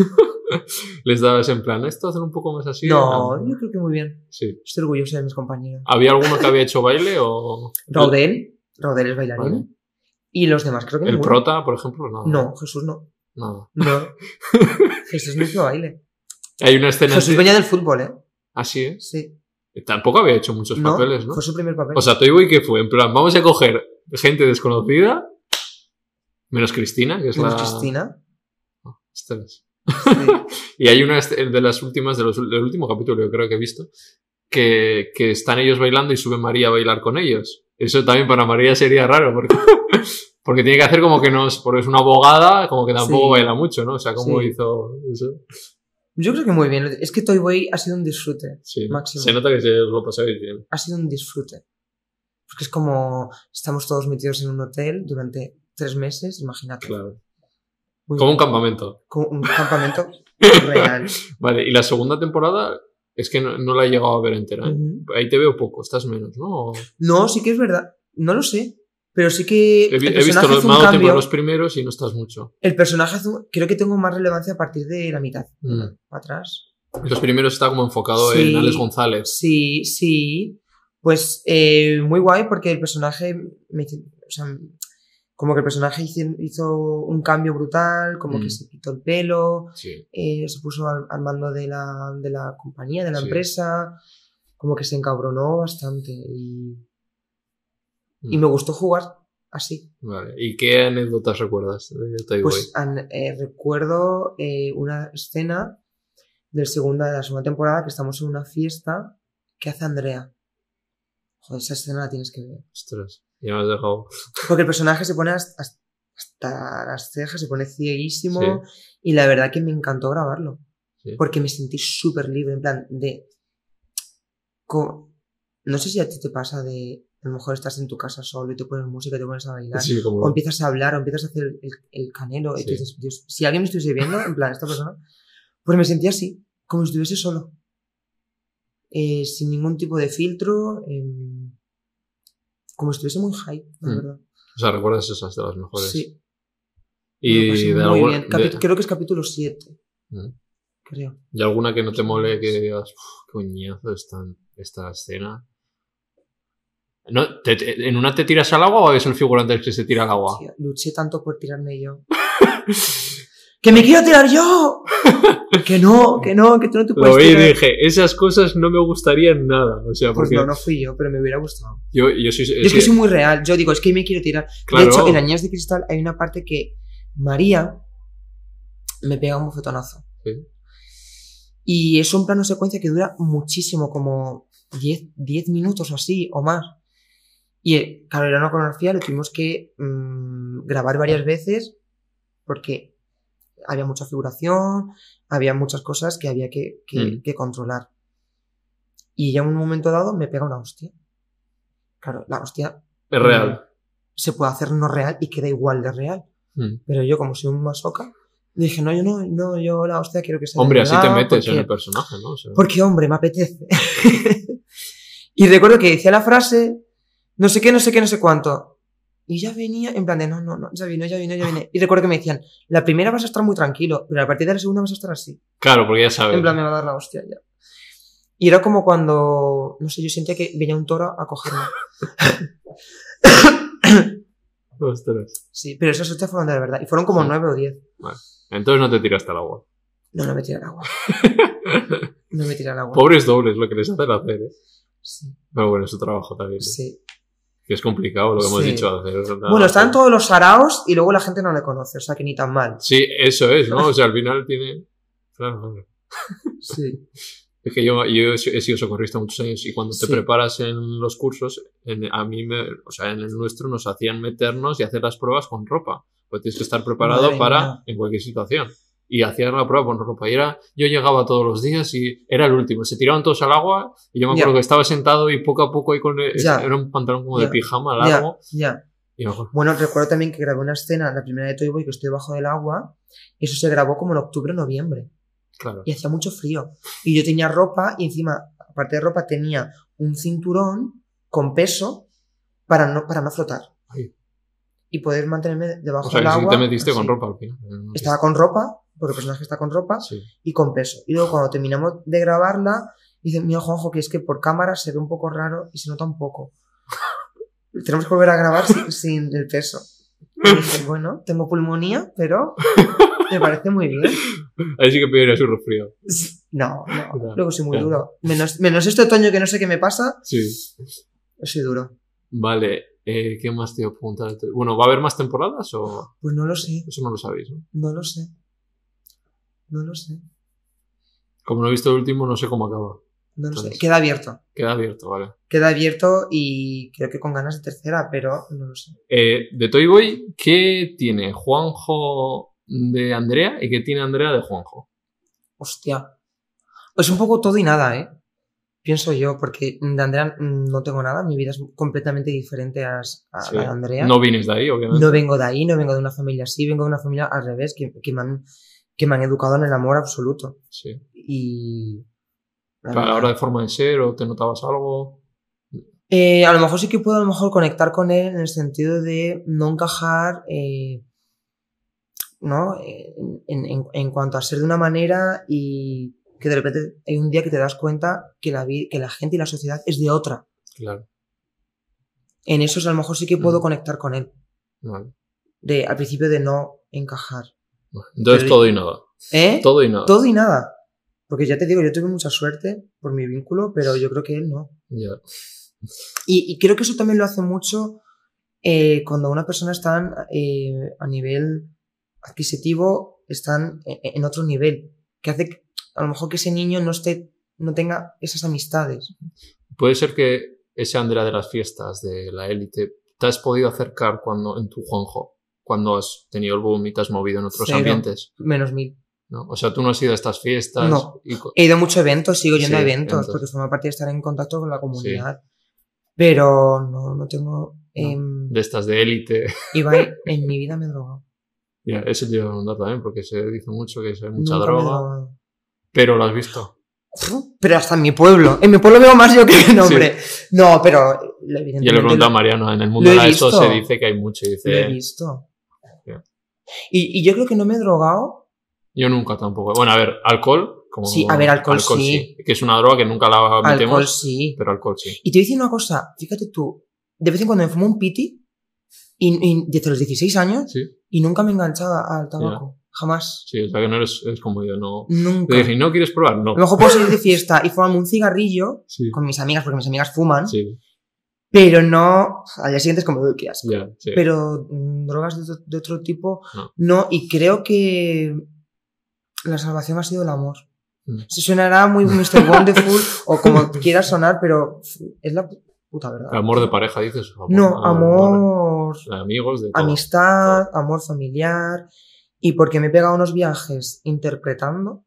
Speaker 1: Les dabas en plan, ¿esto hacen un poco más así?
Speaker 2: No, yo creo que muy bien.
Speaker 1: Sí.
Speaker 2: Estoy orgullosa de mis compañeros.
Speaker 1: ¿Había alguno que había hecho baile o...?
Speaker 2: Raudel, Raudel es bailarín.
Speaker 1: Vale.
Speaker 2: Y los demás creo que
Speaker 1: ¿El
Speaker 2: ninguno.
Speaker 1: prota, por ejemplo? Nada.
Speaker 2: No, Jesús no.
Speaker 1: Nada.
Speaker 2: No. Jesús no hizo baile.
Speaker 1: Hay una escena...
Speaker 2: Jesús venía del fútbol, ¿eh?
Speaker 1: Así es.
Speaker 2: Sí.
Speaker 1: Tampoco había hecho muchos
Speaker 2: No,
Speaker 1: papeles, ¿no?
Speaker 2: fue su primer papel.
Speaker 1: O sea, Toy Boy, ¿qué fue? En plan, vamos a coger gente desconocida, menos Cristina, que es
Speaker 2: ¿Menos
Speaker 1: la...
Speaker 2: Cristina?
Speaker 1: Oh, Estelas.
Speaker 2: Sí.
Speaker 1: Y hay una est- de las últimas, de los, del último capítulo, yo creo que he visto, que, que están ellos bailando y sube María a bailar con ellos. Eso también para María sería raro, porque, porque tiene que hacer como que no es, porque es una abogada, como que tampoco
Speaker 2: Sí.
Speaker 1: baila mucho, ¿no? O sea, ¿cómo
Speaker 2: Sí.
Speaker 1: hizo eso?
Speaker 2: Yo creo que muy bien. Es que Toy Boy ha sido un disfrute.
Speaker 1: Sí,
Speaker 2: Máximo.
Speaker 1: se nota que se lo pasáis bien.
Speaker 2: Ha sido un disfrute. Porque es como estamos todos metidos en un hotel durante tres meses, imagínate.
Speaker 1: Claro.
Speaker 2: Muy
Speaker 1: Como un
Speaker 2: bien.
Speaker 1: campamento.
Speaker 2: Como un campamento real.
Speaker 1: Vale, y la segunda temporada es que no, no la he llegado a ver entera. ¿eh?
Speaker 2: Ujú.
Speaker 1: Ahí te veo poco, estás menos, ¿no? O-
Speaker 2: No, sí que es verdad. No lo sé. Pero sí que
Speaker 1: He, vi-
Speaker 2: el
Speaker 1: he visto
Speaker 2: personaje
Speaker 1: los
Speaker 2: hace
Speaker 1: me ha
Speaker 2: un
Speaker 1: dado tiempo
Speaker 2: cambio.
Speaker 1: los primeros y no estás mucho.
Speaker 2: El personaje hace un- creo que tengo más relevancia a partir de la mitad.
Speaker 1: Mm.
Speaker 2: Para atrás.
Speaker 1: Los primeros está como enfocado
Speaker 2: Sí.
Speaker 1: en Alex González.
Speaker 2: Sí, sí. Pues eh, muy guay porque el personaje, me hizo- o sea, como que el personaje hizo, hizo un cambio brutal, como
Speaker 1: Mm.
Speaker 2: que se quitó el pelo,
Speaker 1: Sí.
Speaker 2: eh, se puso al, al mando de la, de la compañía, de la
Speaker 1: Sí.
Speaker 2: empresa, como que se encabronó bastante y, y
Speaker 1: Mm.
Speaker 2: me gustó jugar así.
Speaker 1: Vale. ¿Y qué anécdotas recuerdas de Toy Boy?
Speaker 2: Pues an- eh, recuerdo eh, una escena del segunda, de la segunda temporada que estamos en una fiesta que hace Andrea. Joder, esa escena la tienes que ver.
Speaker 1: Ostras, ya me has dejado.
Speaker 2: Porque el personaje se pone hasta, hasta las cejas, se pone cieguísimo.
Speaker 1: Sí.
Speaker 2: Y la verdad que me encantó grabarlo.
Speaker 1: Sí.
Speaker 2: Porque me sentí súper libre, en plan, de... co- no sé si a ti te pasa de... A lo mejor estás en tu casa solo y te pones música y te pones a bailar.
Speaker 1: Sí,
Speaker 2: O
Speaker 1: como...
Speaker 2: empiezas a hablar, o empiezas a hacer el, el canelo. Y tú
Speaker 1: Sí.
Speaker 2: dices, Dios, si alguien me estuviese viendo, en plan, esta persona... Pues me sentía así, como si estuviese solo. Eh, sin ningún tipo de filtro. em, como si estuviese muy high, la
Speaker 1: Mm.
Speaker 2: verdad.
Speaker 1: O sea, recuerdas esas de las mejores.
Speaker 2: Sí.
Speaker 1: Y
Speaker 2: Me lo pasé
Speaker 1: de
Speaker 2: muy
Speaker 1: alguna...
Speaker 2: bien. Capi-
Speaker 1: de-
Speaker 2: Creo que es capítulo siete,
Speaker 1: Mm.
Speaker 2: creo.
Speaker 1: ¿Y alguna que no te mole que digas, "Uf, qué coñazo esta, esta escena"? ¿No? ¿Te- te- ¿En una te tiras al agua o es el figurante el que se tira al agua?
Speaker 2: Tío, luché tanto por tirarme yo. ¡Que me quiero tirar yo! Que no, que no, que tú no te puedes
Speaker 1: Lo vi y
Speaker 2: tirar.
Speaker 1: dije, esas cosas no me gustarían nada. O sea,
Speaker 2: Pues
Speaker 1: porque
Speaker 2: no, no fui yo, pero me hubiera gustado.
Speaker 1: yo, yo soy...
Speaker 2: Yo es que soy muy real. Yo digo, es que me quiero tirar.
Speaker 1: Claro.
Speaker 2: De hecho, en Años de Cristal hay una parte que María me pega un bofetonazo.
Speaker 1: Sí.
Speaker 2: Y es un plano secuencia que dura muchísimo, como diez minutos o así, o más. Y eh, claro, era una coreografía, lo tuvimos que mmm, grabar varias veces porque había mucha figuración, había muchas cosas que había que, que,
Speaker 1: Mm.
Speaker 2: que controlar. Y ya en un momento dado me pega una hostia. Claro, la hostia
Speaker 1: Es real.
Speaker 2: se puede hacer no real y queda igual de real.
Speaker 1: Mm.
Speaker 2: Pero yo, como soy un masoca, dije, no, yo no, no, yo la hostia quiero que sea de
Speaker 1: Hombre, así te
Speaker 2: verdad,
Speaker 1: metes
Speaker 2: porque,
Speaker 1: en el personaje, ¿no? O sea,
Speaker 2: porque, hombre, me apetece. Y recuerdo que decía la frase, no sé qué, no sé qué, no sé cuánto. Y ya venía, en plan de, no, no, no, ya vino, ya vino, ya viene. Y recuerdo que me decían, la primera vas a estar muy tranquilo, pero a partir de la segunda vas a estar así.
Speaker 1: claro, porque ya sabes.
Speaker 2: En plan, me va a dar la hostia ya. Y era como cuando, no sé, yo sentía que venía un toro a cogerme.
Speaker 1: Ostras.
Speaker 2: Sí, pero esas hostias fueron de verdad. Y fueron como
Speaker 1: Sí.
Speaker 2: nueve o diez.
Speaker 1: Vale. Entonces no te tiraste al agua.
Speaker 2: No, no me tiré al agua. No me tiré al agua.
Speaker 1: Pobres dobles lo que les hacen hacer, ¿eh?
Speaker 2: Sí,
Speaker 1: Pero bueno, es su trabajo también. ¿eh?
Speaker 2: sí.
Speaker 1: Que es complicado lo que hemos
Speaker 2: Sí.
Speaker 1: dicho de hacer.
Speaker 2: Bueno, están todos los saraos y luego la gente no le conoce, o sea que ni tan mal.
Speaker 1: Sí, eso es, ¿no? O sea, al final tiene... Claro, claro.
Speaker 2: Sí.
Speaker 1: Es que yo, yo he sido socorrista muchos años y cuando te
Speaker 2: Sí.
Speaker 1: preparas en los cursos, en, a mí, me, o sea, en el nuestro nos hacían meternos y hacer las pruebas con ropa. Pues tienes que estar preparado
Speaker 2: Madre
Speaker 1: para
Speaker 2: mía.
Speaker 1: en cualquier situación. y hacían la prueba con ropa. Y era, yo llegaba todos los días y era el último. Se tiraban todos al agua y yo me acuerdo yeah. que estaba sentado y poco a poco ahí con el, yeah. era un pantalón como yeah. de pijama largo.
Speaker 2: Yeah. Yeah. Bueno, recuerdo también que grabé una escena, la primera de Toy Boy, que estoy debajo del agua. Y eso se grabó como en octubre o noviembre.
Speaker 1: Claro.
Speaker 2: Y hacía mucho frío. Y yo tenía ropa y encima, aparte de ropa, tenía un cinturón con peso para no, para no flotar.
Speaker 1: Ay.
Speaker 2: Y poder mantenerme debajo
Speaker 1: o sea,
Speaker 2: del agua.
Speaker 1: O sea, que sí te metiste
Speaker 2: así.
Speaker 1: Con ropa al final. No
Speaker 2: Estaba con ropa, porque el personaje está con ropa,
Speaker 1: sí.
Speaker 2: y con peso. Y luego cuando terminamos de grabarla, dice, mira, Juanjo, que es que por cámara se ve un poco raro y se nota un poco. Tenemos que volver a grabar sin, sin el peso. Y dije, bueno, tengo pulmonía, pero me parece muy bien.
Speaker 1: Ahí sí que pediría su resfrío.
Speaker 2: No, no, no. Luego soy muy no. duro. Menos, menos este otoño que no sé qué me pasa.
Speaker 1: Sí.
Speaker 2: Soy duro.
Speaker 1: Vale, eh, ¿qué más te iba a preguntar? Bueno, ¿va a haber más temporadas o...?
Speaker 2: Pues no lo sé.
Speaker 1: Eso no lo sabéis, ¿no?
Speaker 2: No lo sé. No lo sé.
Speaker 1: Como no he visto el último, no sé cómo acaba.
Speaker 2: No lo Entonces, sé. Queda abierto.
Speaker 1: Queda abierto, vale.
Speaker 2: Queda abierto y creo que con ganas de tercera, pero no lo sé.
Speaker 1: Eh, de Toy Boy, ¿qué tiene Juanjo de Andrea y qué tiene Andrea de Juanjo?
Speaker 2: Hostia. Es un poco todo y nada, ¿eh? Pienso yo, porque de Andrea no tengo nada, mi vida es completamente diferente a, a sí. la de Andrea.
Speaker 1: ¿No vienes de ahí, obviamente?
Speaker 2: No vengo de ahí, no vengo de una familia así, vengo de una familia al revés, que, que, me, han, que me han educado en el amor absoluto.
Speaker 1: Sí.
Speaker 2: Y...
Speaker 1: ¿A la hora de forma de ser o te notabas algo?
Speaker 2: Eh, a lo mejor sí que puedo a lo mejor conectar con él en el sentido de no encajar, eh, ¿no? En, en, en cuanto a ser de una manera y... que de repente hay un día que te das cuenta que la, que la gente y la sociedad es de otra.
Speaker 1: Claro.
Speaker 2: En eso a lo mejor sí que puedo mm. conectar con él.
Speaker 1: Vale.
Speaker 2: De, al principio de no encajar.
Speaker 1: Entonces Pero, todo y nada.
Speaker 2: ¿Eh?
Speaker 1: Todo y nada.
Speaker 2: Todo y nada. Porque ya te digo, yo tuve mucha suerte por mi vínculo, pero yo creo que él no.
Speaker 1: Ya. Yeah.
Speaker 2: Y, y creo que eso también lo hace mucho eh, cuando una persona está eh, a nivel adquisitivo, están en, en otro nivel. Que hace que a lo mejor que ese niño no esté, no tenga esas amistades.
Speaker 1: Puede ser que ese Andrea de las fiestas, de la élite, te has podido acercar cuando en tu Juanjo, cuando has tenido el boom y te has movido en otros
Speaker 2: Cero,
Speaker 1: ambientes.
Speaker 2: Menos mil.
Speaker 1: ¿No? O sea, tú no has ido a estas fiestas.
Speaker 2: No.
Speaker 1: Y...
Speaker 2: He ido a muchos eventos, sigo yendo
Speaker 1: sí,
Speaker 2: a eventos, entonces. porque forma parte de estar en contacto con la comunidad. Sí. Pero no, no tengo...
Speaker 1: No,
Speaker 2: eh,
Speaker 1: de estas de élite.
Speaker 2: Ibai, en mi vida me he drogado.
Speaker 1: Ya, yeah, eso te iba a preguntar también, porque se dice mucho que hay mucha Nunca droga. Pero lo has visto.
Speaker 2: Pero hasta en mi pueblo. En mi pueblo veo más yo que el nombre. Sí. No, pero evidentemente...
Speaker 1: Yo le pregunto a Mariano, en el mundo de eso se dice que hay mucho. Y dice,
Speaker 2: lo he visto. Yeah. Y, y yo creo que no me he drogado.
Speaker 1: Yo nunca tampoco. Bueno, a ver, alcohol... Como
Speaker 2: sí, a ver, alcohol, alcohol sí.
Speaker 1: sí. Que es una droga que nunca la metemos.
Speaker 2: Alcohol sí.
Speaker 1: Pero alcohol sí.
Speaker 2: Y te voy a decir una cosa. Fíjate tú. De vez en cuando me fumo un piti. Y, y desde los dieciséis años.
Speaker 1: Sí.
Speaker 2: Y nunca me he enganchado al tabaco. Yeah. Jamás.
Speaker 1: Sí, o sea que no eres, eres como yo, no...
Speaker 2: Nunca.
Speaker 1: Te dije, ¿no quieres probar? No.
Speaker 2: A lo mejor puedo salir de fiesta y fumarme un cigarrillo
Speaker 1: sí.
Speaker 2: con mis amigas, porque mis amigas fuman.
Speaker 1: Sí.
Speaker 2: Pero no... Al día siguiente es como, uy, qué asco.
Speaker 1: Yeah, sí.
Speaker 2: Pero mmm, drogas de, de otro tipo,
Speaker 1: no.
Speaker 2: no. Y creo que la salvación ha sido el amor.
Speaker 1: Mm.
Speaker 2: Se sonará muy mister Wonderful o como quiera sonar, pero es la puta verdad.
Speaker 1: El amor de pareja, dices.
Speaker 2: Amor, no, amor...
Speaker 1: De amigos, de todo.
Speaker 2: Amistad, todo. Amor familiar... Y porque me he pegado unos viajes interpretando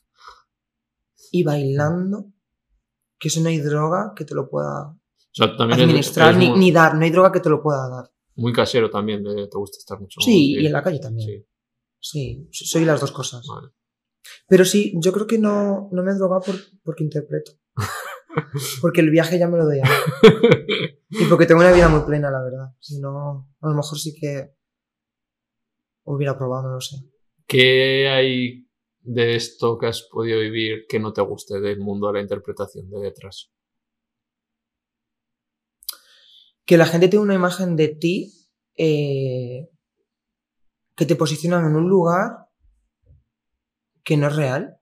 Speaker 2: y bailando, que eso no hay droga que te lo pueda
Speaker 1: o sea, también
Speaker 2: administrar
Speaker 1: es, es
Speaker 2: ni,
Speaker 1: muy,
Speaker 2: ni dar, no hay droga que te lo pueda dar.
Speaker 1: Muy casero también, de, te gusta estar mucho.
Speaker 2: Sí, y en la calle también.
Speaker 1: Sí,
Speaker 2: sí soy las dos cosas.
Speaker 1: Vale.
Speaker 2: Pero sí, yo creo que no, no me he drogado por, porque interpreto. Porque el viaje ya me lo doy a mí. Y porque tengo una vida muy plena, la verdad. Si no, a lo mejor sí que hubiera probado, no lo sé.
Speaker 1: ¿Qué hay de esto que has podido vivir que no te guste del mundo de la interpretación de detrás?
Speaker 2: Que la gente tiene una imagen de ti eh, que te posicionan en un lugar que no es real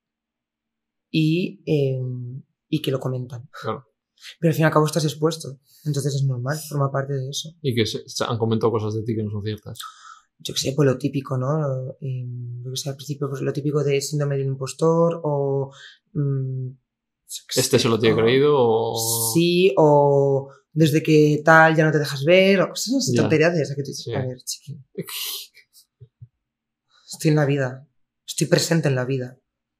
Speaker 2: y, eh, y que lo comentan.
Speaker 1: Claro.
Speaker 2: Pero al fin y al cabo estás expuesto, entonces es normal, forma parte de eso.
Speaker 1: Y que se, se han comentado cosas de ti que no son ciertas.
Speaker 2: Yo que sé, pues lo típico, ¿no? Eh, yo que sé, al principio pues lo típico de síndrome del impostor o... Mmm,
Speaker 1: ¿Este se lo tiene o, creído o...?
Speaker 2: Sí, o desde que tal ya no te dejas ver, o cosas así, tonterías de esas que tú dices,
Speaker 1: sí.
Speaker 2: A ver, chiqui. Estoy en la vida. Estoy estoy presente en la vida.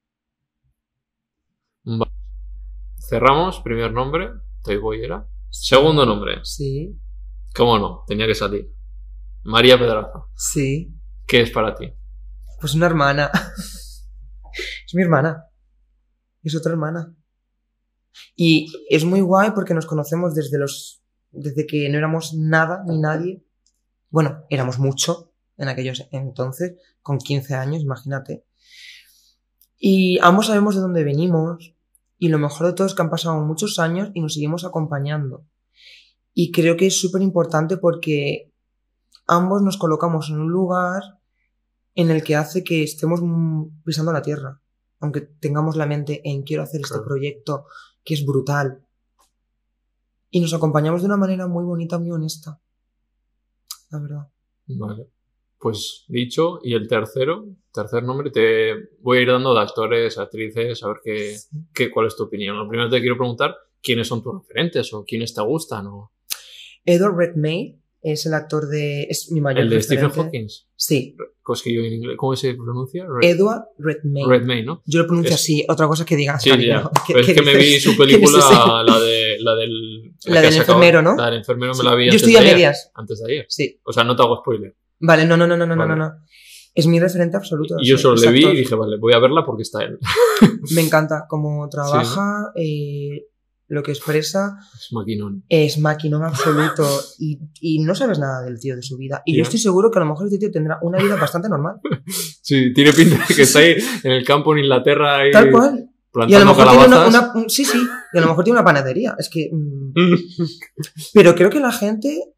Speaker 1: Vale. Cerramos, primer nombre, Toy Boy era. Segundo nombre.
Speaker 2: Sí.
Speaker 1: ¿Cómo no? Tenía que salir. María Pedraza.
Speaker 2: Sí.
Speaker 1: ¿Qué es para ti?
Speaker 2: Pues una hermana. Es mi hermana. Es otra hermana. Y es muy guay porque nos conocemos desde los... Desde que no éramos nada ni nadie. Bueno, éramos mucho en aquellos entonces, con quince años, imagínate. Y ambos sabemos de dónde venimos. Y lo mejor de todo es que han pasado muchos años y nos seguimos acompañando. Y creo que es súper importante porque ambos nos colocamos en un lugar en el que hace que estemos pisando la tierra. Aunque tengamos la mente en quiero hacer este proyecto que es brutal. Y nos acompañamos de una manera muy bonita, muy honesta. La verdad.
Speaker 1: Vale. Pues dicho, y el tercero, tercer nombre, te voy a ir dando de actores, actrices, a ver qué, sí. qué, cuál es tu opinión. Lo primero te quiero preguntar, ¿quiénes son tus referentes o quiénes te gustan? O...
Speaker 2: Edward Redmayne es el actor de... Es mi mayor
Speaker 1: ¿El de
Speaker 2: referente.
Speaker 1: Stephen Hawking?
Speaker 2: Sí.
Speaker 1: En inglés, ¿cómo se pronuncia?
Speaker 2: Red... Edward Redmayne.
Speaker 1: Redmayne, ¿no?
Speaker 2: Yo lo pronuncio es... así, otra cosa que digas.
Speaker 1: Sí, ya. ¿Qué, es que me vi su película, la, de, la del...
Speaker 2: La, la del enfermero, ¿no?
Speaker 1: La del enfermero me la vi
Speaker 2: Yo
Speaker 1: antes
Speaker 2: estoy
Speaker 1: de
Speaker 2: a
Speaker 1: ayer.
Speaker 2: medias.
Speaker 1: Antes de ayer.
Speaker 2: Sí.
Speaker 1: O sea, no te hago spoiler.
Speaker 2: Vale, no, no, no, no, no,
Speaker 1: vale.
Speaker 2: no, no. Es mi referente absoluto.
Speaker 1: Y yo solo le vi y dije, vale, voy a verla porque está él.
Speaker 2: Me encanta cómo trabaja, sí. eh, lo que expresa.
Speaker 1: Es maquinón.
Speaker 2: Es maquinón absoluto. y, y no sabes nada del tío, de su vida. Y yeah. yo estoy seguro que a lo mejor este tío tendrá una vida bastante normal.
Speaker 1: Sí, tiene pinta de que está ahí en el campo en Inglaterra. Ahí
Speaker 2: tal cual. Y a lo mejor tiene una, una... Sí, sí. Y a lo mejor tiene una panadería. Es que... Mmm... Pero creo que la gente...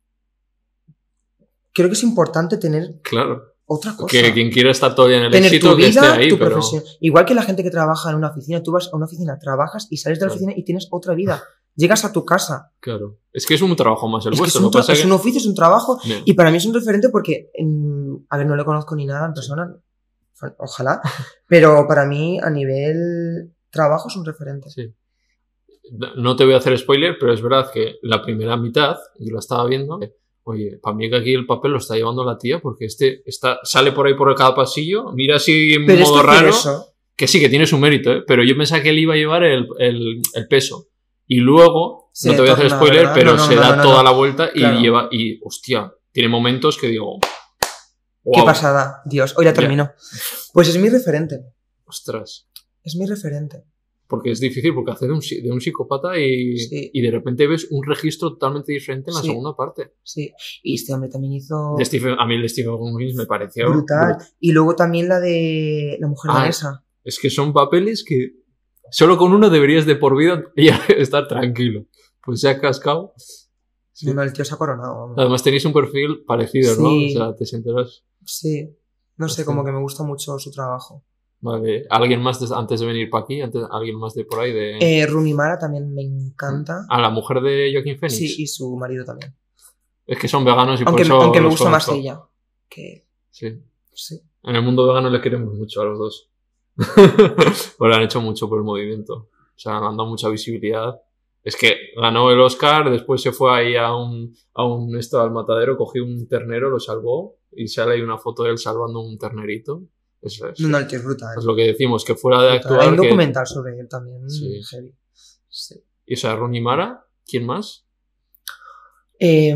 Speaker 2: Creo que es importante tener
Speaker 1: claro.
Speaker 2: otra cosa.
Speaker 1: Que quien quiera estar todo el día en el
Speaker 2: tener
Speaker 1: éxito,
Speaker 2: tu vida,
Speaker 1: que esté ahí,
Speaker 2: tu
Speaker 1: pero...
Speaker 2: profesión. Igual que la gente que trabaja en una oficina, tú vas a una oficina, trabajas y sales de la claro. oficina y tienes otra vida. Llegas a tu casa.
Speaker 1: Claro. Es que es un trabajo más el
Speaker 2: es
Speaker 1: vuestro.
Speaker 2: Que es, un tra- es
Speaker 1: que...
Speaker 2: un oficio, es un trabajo.
Speaker 1: Bien.
Speaker 2: Y para mí es un referente porque, en... a ver, no le conozco ni nada en persona. Ojalá. Pero para mí, a nivel trabajo, es un referente.
Speaker 1: Sí. No te voy a hacer spoiler, pero es verdad que la primera mitad, yo la estaba viendo... Oye, para mí que aquí el papel lo está llevando la tía porque este está, sale por ahí por cada pasillo, mira así en
Speaker 2: pero
Speaker 1: modo raro,
Speaker 2: eso.
Speaker 1: que sí, que tiene su mérito, ¿eh? Pero yo pensaba que él iba a llevar el, el, el peso. Y luego, se no te voy a hacer spoiler, ¿verdad? pero no, no, se no, da no, toda no. la vuelta y claro. lleva, y hostia, tiene momentos que digo... Wow.
Speaker 2: Qué pasada, Dios, hoy ya terminó. Yeah. Pues es mi referente.
Speaker 1: Ostras.
Speaker 2: Es mi referente.
Speaker 1: Porque es difícil, porque hace de un, de un psicópata y, sí. y de repente ves un registro totalmente diferente en la sí. segunda parte.
Speaker 2: Sí, y este hombre también hizo...
Speaker 1: De Stephen, a mí el de Stephen Hawking me pareció...
Speaker 2: Brutal. Brutal. Y luego también la de La mujer
Speaker 1: ah,
Speaker 2: danesa.
Speaker 1: Es que son papeles que solo con uno deberías de por vida ya estar tranquilo. Pues se ha cascado.
Speaker 2: Sí. No, no, el tío se ha coronado. Hombre.
Speaker 1: Además tenéis un perfil parecido, sí. ¿no? O sea, te sientas...
Speaker 2: Sí. No sé, como que me gusta mucho su trabajo.
Speaker 1: Vale, ¿alguien más de, antes de venir para aquí? Antes, ¿Alguien más de por ahí? De...
Speaker 2: Eh, Rooney Mara también me encanta.
Speaker 1: ¿A la mujer de Joaquin Phoenix?
Speaker 2: Sí, y su marido también.
Speaker 1: Es que son veganos y
Speaker 2: aunque,
Speaker 1: por eso
Speaker 2: aunque me gusta
Speaker 1: conozco.
Speaker 2: más ella. Que...
Speaker 1: Sí.
Speaker 2: sí.
Speaker 1: En el mundo vegano le queremos mucho a los dos. Pues han hecho mucho por el movimiento. O sea, han dado mucha visibilidad. Es que ganó el Oscar, después se fue ahí a un, a un esto, al matadero, cogió un ternero, lo salvó y sale ahí una foto de él salvando un ternerito. Eso es.
Speaker 2: No, no, el tío es brutal.
Speaker 1: Es lo que decimos, que fuera de actuar...
Speaker 2: Hay un documental
Speaker 1: que...
Speaker 2: sobre él también.
Speaker 1: Sí.
Speaker 2: Heavy. Sí.
Speaker 1: ¿Y o sea, Rooney Mara? ¿Quién más?
Speaker 2: Eh,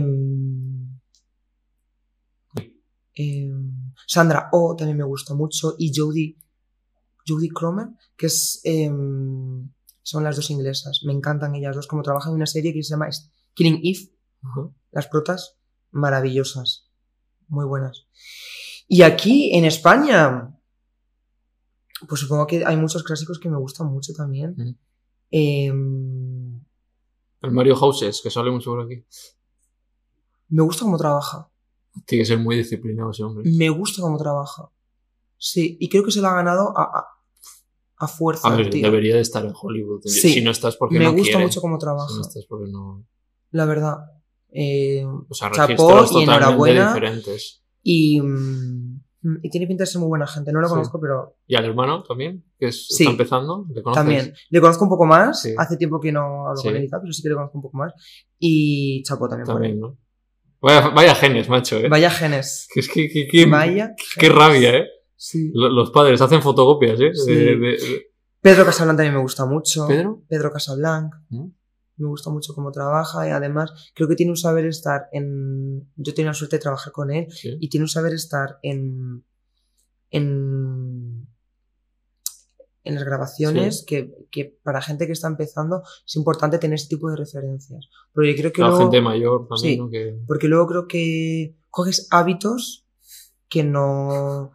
Speaker 2: eh, Sandra Oh también me gusta mucho. Y Jodie Jodie Cromer, que es... Eh, son las dos inglesas. Me encantan ellas dos. Como trabajan en una serie que se llama Killing Eve. Uh-huh. Las protas, maravillosas. Muy buenas. Y aquí, en España, pues supongo que hay muchos clásicos que me gustan mucho también.
Speaker 1: Uh-huh.
Speaker 2: Eh,
Speaker 1: el Mario Houses, que sale mucho por aquí.
Speaker 2: Me gusta cómo trabaja.
Speaker 1: Tiene que ser muy disciplinado ese hombre.
Speaker 2: Me gusta cómo trabaja. Sí, y creo que se lo ha ganado a, a, a fuerza.
Speaker 1: A ver,
Speaker 2: tío.
Speaker 1: Debería de estar en Hollywood.
Speaker 2: Sí,
Speaker 1: si no estás porque
Speaker 2: me
Speaker 1: no
Speaker 2: gusta
Speaker 1: quiere.
Speaker 2: mucho cómo trabaja.
Speaker 1: Si no estás porque no...
Speaker 2: La verdad. Eh,
Speaker 1: o sea,
Speaker 2: chapó y enhorabuena.
Speaker 1: Diferentes.
Speaker 2: Y, y tiene pinta de ser muy buena gente. No lo conozco, sí. pero...
Speaker 1: ¿Y al hermano también? Que es,
Speaker 2: sí,
Speaker 1: está empezando. ¿Le conoces?
Speaker 2: También. Le conozco un poco más.
Speaker 1: Sí.
Speaker 2: Hace tiempo que no hablo
Speaker 1: sí.
Speaker 2: con él y tal, pero sí que le conozco un poco más. Y chapó también.
Speaker 1: También, por ¿no? Vaya, vaya genes, macho, ¿eh?
Speaker 2: Vaya genes.
Speaker 1: Que es que, que, que
Speaker 2: Vaya
Speaker 1: Qué rabia, ¿eh?
Speaker 2: Sí.
Speaker 1: Los padres hacen fotocopias, ¿eh?
Speaker 2: Sí.
Speaker 1: De, de, de...
Speaker 2: Pedro Casablanc también me gusta mucho.
Speaker 1: ¿Pedro?
Speaker 2: Pedro Casablanc.
Speaker 1: ¿Mm?
Speaker 2: Me gusta mucho cómo trabaja y además creo que tiene un saber estar en... Yo tengo la suerte de trabajar con él
Speaker 1: ¿Sí?
Speaker 2: y tiene un saber estar en... en... en las grabaciones
Speaker 1: Sí.
Speaker 2: que, que para gente que está empezando es importante tener ese tipo de referencias. Pero yo creo que
Speaker 1: La
Speaker 2: luego...
Speaker 1: gente mayor también,
Speaker 2: Sí,
Speaker 1: ¿no? Que...
Speaker 2: porque luego creo que coges hábitos que no...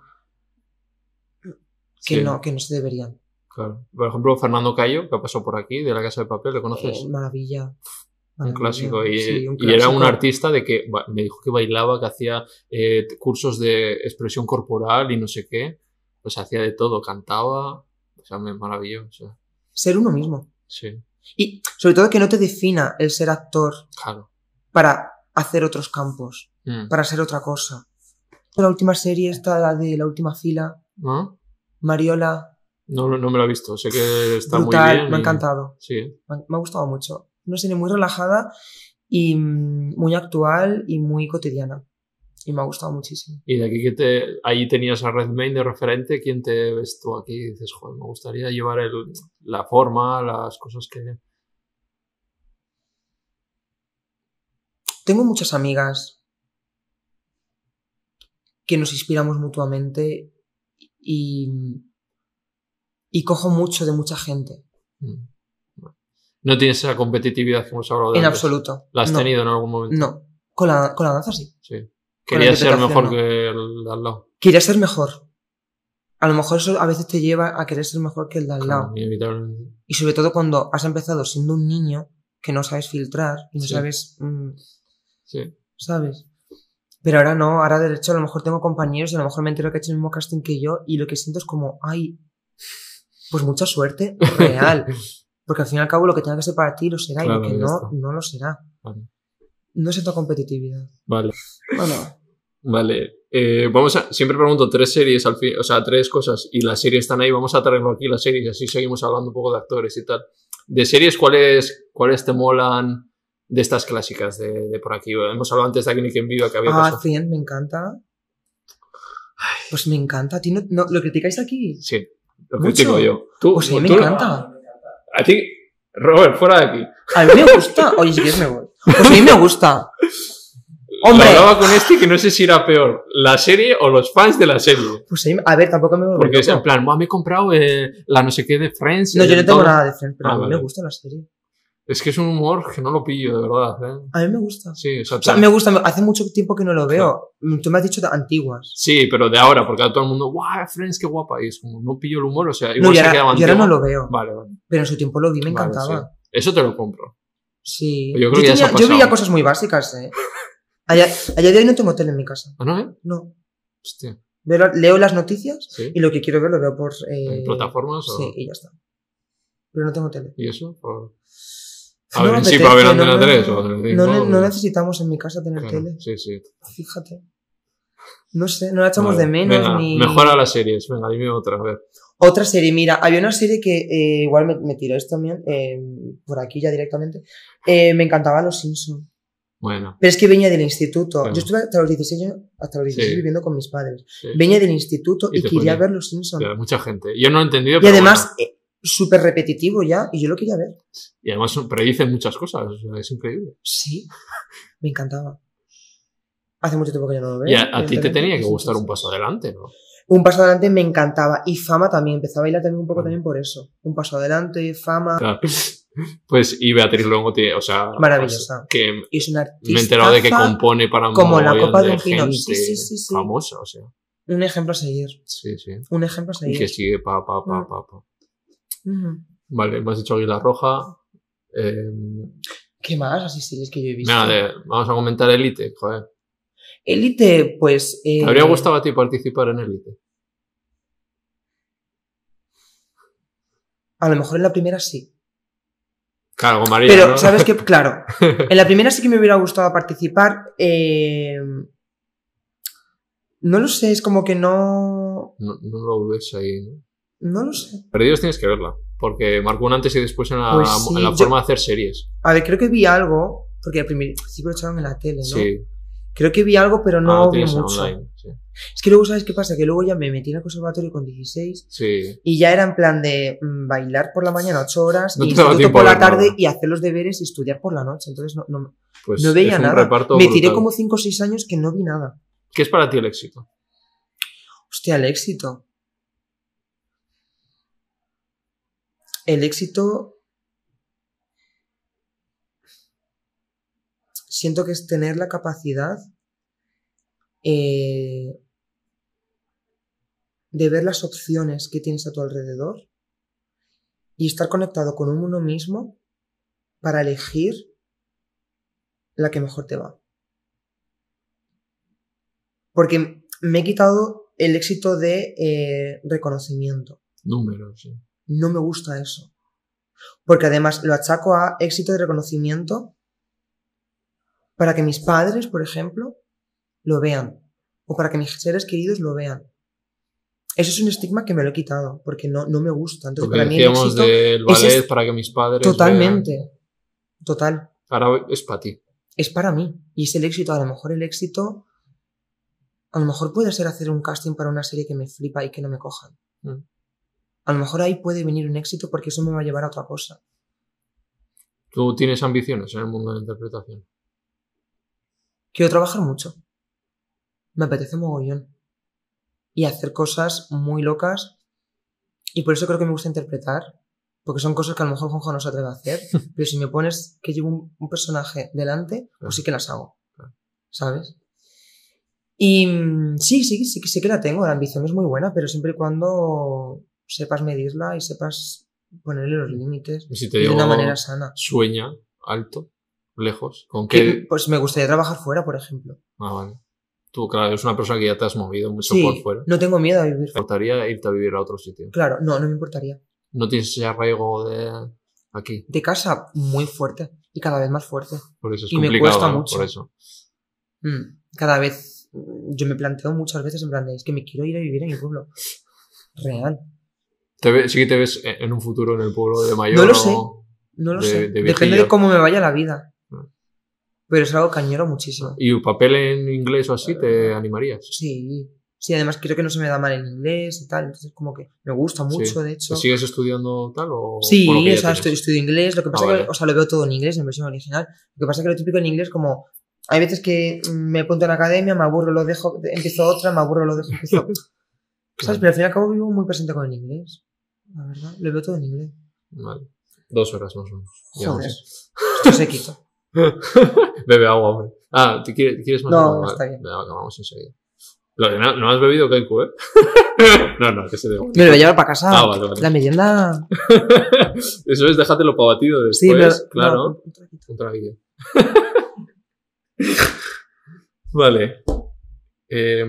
Speaker 2: que,
Speaker 1: Sí.
Speaker 2: no, que no se deberían.
Speaker 1: Claro. Por ejemplo, Fernando Cayo, que pasó por aquí, de La Casa de Papel, ¿le conoces?
Speaker 2: Eh, maravilla.
Speaker 1: Un
Speaker 2: Maravilla.
Speaker 1: clásico. Y,
Speaker 2: Sí, un
Speaker 1: y era un
Speaker 2: clásico.
Speaker 1: artista de que ba- me dijo que bailaba, que hacía eh, cursos de expresión corporal y no sé qué. Pues hacía de todo, cantaba. O sea, me maravilló. O sea,
Speaker 2: Ser uno mismo.
Speaker 1: sí,
Speaker 2: Y sobre todo que no te defina el ser actor
Speaker 1: claro.
Speaker 2: para hacer otros campos,
Speaker 1: Mm.
Speaker 2: para ser otra cosa. La última serie esta, la de La Última Fila,
Speaker 1: ¿No?
Speaker 2: Mariola,
Speaker 1: No, no me lo he visto. Sé que está
Speaker 2: brutal,
Speaker 1: muy bien.
Speaker 2: me ha
Speaker 1: y-
Speaker 2: encantado.
Speaker 1: Sí.
Speaker 2: Me ha, me ha gustado mucho. Una serie muy relajada y mm, muy actual y muy cotidiana. Y me ha gustado muchísimo.
Speaker 1: Y de aquí que te, ahí tenías a Redmayne de referente, ¿quién te ves tú aquí? Y dices, joder, me gustaría llevar el, la forma, las cosas que...
Speaker 2: Tengo muchas amigas que nos inspiramos mutuamente y, y cojo mucho de mucha gente.
Speaker 1: Mm. No tienes esa competitividad que hemos hablado de
Speaker 2: En
Speaker 1: antes.
Speaker 2: absoluto.
Speaker 1: ¿La has
Speaker 2: No.
Speaker 1: tenido en algún momento?
Speaker 2: No. Con la, con la danza sí.
Speaker 1: Sí.
Speaker 2: Con la
Speaker 1: Querías ser
Speaker 2: interpretación,
Speaker 1: mejor
Speaker 2: no.
Speaker 1: que el de al lado.
Speaker 2: Quería ser mejor. A lo mejor eso a veces te lleva a querer ser mejor que el de al lado.
Speaker 1: Claro, inevitablemente.
Speaker 2: Y sobre todo cuando has empezado siendo un niño que no sabes filtrar y no
Speaker 1: Sí.
Speaker 2: sabes... mm,
Speaker 1: Sí.
Speaker 2: ¿sabes? Pero ahora no, ahora de hecho a lo mejor tengo compañeros y a lo mejor me entero que ha hecho el mismo casting que yo y lo que siento es como, ay, pues mucha suerte real. Porque al fin y al cabo lo que tenga que ser para ti lo será
Speaker 1: Claro,
Speaker 2: y lo que
Speaker 1: ya
Speaker 2: no,
Speaker 1: está.
Speaker 2: no lo será.
Speaker 1: Vale.
Speaker 2: No siento competitividad.
Speaker 1: Vale.
Speaker 2: Bueno,
Speaker 1: Vale. Eh, vamos a... Siempre pregunto tres series al fin... O sea, tres cosas. Y las series están ahí. Vamos a traerlo aquí, las series. Y así seguimos hablando un poco de actores y tal. De series, ¿cuáles, cuáles te molan de estas clásicas de, de por aquí? Hemos hablado antes de Agni en Viva que había
Speaker 2: ah,
Speaker 1: pasado.
Speaker 2: Friends me encanta. Pues me encanta. ¿A ti no, no- ¿Lo criticáis aquí?
Speaker 1: Sí. Lo
Speaker 2: Mucho.
Speaker 1: critico yo. ¿Tú,
Speaker 2: Pues a mí me
Speaker 1: tú-
Speaker 2: encanta.
Speaker 1: A ti... Robert, fuera de aquí.
Speaker 2: A mí me gusta. Oye, si quieres me voy. Pues a mí me gusta. ¡Hombre!
Speaker 1: Lo hablaba con este que no sé si era peor, la serie o los fans de la serie.
Speaker 2: Pues a, mí, a ver, tampoco me vuelvo
Speaker 1: Porque es
Speaker 2: loco.
Speaker 1: en plan, "Buah, me he comprado eh, la no sé qué de Friends.
Speaker 2: No,
Speaker 1: eh,
Speaker 2: yo no tengo
Speaker 1: todo".
Speaker 2: nada de Friends, pero
Speaker 1: Ah,
Speaker 2: a mí
Speaker 1: vale.
Speaker 2: me gusta la serie.
Speaker 1: Es que es un humor que no lo pillo, de verdad. ¿eh?
Speaker 2: A mí me gusta.
Speaker 1: Sí, o sea,
Speaker 2: O sea,
Speaker 1: tal-
Speaker 2: me gusta. me- Hace mucho tiempo que no lo veo. Tú me has dicho de antiguas.
Speaker 1: sí, pero de ahora, porque a todo el mundo, ¡guau, Friends, qué guapa! Y es como, no pillo el humor, o sea, igual
Speaker 2: No, yo
Speaker 1: se
Speaker 2: ahora,
Speaker 1: quedaba
Speaker 2: yo ahora
Speaker 1: antiguo.
Speaker 2: no lo veo.
Speaker 1: Vale, vale.
Speaker 2: Pero en su tiempo lo vi, me
Speaker 1: Vale,
Speaker 2: encantaba.
Speaker 1: sí. Eso te lo compro.
Speaker 2: Sí.
Speaker 1: Yo creo que ya se
Speaker 2: tenía-
Speaker 1: ha
Speaker 2: yo
Speaker 1: pasado.
Speaker 2: veía cosas muy básicas, eh. Allá, allá de hoy no tengo tele en mi casa.
Speaker 1: ¿Ah, no, eh?
Speaker 2: No.
Speaker 1: Hostia.
Speaker 2: Veo- leo las noticias
Speaker 1: ¿Sí?
Speaker 2: y lo que quiero ver lo veo por... Eh,
Speaker 1: ¿En plataformas o...?
Speaker 2: Sí, y ya está. Pero no tengo tele.
Speaker 1: ¿Y eso? ¿O-
Speaker 2: No
Speaker 1: A ver,
Speaker 2: me
Speaker 1: sí,
Speaker 2: apetece,
Speaker 1: para ver
Speaker 2: no
Speaker 1: Antena
Speaker 2: me-
Speaker 1: tres o Antena
Speaker 2: No,
Speaker 1: cinco,
Speaker 2: ne- no
Speaker 1: o-
Speaker 2: necesitamos en mi casa tener
Speaker 1: Claro,
Speaker 2: tele.
Speaker 1: sí, sí.
Speaker 2: Fíjate. No sé, no la echamos
Speaker 1: Vale.
Speaker 2: de menos
Speaker 1: Venga,
Speaker 2: ni...
Speaker 1: mejora las series. Venga, dime otra, a ver.
Speaker 2: Otra serie, mira, había una serie que eh, igual me, me tiráis también, eh, por aquí ya directamente. Eh, me encantaba Los Simpsons.
Speaker 1: Bueno,
Speaker 2: Pero es que venía del instituto.
Speaker 1: Claro.
Speaker 2: Yo estuve hasta los dieciséis años, hasta los dieciséis
Speaker 1: Sí.
Speaker 2: viviendo con mis padres.
Speaker 1: sí.
Speaker 2: Venía del instituto
Speaker 1: Y
Speaker 2: y,
Speaker 1: te
Speaker 2: quería
Speaker 1: ponía.
Speaker 2: ver Los Simpsons.
Speaker 1: Ya, mucha gente. Yo no lo he entendido,
Speaker 2: Y
Speaker 1: pero
Speaker 2: además,
Speaker 1: bueno.
Speaker 2: eh, súper repetitivo ya, y yo lo quería ver.
Speaker 1: Y además son- predicen muchas cosas, o sea, es increíble.
Speaker 2: Sí, me encantaba. Hace mucho tiempo que yo no lo veo.
Speaker 1: Y a, a ti te
Speaker 2: evidentemente,
Speaker 1: tenía que
Speaker 2: sí,
Speaker 1: gustar
Speaker 2: sí,
Speaker 1: un
Speaker 2: sí.
Speaker 1: paso adelante, ¿no?
Speaker 2: Un paso adelante me encantaba. Y Fama también. Empecé a bailar también un poco
Speaker 1: Ah.
Speaker 2: también por eso. Un paso adelante, Fama.
Speaker 1: Claro. Pues, y Beatriz Luengo tiene, o sea,
Speaker 2: Maravillosa.
Speaker 1: pues, que
Speaker 2: Y es una artista.
Speaker 1: me he enterado de que compone para un
Speaker 2: como la
Speaker 1: mogollón
Speaker 2: copa de
Speaker 1: de
Speaker 2: un pino.
Speaker 1: gente
Speaker 2: Sí, sí, sí, sí.
Speaker 1: famosa, o sea,
Speaker 2: Un ejemplo a seguir.
Speaker 1: sí, sí.
Speaker 2: Un ejemplo a
Speaker 1: Y
Speaker 2: seguir.
Speaker 1: que sigue pa, pa, pa,
Speaker 2: Mm.
Speaker 1: pa, pa.
Speaker 2: Ujú.
Speaker 1: Vale, me has dicho Águila Roja. Eh,
Speaker 2: ¿Qué más? Así series que yo he visto.
Speaker 1: venga, de- vamos a comentar Elite, joder.
Speaker 2: Elite, pues. Eh,
Speaker 1: ¿Te habría gustado a ti participar en Elite?
Speaker 2: A lo mejor en la primera sí.
Speaker 1: Claro, con María,
Speaker 2: Pero,
Speaker 1: ¿no?
Speaker 2: ¿sabes qué? Claro. En la primera sí que me hubiera gustado participar. Eh, no lo sé, es como que no.
Speaker 1: no, no lo ves ahí, ¿no?
Speaker 2: No lo sé.
Speaker 1: Perdidos tienes que verla, porque marcó un antes y después en la,
Speaker 2: Pues sí,
Speaker 1: en la
Speaker 2: yo-
Speaker 1: forma de hacer series.
Speaker 2: A ver, creo que vi algo. Porque al principio lo echaron en la tele, ¿no?
Speaker 1: Sí.
Speaker 2: Creo que vi algo, pero
Speaker 1: Ah,
Speaker 2: no vi
Speaker 1: tienes
Speaker 2: mucho.
Speaker 1: online, sí.
Speaker 2: Es que luego, ¿sabes qué pasa? Que luego ya me metí en el conservatorio con dieciséis
Speaker 1: sí.
Speaker 2: y ya era en plan de mmm, bailar por la mañana ocho horas, no y instituto por la tarde nada. Y hacer los deberes y estudiar por la noche. Entonces no, no, pues no veía nada. Me tiré brutal. Como cinco o seis años que no vi nada.
Speaker 1: ¿Qué es para ti el éxito?
Speaker 2: Hostia, el éxito. El éxito... Siento que es tener la capacidad eh, de ver las opciones que tienes a tu alrededor y estar conectado con uno mismo para elegir la que mejor te va. Porque me he quitado el éxito de eh, reconocimiento.
Speaker 1: Números, sí.
Speaker 2: No me gusta eso. Porque además lo achaco a éxito de reconocimiento para que mis padres, por ejemplo, lo vean. O para que mis seres queridos lo vean. Eso es un estigma que me lo he quitado, porque no, no me gusta. Entonces,
Speaker 1: porque
Speaker 2: para
Speaker 1: decíamos
Speaker 2: mí el éxito
Speaker 1: del ballet
Speaker 2: es
Speaker 1: para que mis padres
Speaker 2: totalmente.
Speaker 1: Vean.
Speaker 2: Total.
Speaker 1: Ahora es para ti.
Speaker 2: Es para mí. Y es el éxito. A lo mejor el éxito... A lo mejor puede ser hacer un casting para una serie que me flipa y que no me cojan.
Speaker 1: Mm.
Speaker 2: A lo mejor ahí puede venir un éxito porque eso me va a llevar a otra cosa.
Speaker 1: ¿Tú tienes ambiciones en el mundo de la interpretación?
Speaker 2: Quiero trabajar mucho. Me apetece mogollón. Y hacer cosas muy locas. Y por eso creo que me gusta interpretar. Porque son cosas que a lo mejor Juanjo no se atreve a hacer. Pero si me pones que llevo un, un personaje delante, pues sí que las hago. ¿Sabes? Y sí, sí, sí, sí que la tengo. La ambición es muy buena, pero siempre y cuando sepas medirla y sepas ponerle los límites
Speaker 1: si te
Speaker 2: de
Speaker 1: digo,
Speaker 2: una manera sana.
Speaker 1: Sueña alto, lejos. ¿Con qué?
Speaker 2: Que, pues me gustaría trabajar fuera, por ejemplo.
Speaker 1: Ah, vale. Tú, claro, eres una persona que ya te has movido mucho
Speaker 2: sí,
Speaker 1: por fuera.
Speaker 2: No tengo miedo a vivir fuera.
Speaker 1: ¿Te importaría irte a vivir a otro sitio?
Speaker 2: Claro, no, no me importaría.
Speaker 1: ¿No tienes ese arraigo de aquí?
Speaker 2: De casa, muy fuerte. Y cada vez más fuerte.
Speaker 1: Por eso es
Speaker 2: y
Speaker 1: complicado,
Speaker 2: me cuesta
Speaker 1: ¿no?
Speaker 2: mucho.
Speaker 1: Por eso.
Speaker 2: Mm, cada vez, yo me planteo muchas veces en plan de, es que me quiero ir a vivir en mi pueblo. Real.
Speaker 1: ¿Te ve, sí que te ves en un futuro en el pueblo de mayor?
Speaker 2: No lo sé. No lo
Speaker 1: de,
Speaker 2: sé.
Speaker 1: De
Speaker 2: Depende de cómo me vaya la vida. Pero es algo que añoro muchísimo.
Speaker 1: ¿Y un papel en inglés o así te animarías?
Speaker 2: Sí. Sí, además creo que no se me da mal en inglés y tal. Entonces como que me gusta mucho, sí. De hecho.
Speaker 1: ¿Sigues estudiando tal o...?
Speaker 2: Sí, o sea, estudio, estudio inglés. Lo que pasa
Speaker 1: ah,
Speaker 2: es
Speaker 1: vale.
Speaker 2: que, o sea, lo veo todo en inglés, en versión original. Lo que pasa es que lo típico en inglés como... Hay veces que me apunto en academia, me aburro, lo dejo, empiezo otra, me aburro, lo dejo, empiezo... ¿Sabes? Pero al fin y al cabo vivo muy presente con el inglés. La verdad, lo veo todo en inglés.
Speaker 1: Vale. Dos horas más o menos.
Speaker 2: Joder. Esto se quita.
Speaker 1: Bebe agua, hombre. Ah, ¿te quieres, ¿quieres más
Speaker 2: no,
Speaker 1: agua?
Speaker 2: No, está bien.
Speaker 1: Venga, vamos enseguida. Lo que no, no has bebido Kaiku, ¿eh? no, no, que se dé.
Speaker 2: Me lo voy a llevar para casa.
Speaker 1: Ah, vale, vale.
Speaker 2: La merienda...
Speaker 1: Eso es, déjatelo para batido después.
Speaker 2: Sí, pero,
Speaker 1: claro.
Speaker 2: No,
Speaker 1: un traguillo. Vale. Eh...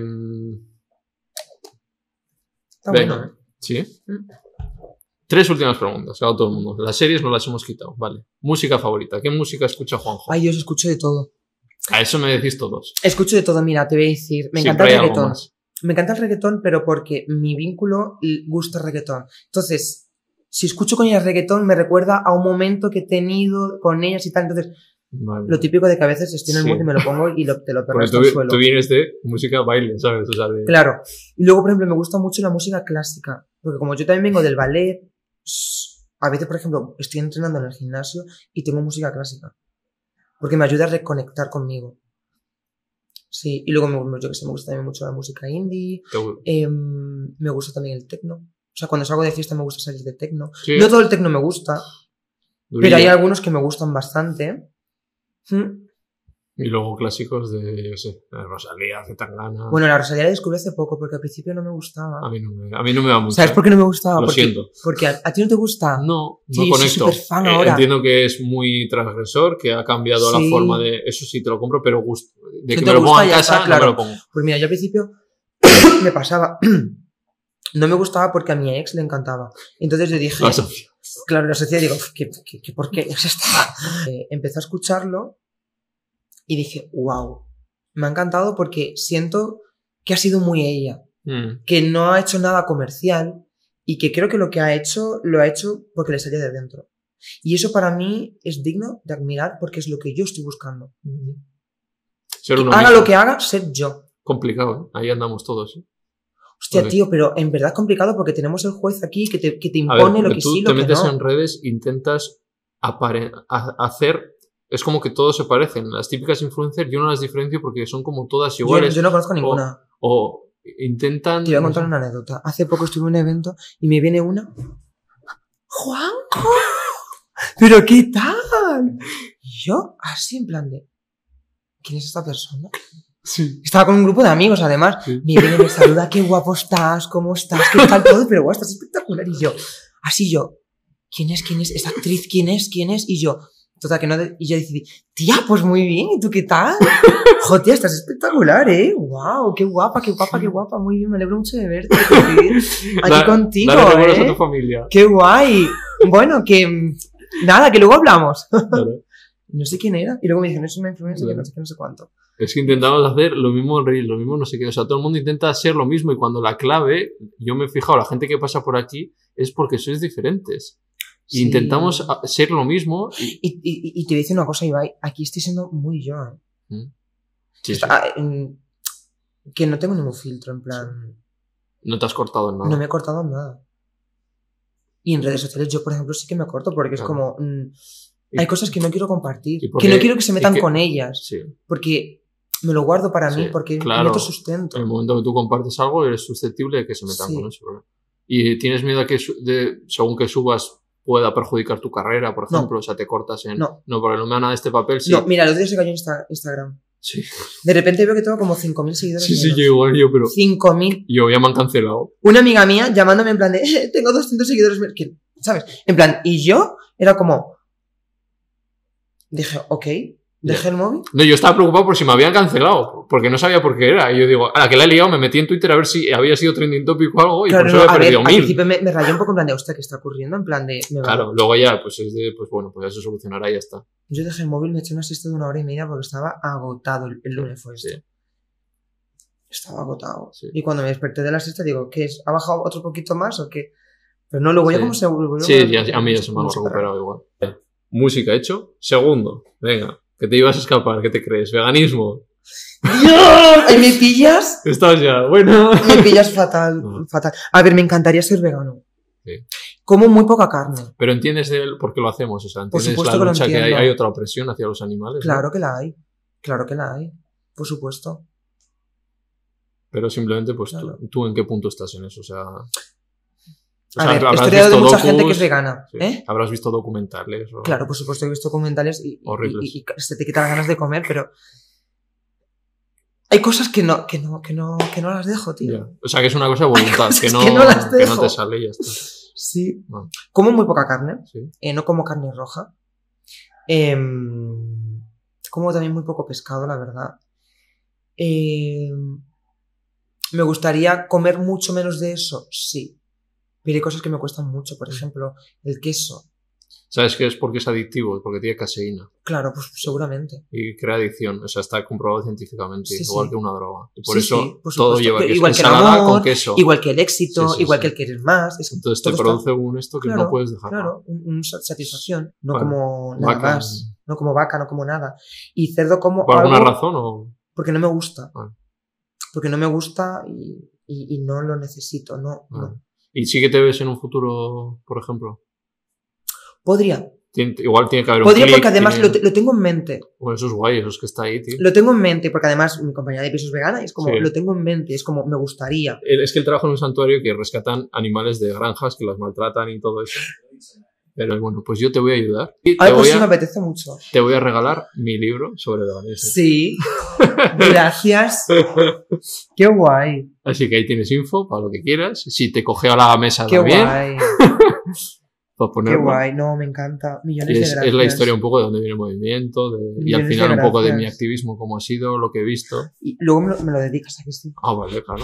Speaker 2: Está
Speaker 1: Venga.
Speaker 2: bueno, ¿eh?
Speaker 1: ¿Sí? Tres últimas preguntas, claro, todo el mundo. Las series no las hemos quitado, vale. Música favorita. ¿Qué música escucha Juanjo?
Speaker 2: Ay, yo os escucho de todo.
Speaker 1: A eso me decís todos.
Speaker 2: Escucho de todo, mira, te voy a decir. Me
Speaker 1: Siempre
Speaker 2: encanta el reggaetón.
Speaker 1: Más.
Speaker 2: Me encanta el reggaetón, pero porque mi vínculo gusta el reggaetón. Entonces, si escucho con ellas reggaetón, me recuerda a un momento que he tenido con ellas y tal. Entonces,
Speaker 1: vale.
Speaker 2: Lo típico de que a veces estoy en el
Speaker 1: sí.
Speaker 2: mood y me lo pongo y lo, te lo perro hasta
Speaker 1: tú,
Speaker 2: el suelo.
Speaker 1: Tú vienes de música baile, ¿sabes? O sea, de...
Speaker 2: Claro. Y luego, por ejemplo, me gusta mucho la música clásica. Porque como yo también vengo del ballet, a veces, por ejemplo, estoy entrenando en el gimnasio y tengo música clásica. Porque me ayuda a reconectar conmigo. Sí, y luego me, yo que sé, me gusta también mucho la música indie. Eh, me gusta también el techno. O sea, cuando salgo de fiesta me gusta salir de techno. Sí. No todo el techno me gusta, Durillo. Pero hay algunos que me gustan bastante. ¿Mm?
Speaker 1: Y luego clásicos de, yo sé, de Rosalía, Zetangana.
Speaker 2: Bueno, la Rosalía la descubrí hace poco porque al principio no me gustaba.
Speaker 1: A mí no me, a mí no me va mucho.
Speaker 2: ¿Sabes por qué no me gustaba?
Speaker 1: Lo
Speaker 2: porque,
Speaker 1: siento.
Speaker 2: Porque a, a ti no te gusta.
Speaker 1: No, no
Speaker 2: sí,
Speaker 1: conecto.
Speaker 2: Soy fan
Speaker 1: eh,
Speaker 2: ahora.
Speaker 1: Entiendo que es muy transgresor, que ha cambiado sí. la forma de... Eso sí te lo compro, pero gusto. De que me lo ponga en casa, está, claro. no me lo pongo.
Speaker 2: Pues mira, yo al principio me pasaba... No me gustaba porque a mi ex le encantaba. Entonces yo dije...
Speaker 1: La Sofía.
Speaker 2: Claro, la Sofía digo, ¿qué, qué, qué, ¿por qué? eh, empecé a escucharlo y dije, wow, me ha encantado porque siento que ha sido muy ella.
Speaker 1: Mm.
Speaker 2: Que no ha hecho nada comercial y que creo que lo que ha hecho, lo ha hecho porque le salía de dentro. Y eso para mí es digno de admirar porque es lo que yo estoy buscando.
Speaker 1: Mm. Ser uno
Speaker 2: haga
Speaker 1: mismo.
Speaker 2: Lo que haga, ser yo.
Speaker 1: complicado, ¿eh? Ahí andamos todos, ¿eh?
Speaker 2: Hostia, tío, pero en verdad es complicado porque tenemos el juez aquí que te, que te impone ver, lo que sí, lo que no. Tú
Speaker 1: te metes en redes, intentas apare- a- hacer... Es como que todos se parecen. Las típicas influencers yo no las diferencio porque son como todas iguales.
Speaker 2: Yo, yo no conozco ninguna.
Speaker 1: O, o intentan...
Speaker 2: Te voy a contar una anécdota. Hace poco estuve en un evento y me viene una... ¡Juanjo! ¿Pero qué tal? Y yo, así en plan de... ¿Quién es esta persona?
Speaker 1: Sí.
Speaker 2: Estaba con un grupo de amigos, además. Sí. Me viene, me saluda, qué guapo estás, cómo estás, qué tal todo, pero guau, estás espectacular. Y yo, así yo, ¿quién es, quién es? ¿Esta actriz quién es, quién es? Y yo, total, que no, de... y yo decidí, tía, pues muy bien, ¿y tú qué tal? Joder, tía, estás espectacular, ¿eh? Wow, qué guapa, qué guapa, qué guapa, muy bien, me alegro mucho de verte, aquí da, contigo,
Speaker 1: dale
Speaker 2: ¿eh?
Speaker 1: A tu familia.
Speaker 2: Qué guay. Bueno, que, nada, que luego hablamos. Vale. No sé quién era. Y luego me dijeron, es una influencer, que no sé qué, no sé cuánto.
Speaker 1: Es que intentamos hacer lo mismo en Reels, lo mismo no sé qué. O sea, todo el mundo intenta ser lo mismo y cuando la clave, yo me he fijado, la gente que pasa por aquí, es porque sois diferentes. Sí. Intentamos ser lo mismo. Y...
Speaker 2: Y, y, y te voy a decir una cosa, Ibai, aquí estoy siendo muy yo. ¿eh?
Speaker 1: Sí,
Speaker 2: Está, sí. En, que no tengo ningún filtro, en plan...
Speaker 1: No te has cortado en nada.
Speaker 2: No me he cortado en nada. Y en redes sociales yo, por ejemplo, sí que me corto porque claro. Es como... Mmm, hay cosas que no quiero compartir, que no quiero que se metan que, con ellas,
Speaker 1: sí.
Speaker 2: Porque me lo guardo para sí, mí, porque
Speaker 1: claro,
Speaker 2: meto sustento.
Speaker 1: En el momento que tú compartes algo, eres susceptible de que se metan sí. con eso, ¿verdad? Y tienes miedo a que, de, según que subas, pueda perjudicar tu carrera, por ejemplo, no. O sea, te cortas en...
Speaker 2: No,
Speaker 1: no porque no me da nada de este papel, sí.
Speaker 2: No, mira, el otro día se cayó en Insta- Instagram.
Speaker 1: Sí.
Speaker 2: De repente veo que tengo como cinco mil seguidores.
Speaker 1: Sí, sí, yo igual, yo, pero...
Speaker 2: cinco mil.
Speaker 1: Yo, ya me han cancelado.
Speaker 2: Una amiga mía llamándome en plan de, eh, tengo doscientos seguidores, que, ¿sabes? En plan, y yo era como... Dije, ok, dejé yeah. el móvil.
Speaker 1: No, yo estaba preocupado por si me habían cancelado, porque no sabía por qué era. Y yo digo, a la que la he liado, me metí en Twitter a ver si había sido trending topic o algo, y
Speaker 2: claro,
Speaker 1: por eso
Speaker 2: no,
Speaker 1: había perdido
Speaker 2: ver,
Speaker 1: mil.
Speaker 2: Al principio me, me rayé un poco en plan de, hostia, ¿qué está ocurriendo? En plan de... Me
Speaker 1: claro,
Speaker 2: va.
Speaker 1: Luego ya, pues es de, pues bueno, pues ya se solucionará y ya está.
Speaker 2: Yo dejé el móvil, me eché una siesta de una hora y media porque estaba agotado. El, el lunes fue esto. Sí. Estaba agotado. Sí. Y cuando me desperté de la siesta digo, ¿qué es? ¿Ha bajado otro poquito más o qué? Pero no, luego sí. Ya como se volvió.
Speaker 1: Sí, ya, a mí ya se me ha recuperado igual. Música hecho. Segundo, venga. Que te ibas a escapar, ¿qué te crees? ¿Veganismo?
Speaker 2: ¡Dios! ¿Me pillas?
Speaker 1: Estás ya, bueno.
Speaker 2: Me pillas fatal, no. fatal. A ver, me encantaría ser vegano.
Speaker 1: Sí.
Speaker 2: Como muy poca carne.
Speaker 1: Pero entiendes de él por qué lo hacemos, o sea, entiendes la lucha que, que hay, hay otra opresión hacia los animales.
Speaker 2: Claro
Speaker 1: ¿no?
Speaker 2: que la hay, claro que la hay, por supuesto.
Speaker 1: Pero simplemente, pues, claro. tú, ¿tú en qué punto estás en eso? O sea... O
Speaker 2: a
Speaker 1: sea,
Speaker 2: ver, he estudiado de mucha docus, gente que es vegana.
Speaker 1: Sí.
Speaker 2: ¿Eh?
Speaker 1: Habrás visto documentales. O...
Speaker 2: Claro, por supuesto, he visto documentales y,
Speaker 1: horribles.
Speaker 2: Y, y, y se te quitan ganas de comer, pero hay cosas que no, que no, que no, que no las dejo, tío.
Speaker 1: Yeah. O sea, que es una cosa de voluntad, que no,
Speaker 2: que, no las
Speaker 1: que no te sale y ya está.
Speaker 2: Sí. No. Como muy poca carne.
Speaker 1: Sí.
Speaker 2: Eh, no como carne roja. Eh, como también muy poco pescado, la verdad. Eh, me gustaría comer mucho menos de eso, sí. Pero hay cosas que me cuestan mucho, por ejemplo, el queso.
Speaker 1: ¿Sabes qué es? Porque es adictivo, porque tiene caseína.
Speaker 2: Claro, pues seguramente.
Speaker 1: Y crea adicción, o sea, está comprobado científicamente, sí, igual sí. que una droga. Y por
Speaker 2: sí,
Speaker 1: eso
Speaker 2: sí, por
Speaker 1: todo lleva
Speaker 2: que,
Speaker 1: queso.
Speaker 2: Igual que el
Speaker 1: ensalada
Speaker 2: amor,
Speaker 1: con queso.
Speaker 2: Igual que el éxito, sí, sí, igual sí. que el querer más. Es,
Speaker 1: entonces te produce está... un esto que
Speaker 2: claro,
Speaker 1: no puedes dejar.
Speaker 2: Claro, un, un satisfacción, no
Speaker 1: vale.
Speaker 2: como nada
Speaker 1: vaca.
Speaker 2: más. No como vaca, no como nada. Y cerdo como
Speaker 1: ¿Por
Speaker 2: algo,
Speaker 1: alguna razón o...?
Speaker 2: Porque no me gusta.
Speaker 1: Vale.
Speaker 2: Porque no me gusta y, y, y no lo necesito, no,
Speaker 1: vale.
Speaker 2: no.
Speaker 1: ¿Y sí que te ves en un futuro, por ejemplo?
Speaker 2: Podría.
Speaker 1: Tien, igual tiene que haber
Speaker 2: Podría
Speaker 1: un
Speaker 2: porque además
Speaker 1: tiene...
Speaker 2: lo, te, lo tengo en mente.
Speaker 1: Bueno, eso es guay, eso es que está ahí, tío.
Speaker 2: Lo tengo en mente porque además mi compañera de piso es vegana y es como,
Speaker 1: sí.
Speaker 2: lo tengo en mente, es como, me gustaría.
Speaker 1: Es que él trabaja en un santuario que rescatan animales de granjas que las maltratan y todo eso. Pero bueno, pues yo te voy a ayudar. Y
Speaker 2: Ay,
Speaker 1: te
Speaker 2: pues
Speaker 1: voy
Speaker 2: sí,
Speaker 1: a,
Speaker 2: me apetece mucho.
Speaker 1: Te voy a regalar mi libro sobre veganismo.
Speaker 2: Sí. Gracias. Qué guay.
Speaker 1: Así que ahí tienes info para lo que quieras. Si te coge a la mesa
Speaker 2: Qué
Speaker 1: también.
Speaker 2: Guay.
Speaker 1: Para ponerlo.
Speaker 2: Qué guay. No, me encanta. Millones
Speaker 1: es,
Speaker 2: de gracias.
Speaker 1: Es la historia un poco de dónde viene el movimiento. De, y al final un poco de mi activismo, cómo ha sido, lo que he visto.
Speaker 2: Y luego me lo, me lo dedicas a que sí.
Speaker 1: Ah, vale, claro.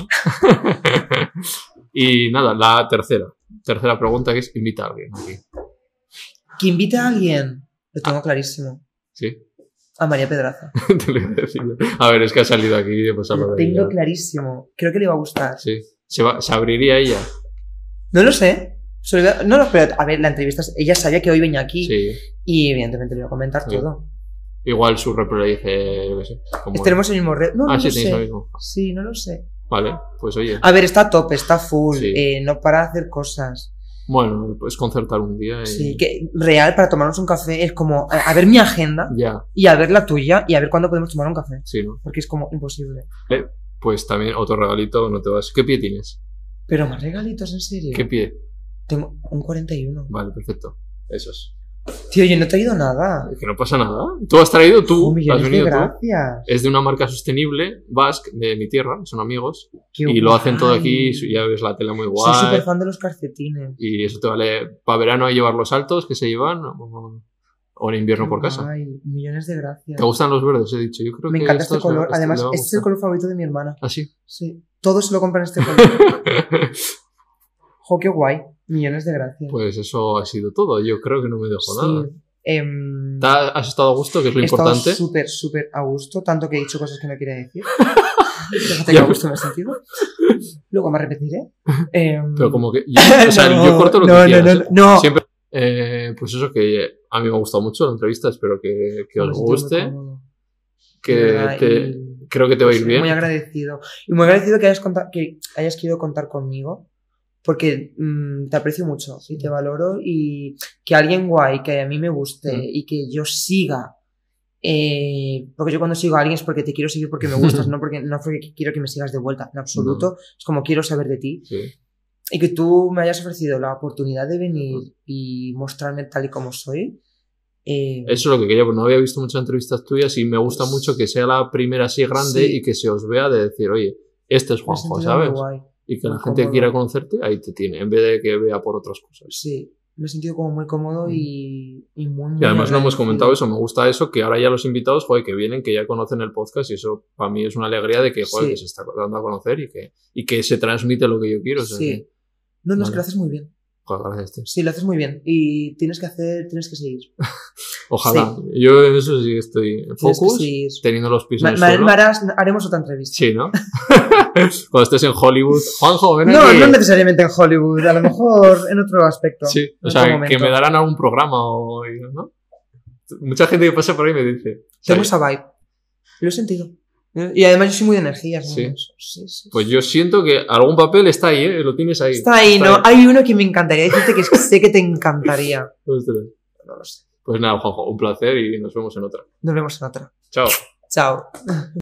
Speaker 1: Y nada, la tercera. Tercera pregunta que es, invita a alguien aquí.
Speaker 2: ¿Que invite a alguien? Lo tengo ah. clarísimo.
Speaker 1: ¿Sí?
Speaker 2: A María Pedraza.
Speaker 1: Te lo iba a decir. A ver, es que ha salido aquí de pasarlo
Speaker 2: de
Speaker 1: ella.
Speaker 2: Lo tengo clarísimo. Creo que le va a gustar.
Speaker 1: Sí. ¿Se, va, ¿Se abriría ella?
Speaker 2: No lo sé. No, no, pero a ver, la entrevista, ella sabía que hoy venía aquí.
Speaker 1: Sí.
Speaker 2: Y evidentemente le iba a comentar sí. todo.
Speaker 1: Igual su repro le dice, yo qué sé. Como...
Speaker 2: Tenemos el mismo red. No,
Speaker 1: ah,
Speaker 2: no
Speaker 1: sí,
Speaker 2: lo
Speaker 1: tenéis
Speaker 2: sé.
Speaker 1: lo mismo.
Speaker 2: Sí, no lo sé.
Speaker 1: Vale, pues oye.
Speaker 2: A ver, está a tope, está full.
Speaker 1: Sí.
Speaker 2: Eh, no para de hacer cosas.
Speaker 1: Bueno, puedes concertar un día. Y...
Speaker 2: Sí, que real, para tomarnos un café es como a, a ver mi agenda
Speaker 1: ya.
Speaker 2: y a ver la tuya y a ver cuándo podemos tomar un café.
Speaker 1: Sí, ¿no?
Speaker 2: Porque es como imposible.
Speaker 1: Eh, pues también otro regalito, no te vas. ¿Qué pie tienes?
Speaker 2: Pero más regalitos, en serio.
Speaker 1: ¿Qué pie?
Speaker 2: Tengo un cuarenta y uno.
Speaker 1: Vale, perfecto. Esos.
Speaker 2: Tío, yo no he traído nada.
Speaker 1: Es que no pasa nada. Tú has traído, tú.
Speaker 2: Oh,
Speaker 1: has venido
Speaker 2: de
Speaker 1: tú.
Speaker 2: Gracias.
Speaker 1: Es de una marca sostenible, Basque, de mi tierra, son amigos.
Speaker 2: Qué
Speaker 1: y
Speaker 2: guay.
Speaker 1: lo hacen todo aquí, ya ves la tela muy guay.
Speaker 2: Soy súper fan de los calcetines.
Speaker 1: Y eso te vale para verano llevar los altos que se llevan o, o en invierno
Speaker 2: Qué
Speaker 1: por casa.
Speaker 2: Ay, millones de gracias.
Speaker 1: ¿Te gustan los verdes? He dicho. Yo creo
Speaker 2: Me
Speaker 1: que
Speaker 2: encanta este
Speaker 1: estos
Speaker 2: color.
Speaker 1: le-
Speaker 2: Además,
Speaker 1: le va a
Speaker 2: este es el
Speaker 1: gustar.
Speaker 2: color favorito de mi hermana.
Speaker 1: ¿Ah, sí?
Speaker 2: Sí. Todos se lo compran este color. Jo, qué guay. Millones de gracias.
Speaker 1: Pues eso ha sido todo. Yo creo que no me dejo
Speaker 2: sí.
Speaker 1: nada.
Speaker 2: Em,
Speaker 1: ¿Te ha- ¿Has estado a gusto? Que es lo
Speaker 2: he estado
Speaker 1: importante.
Speaker 2: súper, súper a gusto. Tanto que he dicho cosas que no quería decir. Fíjate que a gusto me he sentido. Luego me arrepentiré. Em,
Speaker 1: Pero como que... Yo, o sea,
Speaker 2: no,
Speaker 1: yo corto lo
Speaker 2: no,
Speaker 1: que
Speaker 2: no,
Speaker 1: quieras.
Speaker 2: no,
Speaker 1: ¿eh?
Speaker 2: no.
Speaker 1: Siempre... Eh, pues eso, que a mí me ha gustado mucho la entrevista. Espero que, que os
Speaker 2: Me siento muy
Speaker 1: guste.
Speaker 2: cómodo.
Speaker 1: Que
Speaker 2: De verdad,
Speaker 1: te...
Speaker 2: y-
Speaker 1: Creo que te va a ir
Speaker 2: Sí,
Speaker 1: bien.
Speaker 2: Muy agradecido. Y muy agradecido que hayas, conta- que hayas querido contar conmigo. Porque mmm, te aprecio mucho y te valoro. Y que alguien guay, que a mí me guste
Speaker 1: Mm.
Speaker 2: y que yo siga. Eh, porque yo cuando sigo a alguien es porque te quiero seguir porque me gustas, no porque, no porque quiero que me sigas de vuelta. En absoluto. Es como quiero saber de ti.
Speaker 1: Sí.
Speaker 2: Y que tú me hayas ofrecido la oportunidad de venir y mostrarme tal y como soy. Eh,
Speaker 1: Eso es lo que quería, porque no había visto muchas entrevistas tuyas y me gusta mucho que sea la primera así grande
Speaker 2: Sí.
Speaker 1: y que se os vea de decir, oye, este es
Speaker 2: me he
Speaker 1: Juanjo,
Speaker 2: sentido
Speaker 1: ¿sabes?
Speaker 2: muy guay.
Speaker 1: Y que la
Speaker 2: muy
Speaker 1: gente
Speaker 2: cómodo.
Speaker 1: quiera conocerte, ahí te tiene, en vez de que vea por otras cosas.
Speaker 2: Sí, me he sentido como muy cómodo y, y muy, muy
Speaker 1: Y además no hemos
Speaker 2: agradecido.
Speaker 1: comentado eso, me gusta eso, que ahora ya los invitados, joder, que vienen, que ya conocen el podcast y eso para mí es una alegría de que, joder,
Speaker 2: Sí.
Speaker 1: que se está dando a conocer y que, y que se transmite lo que yo quiero. O sea,
Speaker 2: Sí.
Speaker 1: que,
Speaker 2: No, no, es
Speaker 1: Vale.
Speaker 2: que lo haces muy bien.
Speaker 1: joder, gracias, tío.
Speaker 2: Sí, lo haces muy bien. Y tienes que hacer, tienes que seguir.
Speaker 1: Ojalá. Yo en eso sí estoy en
Speaker 2: Tienes que
Speaker 1: focus,
Speaker 2: seguir.
Speaker 1: teniendo los pies en
Speaker 2: Ma-
Speaker 1: el
Speaker 2: ma-
Speaker 1: suelo.
Speaker 2: ma- harás- haremos otra entrevista.
Speaker 1: Sí, ¿no? Cuando estés en Hollywood. Juanjo, ven
Speaker 2: No,
Speaker 1: aquí.
Speaker 2: no necesariamente en Hollywood, a lo mejor en otro aspecto.
Speaker 1: Sí,
Speaker 2: en
Speaker 1: o
Speaker 2: otro
Speaker 1: sea, que
Speaker 2: momento.
Speaker 1: me darán algún programa o... ¿no? Mucha gente que pasa por ahí me dice...
Speaker 2: Tengo
Speaker 1: o sea,
Speaker 2: esa vibe. Lo he sentido. Y además yo soy muy de energía. ¿no?
Speaker 1: Sí.
Speaker 2: Sí, sí.
Speaker 1: pues yo siento que algún papel está ahí, ¿eh? Lo tienes ahí.
Speaker 2: Está ahí, ¿no? Hay uno que me encantaría decirte que sé que te encantaría.
Speaker 1: Ostras.
Speaker 2: No lo sé.
Speaker 1: Pues nada, Juanjo, un placer y nos vemos en otra.
Speaker 2: Nos vemos en otra.
Speaker 1: Chao.
Speaker 2: Chao.